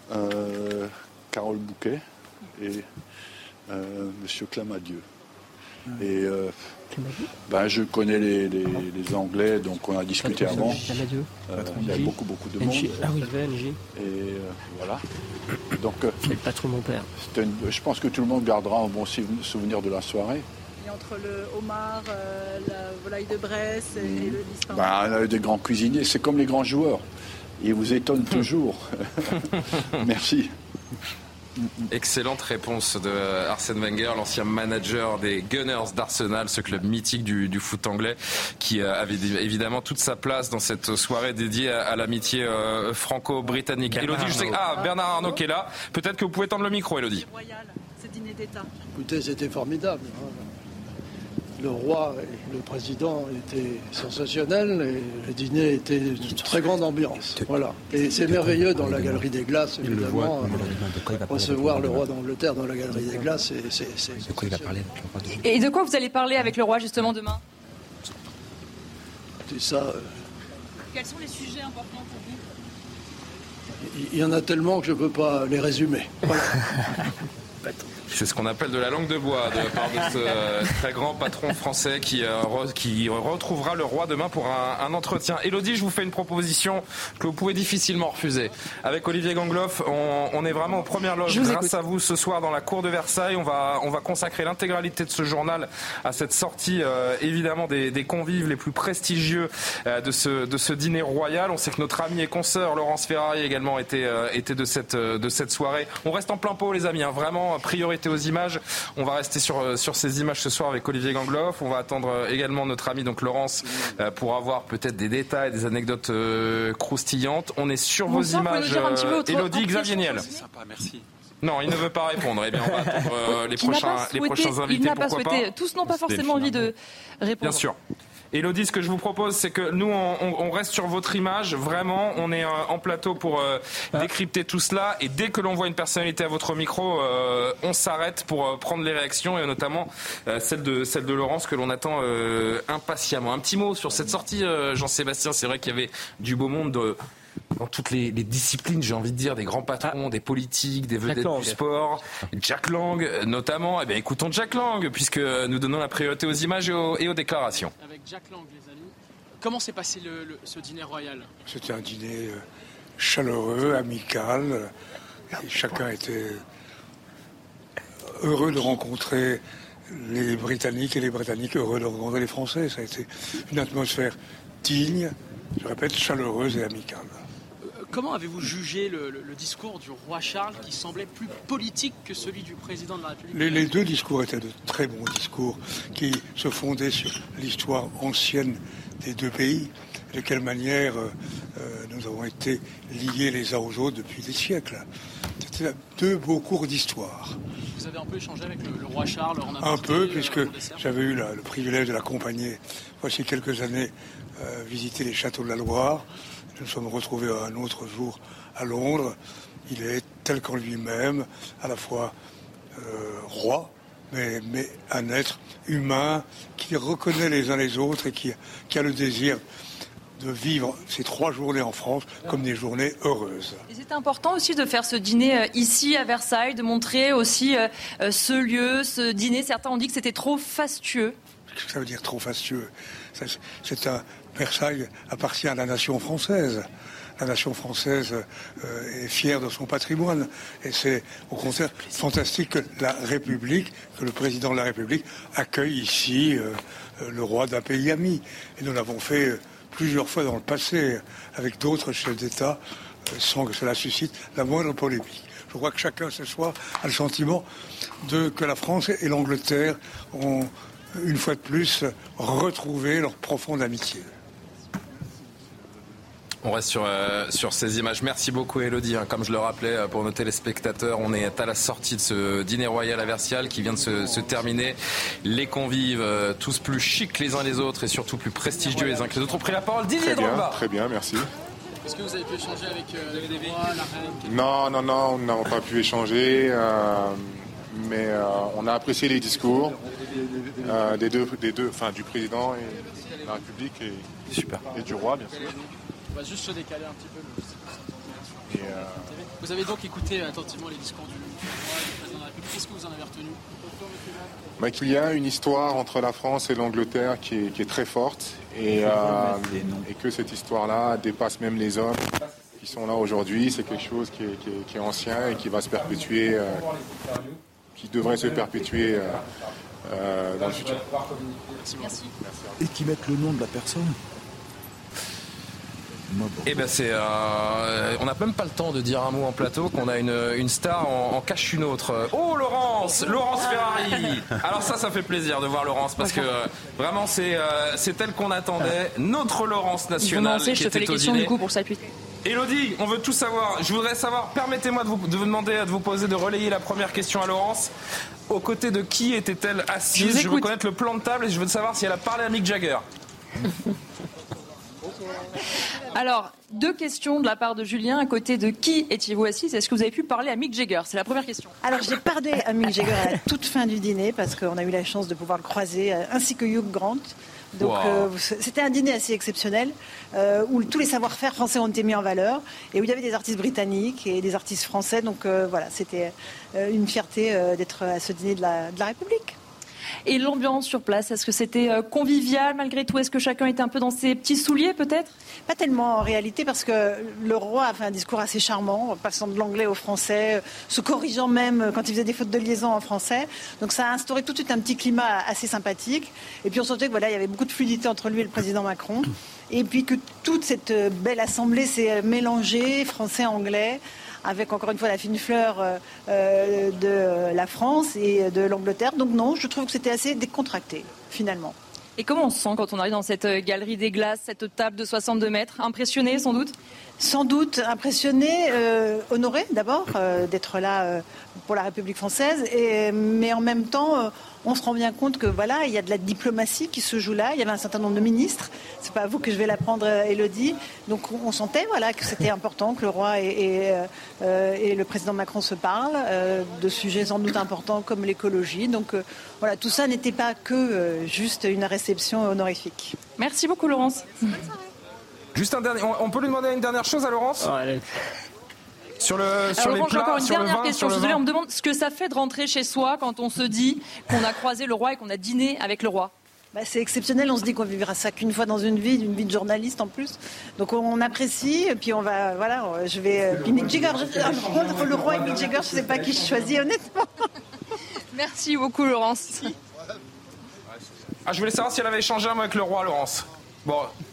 Euh, Carole Bouquet et euh, Monsieur Clamadieu. Et euh, ben, je connais les, les, les Anglais, donc on a discuté avant. Euh, il y a beaucoup, beaucoup de monde. Ah oui, et euh, voilà. Donc, euh, c'est le patron de mon père. Une, je pense que tout le monde gardera un bon souvenir de la soirée. Et entre le homard, euh, la volaille de Bresse et, mmh. et le listin. Ben, on a des grands cuisiniers, c'est comme les grands joueurs. Ils vous étonnent toujours. Merci. Excellente réponse de Arsène Wenger, l'ancien manager des Gunners d'Arsenal, ce club mythique du, du foot anglais, qui avait évidemment toute sa place dans cette soirée dédiée à, à l'amitié euh, franco-britannique. Elodie, je sais que... Ah, Bernard Arnault qui est là. Peut-être que vous pouvez tendre le micro, Elodie. Royal, ce dîner d'État. Écoutez, c'était formidable. Le roi et le président étaient sensationnels et le dîner était de très grande ambiance. Voilà. Et c'est merveilleux dans la Galerie des Glaces, évidemment. Recevoir le roi d'Angleterre dans la Galerie des Glaces, c'est... c'est, de quoi il va parler? Et de quoi vous allez parler avec le roi justement demain? C'est ça. Euh... Quels sont les sujets importants pour vous? Il y en a tellement que je ne peux pas les résumer. Voilà. C'est ce qu'on appelle de la langue de bois de la part de ce euh, très grand patron français qui, euh, re, qui retrouvera le roi demain pour un, un entretien. Élodie, je vous fais une proposition que vous pouvez difficilement refuser. Avec Olivier Gangloff, on, on est vraiment aux premières loges grâce écoute. à vous ce soir dans la cour de Versailles. On va, on va consacrer l'intégralité de ce journal à cette sortie euh, évidemment des, des convives les plus prestigieux euh, de, ce, de ce dîner royal. On sait que notre ami et consoeur Laurence Ferrari également était, euh, était de, cette, de cette soirée. On reste en plein pot les amis, hein, vraiment priorité aux images. On va rester sur, sur ces images ce soir avec Olivier Gangloff. On va attendre également notre ami donc Laurence euh, pour avoir peut-être des détails, des anecdotes euh, croustillantes. On est sur vos images. Euh, Élodie, Xavier Niel. C'est sympa, merci. Non, il ne veut pas répondre. Eh bien, on va attendre euh, les, prochains, souhaité, les prochains invités. Il n'a pas pourquoi souhaité. Pas. Tous n'ont pas forcément envie de répondre. Bien sûr. Élodie, ce que je vous propose, c'est que nous, on, on reste sur votre image. Vraiment, on est en plateau pour euh, décrypter tout cela. Et dès que l'on voit une personnalité à votre micro, euh, on s'arrête pour euh, prendre les réactions, et notamment euh, celle de celle de Laurence que l'on attend euh, impatiemment. Un petit mot sur cette sortie, euh, Jean-Sébastien. C'est vrai qu'il y avait du beau monde de... dans toutes les, les disciplines, j'ai envie de dire, des grands patrons, ah. des politiques, des vedettes du sport. Jack Lang, notamment. Eh bien, écoutons Jack Lang, puisque nous donnons la priorité aux images et aux, et aux déclarations. Avec Jack Lang, les amis, comment s'est passé le, le, ce dîner royal? C'était un dîner chaleureux, amical. Et chacun était heureux de rencontrer les Britanniques et les Britanniques heureux de rencontrer les Français. Ça a été une atmosphère digne, je répète, chaleureuse et amicale. Comment avez-vous jugé le, le, le discours du roi Charles qui semblait plus politique que celui du président de la République? Les, les deux discours étaient de très bons discours qui se fondaient sur l'histoire ancienne des deux pays. De quelle manière euh, nous avons été liés les uns aux autres depuis des siècles. C'était deux beaux cours d'histoire. Vous avez un peu échangé avec le, le roi Charles en Un peu, puisque j'avais eu la, le privilège de l'accompagner voici quelques années euh, visiter les châteaux de la Loire. Nous nous sommes retrouvés un autre jour à Londres. Il est tel qu'en lui-même, à la fois euh, roi, mais, mais un être humain qui reconnaît les uns les autres et qui, qui a le désir de vivre ces trois journées en France comme des journées heureuses. Et c'est important aussi de faire ce dîner ici à Versailles, de montrer aussi ce lieu, ce dîner. Certains ont dit que c'était trop fastueux. Qu'est-ce que ça veut dire trop fastueux? C'est un Versailles appartient à la nation française. La nation française euh, est fière de son patrimoine. Et c'est au contraire fantastique que la République, que le président de la République accueille ici euh, le roi d'un pays ami. Et nous l'avons fait plusieurs fois dans le passé avec d'autres chefs d'État euh, sans que cela suscite la moindre polémique. Je crois que chacun ce soir a le sentiment de, que la France et l'Angleterre ont une fois de plus retrouvé leur profonde amitié. On reste sur, euh, sur ces images. Merci beaucoup Élodie. Hein, comme je le rappelais euh, pour nos téléspectateurs, on est à la sortie de ce dîner royal à Versailles qui vient de se, se terminer. Les convives, euh, tous plus chics les uns les autres et surtout plus prestigieux les uns que les autres, ont pris la parole. Didier Drogba. Très bien, merci. Est-ce que vous avez pu échanger avec euh, le roi, la reine? Non, non, non, nous n'avons pas pu échanger. Euh, mais euh, on a apprécié les discours euh, des deux, des deux, enfin du président et de la République et, Super. et du roi, bien sûr. On va juste se décaler un petit peu. Et, euh... Vous avez donc écouté attentivement les discours du, du roi, du président de la République. Qu'est-ce que vous en avez retenu? Bah, qu'il y a une histoire entre la France et l'Angleterre qui est, qui est très forte et, euh, et que cette histoire-là dépasse même les hommes qui sont là aujourd'hui. C'est quelque chose qui est, qui est, qui est ancien et qui va se perpétuer, euh, qui devrait se perpétuer euh, euh, dans le futur. Merci. Et qui mettent le nom de la personne. Eh ben c'est, euh, on n'a même pas le temps de dire un mot en plateau qu'on a une, une star en, en cache une autre. Oh Laurence, Laurence Ferrari. Alors ça, ça fait plaisir de voir Laurence parce que euh, vraiment c'est, euh, c'est elle qu'on attendait, notre Laurence nationale. Lancer, qui je te était fais les au questions dîner. du coup pour s'appuyer. Élodie, on veut tout savoir. Je voudrais savoir, permettez-moi de vous, de vous demander, de vous poser, de relayer la première question à Laurence. Aux côtés de qui était-elle assise? Je, je veux connaître le plan de table et je veux savoir si elle a parlé à Mick Jagger. Alors, deux questions de la part de Julien. À côté de qui étiez-vous assise? Est-ce que vous avez pu parler à Mick Jagger? C'est la première question. Alors, j'ai parlé à Mick Jagger à la toute fin du dîner parce qu'on a eu la chance de pouvoir le croiser, ainsi que Hugh Grant. Donc, wow. euh, c'était un dîner assez exceptionnel euh, où tous les savoir-faire français ont été mis en valeur et où il y avait des artistes britanniques et des artistes français. Donc, euh, voilà, c'était euh, une fierté euh, d'être à ce dîner de la, de la République. Et l'ambiance sur place, est-ce que c'était convivial malgré tout? Est-ce que chacun était un peu dans ses petits souliers peut-être? Pas tellement en réalité parce que le roi a fait un discours assez charmant, passant de l'anglais au français, se corrigeant même quand il faisait des fautes de liaison en français. Donc ça a instauré tout de suite un petit climat assez sympathique. Et puis on sentait que voilà, il y avait beaucoup de fluidité entre lui et le président Macron. Et puis que toute cette belle assemblée s'est mélangée, français-anglais, avec encore une fois la fine fleur euh, de la France et de l'Angleterre. Donc non, je trouve que c'était assez décontracté, finalement. Et comment on se sent quand on arrive dans cette galerie des glaces, cette table de soixante-deux mètres? Impressionné, sans doute? Sans doute impressionné, euh, honoré d'abord euh, d'être là euh, pour la République française, et, mais en même temps, euh, on se rend bien compte que voilà, il y a de la diplomatie qui se joue là. Il y avait un certain nombre de ministres. C'est pas à vous que je vais l'apprendre, Élodie. Donc on sentait voilà que c'était important que le roi et, et, euh, et le président Macron se parlent euh, de sujets sans doute importants comme l'écologie. Donc euh, voilà, tout ça n'était pas que euh, juste une réception honorifique. Merci beaucoup, Laurence. Juste un dernier, on, on peut lui demander une dernière chose à Laurence? Oh, allez. Sur le Alors, sur les Laurent, plats, encore une sur dernière le vin, question. sur Je le suis désolée, vin. on me demande ce que ça fait de rentrer chez soi quand on se dit qu'on a croisé le roi et qu'on a dîné avec le roi. Bah, c'est exceptionnel, on se dit qu'on vivra ça qu'une fois dans une vie, d'une vie de journaliste en plus. Donc on, on apprécie, et puis on va, voilà, je vais... Euh, puis Mick Jagger, je, entre le roi et Mick Jagger, je ne sais pas qui je choisis, honnêtement. Merci beaucoup, Laurence. Ah, je voulais savoir si elle avait échangé un mot avec le roi, Laurence. Bon...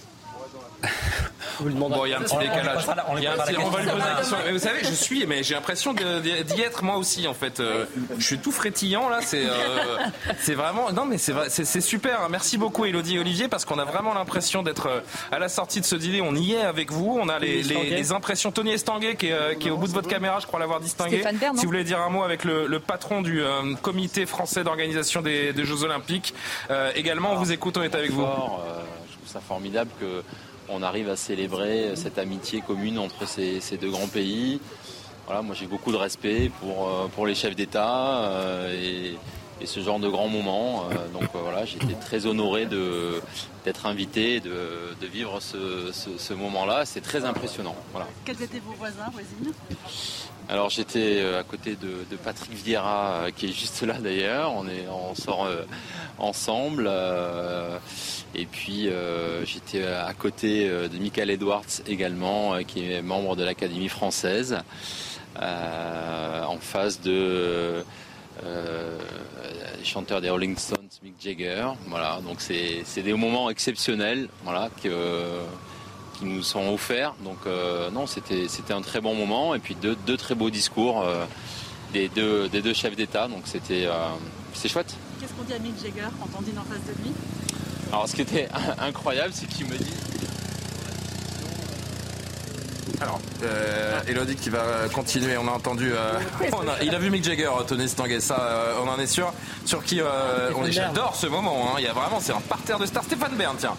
Bon, il y a un petit décalage. On, il y a un petit, on va lui poser la question. Mais vous savez, je suis, mais j'ai l'impression de, d'y être moi aussi en fait. Euh, je suis tout frétillant là. C'est, euh, c'est vraiment, non mais c'est, c'est, c'est super. Merci beaucoup Élodie et Olivier parce qu'on a vraiment l'impression d'être à la sortie de ce dîner. On y est avec vous. On a les, les, les impressions. Tony Estanguet qui est, qui est au bout de votre caméra, je crois l'avoir distingué. Si vous voulez dire un mot avec le, le patron du euh, comité français d'organisation des, des Jeux Olympiques. Euh, également, on vous écoute. On est avec vous. Euh, je trouve ça formidable que on arrive à célébrer cette amitié commune entre ces, ces deux grands pays. Voilà, moi j'ai beaucoup de respect pour, pour les chefs d'État euh, et, et ce genre de grands moments. Euh, donc euh, voilà, j'étais très honoré de, d'être invité, de, de vivre ce, ce, ce moment-là. C'est très impressionnant. Voilà. Quels étaient vos voisins, voisines? Alors j'étais à côté de, de Patrick Vieira qui est juste là d'ailleurs. On, est, on sort euh, ensemble. Euh, et puis euh, j'étais à côté de Michael Edwards également, euh, qui est membre de l'Académie française, euh, en face de euh, chanteur des Rolling Stones, Mick Jagger. Voilà, donc c'est, c'est des moments exceptionnels, voilà, que qui nous sont offerts. Donc euh, non, c'était, c'était un très bon moment. Et puis deux, deux très beaux discours euh, des, deux, des deux chefs d'État. Donc c'était, euh, c'était chouette. Qu'est-ce qu'on dit à Mick Jagger quand on dîne en face de lui? Alors ce qui était incroyable, c'est qu'il me dit... Alors, euh, Élodie qui va continuer, on a entendu... Euh, on a, il a vu Mick Jagger, Tony Stanguet, ça, euh, on en est sûr. Sur qui euh, on est, j'adore ce moment, hein, il y a vraiment, c'est un parterre de stars. Stéphane Bern, tiens.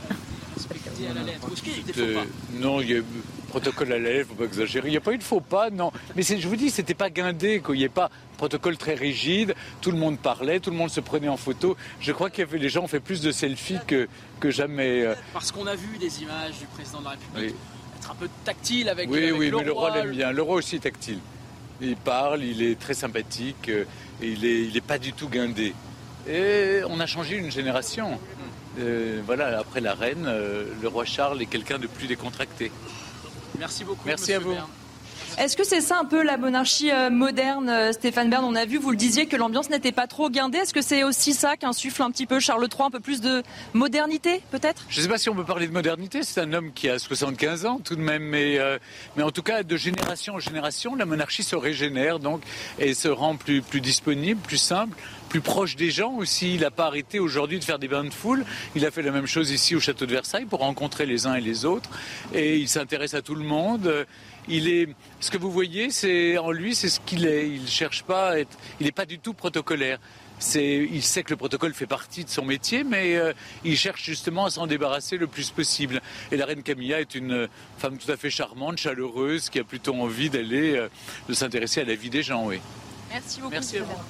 Euh, non, il y a protocole à la lèvre, faut pas exagérer. Il n'y a pas eu de faux pas, non. Mais c'est, je vous dis, c'était pas guindé, quoi. Il n'y a pas protocole très rigide. Tout le monde parlait, tout le monde se prenait en photo. Je crois que les gens ont fait plus de selfies que, que jamais. Parce qu'on a vu des images du président de la République. Oui. être un peu tactile avec, oui, avec oui, le mais le roi. roi l'aime bien. Le roi aussi est tactile. Il parle, il est très sympathique, euh, et il est, il est pas du tout guindé. Et on a changé une génération. Euh, voilà, après la reine, euh, le roi Charles est quelqu'un de plus décontracté. Merci beaucoup. Merci à vous. Bern. Est-ce que c'est ça un peu la monarchie moderne, Stéphane Bern? On a vu, vous le disiez, que l'ambiance n'était pas trop guindée. Est-ce que c'est aussi ça qu'insuffle un petit peu Charles trois, un peu plus de modernité, peut-être? Je ne sais pas si on peut parler de modernité, c'est un homme qui a soixante-quinze ans tout de même, mais, euh, mais en tout cas, de génération en génération, la monarchie se régénère donc, et se rend plus, plus disponible, plus simple, plus proche des gens aussi. Il n'a pas arrêté aujourd'hui de faire des bains de foule. Il a fait la même chose ici au château de Versailles pour rencontrer les uns et les autres, et il s'intéresse à tout le monde. Il est, ce que vous voyez, c'est en lui, c'est ce qu'il est. Il cherche pas à être, il n'est pas du tout protocolaire. C'est, il sait que le protocole fait partie de son métier, mais euh, il cherche justement à s'en débarrasser le plus possible. Et la reine Camilla est une femme tout à fait charmante, chaleureuse, qui a plutôt envie d'aller, euh, de s'intéresser à la vie des gens, oui. Merci beaucoup. Merci à vous.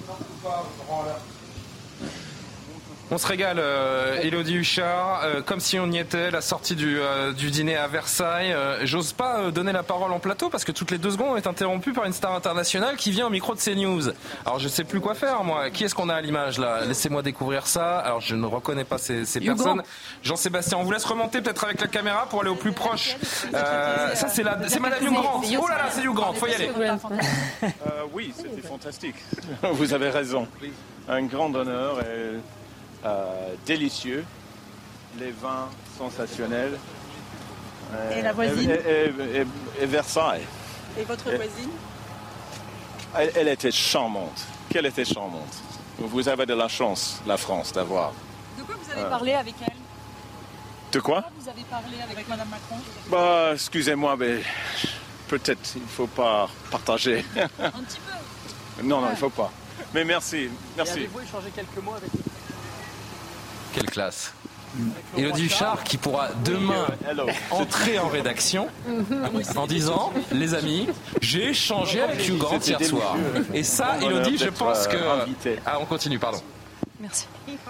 On se régale, euh, Élodie Huchard, euh, comme si on y était, la sortie du, euh, du dîner à Versailles. Euh, j'ose pas euh, donner la parole en plateau parce que toutes les deux secondes on est interrompu par une star internationale qui vient au micro de CNews. Alors je sais plus quoi faire, moi. Qui est-ce qu'on a à l'image là? Laissez-moi découvrir ça. Alors je ne reconnais pas ces, ces personnes. Jean-Sébastien, on vous laisse remonter peut-être avec la caméra pour aller au plus proche. Euh, ça c'est la, c'est Madame Hugh Grant. Oh là là, c'est Hugh Grant, faut y aller. Euh, oui, c'était fantastique. Vous avez raison. Un grand honneur et euh, délicieux. Les vins sensationnels. Et la voisine et, et, et, et Versailles. Et votre voisine elle, elle était charmante. Qu'elle était charmante. Vous avez de la chance, la France, d'avoir. De quoi vous avez euh, parlé avec elle? De quoi? De quoi vous avez parlé avec Madame Macron? Bah, excusez-moi, mais peut-être il ne faut pas partager. Un petit peu. Non, non, il ne faut pas. Mais merci, merci. Et avez-vous échangé quelques mots avec Quelle classe. Élodie Huchard qui pourra demain entrer en rédaction en disant « Les amis, j'ai échangé avec Hugh Grant hier soir ». Et ça, Élodie, je pense que... Ah, on continue, pardon. Merci.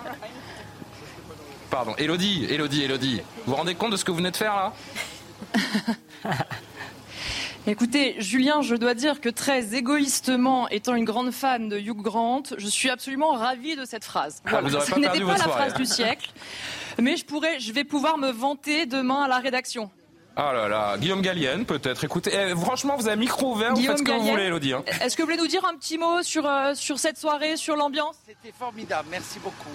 Pardon, Élodie, Élodie, Élodie, vous vous rendez compte de ce que vous venez de faire là? Écoutez, Julien, je dois dire que très égoïstement, étant une grande fan de Hugh Grant, je suis absolument ravie de cette phrase. Ah, voilà. Ce n'était pas la phrase du siècle, mais je pourrais, je vais pouvoir me vanter demain à la rédaction. Ah là là, Guillaume Gallienne peut-être. Écoutez, eh, franchement, vous avez micro ouvert, vous Guillaume faites ce que Gallienne, vous voulez, Élodie. Hein. Est-ce que vous voulez nous dire un petit mot sur, euh, sur cette soirée, sur l'ambiance? C'était formidable, merci beaucoup.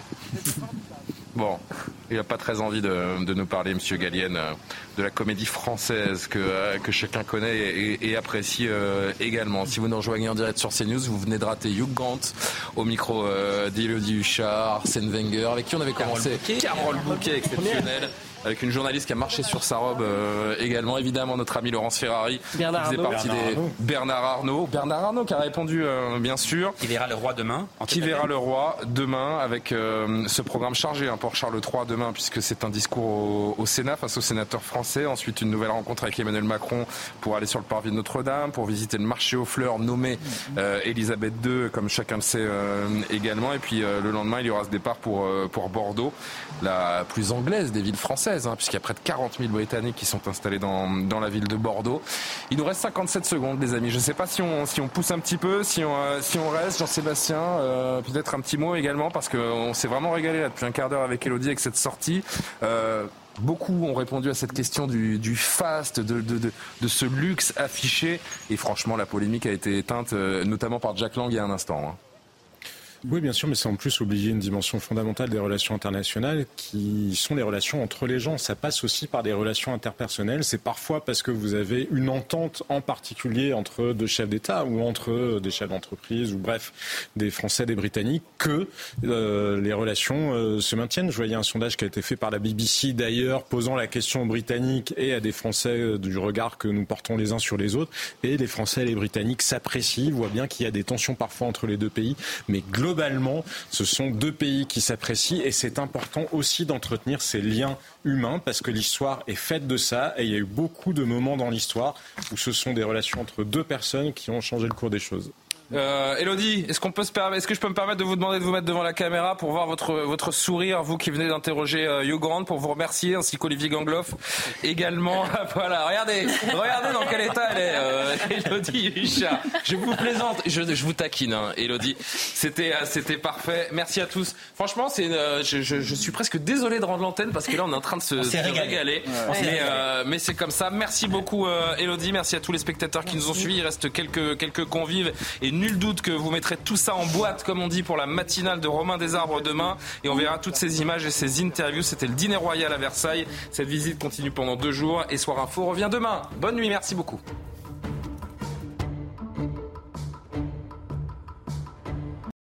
Bon, il n'a pas très envie de, de nous parler, Monsieur Gallienne, de la comédie française que, que chacun connaît et, et apprécie euh, également. Si vous nous rejoignez en direct sur CNews, vous venez de rater Hugh Grant au micro euh, d'Élodie Huchard, Arsène Wenger, avec qui on avait commencé. Carole Bouquet, exceptionnelle. Avec une journaliste qui a marché sur sa robe euh, également, évidemment notre ami Laurence Ferrari, Bernard qui faisait Arnault. partie Bernard des Arnault. Bernard Arnault, Bernard Arnault qui a répondu euh, bien sûr. Qui verra le roi demain. Qui verra le roi demain avec euh, ce programme chargé hein, pour Charles trois demain puisque c'est un discours au, au Sénat face aux sénateurs français. Ensuite une nouvelle rencontre avec Emmanuel Macron pour aller sur le parvis de Notre-Dame, pour visiter le marché aux fleurs nommé euh, Elisabeth deux comme chacun le sait euh, également. Et puis euh, le lendemain il y aura ce départ pour, euh, pour Bordeaux, la plus anglaise des villes françaises hein, puisqu'il y a près de quarante mille Britanniques qui sont installés dans, dans la ville de Bordeaux. Il nous reste cinquante-sept secondes, les amis. Je ne sais pas si on, si on pousse un petit peu, si on, euh, si on reste. Jean-Sébastien, euh, peut-être un petit mot également, parce qu'on s'est vraiment régalé là, depuis un quart d'heure avec Élodie, avec cette sortie. Euh, beaucoup ont répondu à cette question du, du faste, de, de, de, de ce luxe affiché. Et franchement, la polémique a été éteinte, euh, notamment par Jack Lang il y a un instant. Hein. Oui, bien sûr, mais c'est en plus oublier une dimension fondamentale des relations internationales qui sont les relations entre les gens. Ça passe aussi par des relations interpersonnelles. C'est parfois parce que vous avez une entente en particulier entre deux chefs d'État ou entre des chefs d'entreprise ou bref, des Français, des Britanniques que euh, les relations euh, se maintiennent. Je voyais un sondage qui a été fait par la B B C d'ailleurs posant la question aux Britanniques et à des Français euh, du regard que nous portons les uns sur les autres. Et les Français et les Britanniques s'apprécient, voient bien qu'il y a des tensions parfois entre les deux pays, mais globalement, Globalement, ce sont deux pays qui s'apprécient et c'est important aussi d'entretenir ces liens humains parce que l'histoire est faite de ça et il y a eu beaucoup de moments dans l'histoire où ce sont des relations entre deux personnes qui ont changé le cours des choses. Euh, Élodie, est-ce qu'on peut se permettre, est-ce que je peux me permettre de vous demander de vous mettre devant la caméra pour voir votre votre sourire, vous qui venez d'interroger euh, Hugh Grant, pour vous remercier, ainsi qu'Olivier Gangloff également. Voilà, regardez, regardez dans quel état elle est, euh, Élodie Huchard. Je vous plaisante, je, je vous taquine, hein, Élodie. C'était c'était parfait. Merci à tous. Franchement, c'est euh, je, je, je suis presque désolé de rendre l'antenne parce que là on est en train de se, se régaler. régaler. Ouais. Mais, euh, mais c'est comme ça. Merci beaucoup euh, Élodie. Merci à tous les spectateurs qui nous ont suivis. Il reste quelques quelques convives et nul doute que vous mettrez tout ça en boîte, comme on dit, pour la matinale de Romain Desarbres demain. Et on verra toutes ces images et ces interviews. C'était le dîner royal à Versailles. Cette visite continue pendant deux jours et Soir Info revient demain. Bonne nuit, merci beaucoup.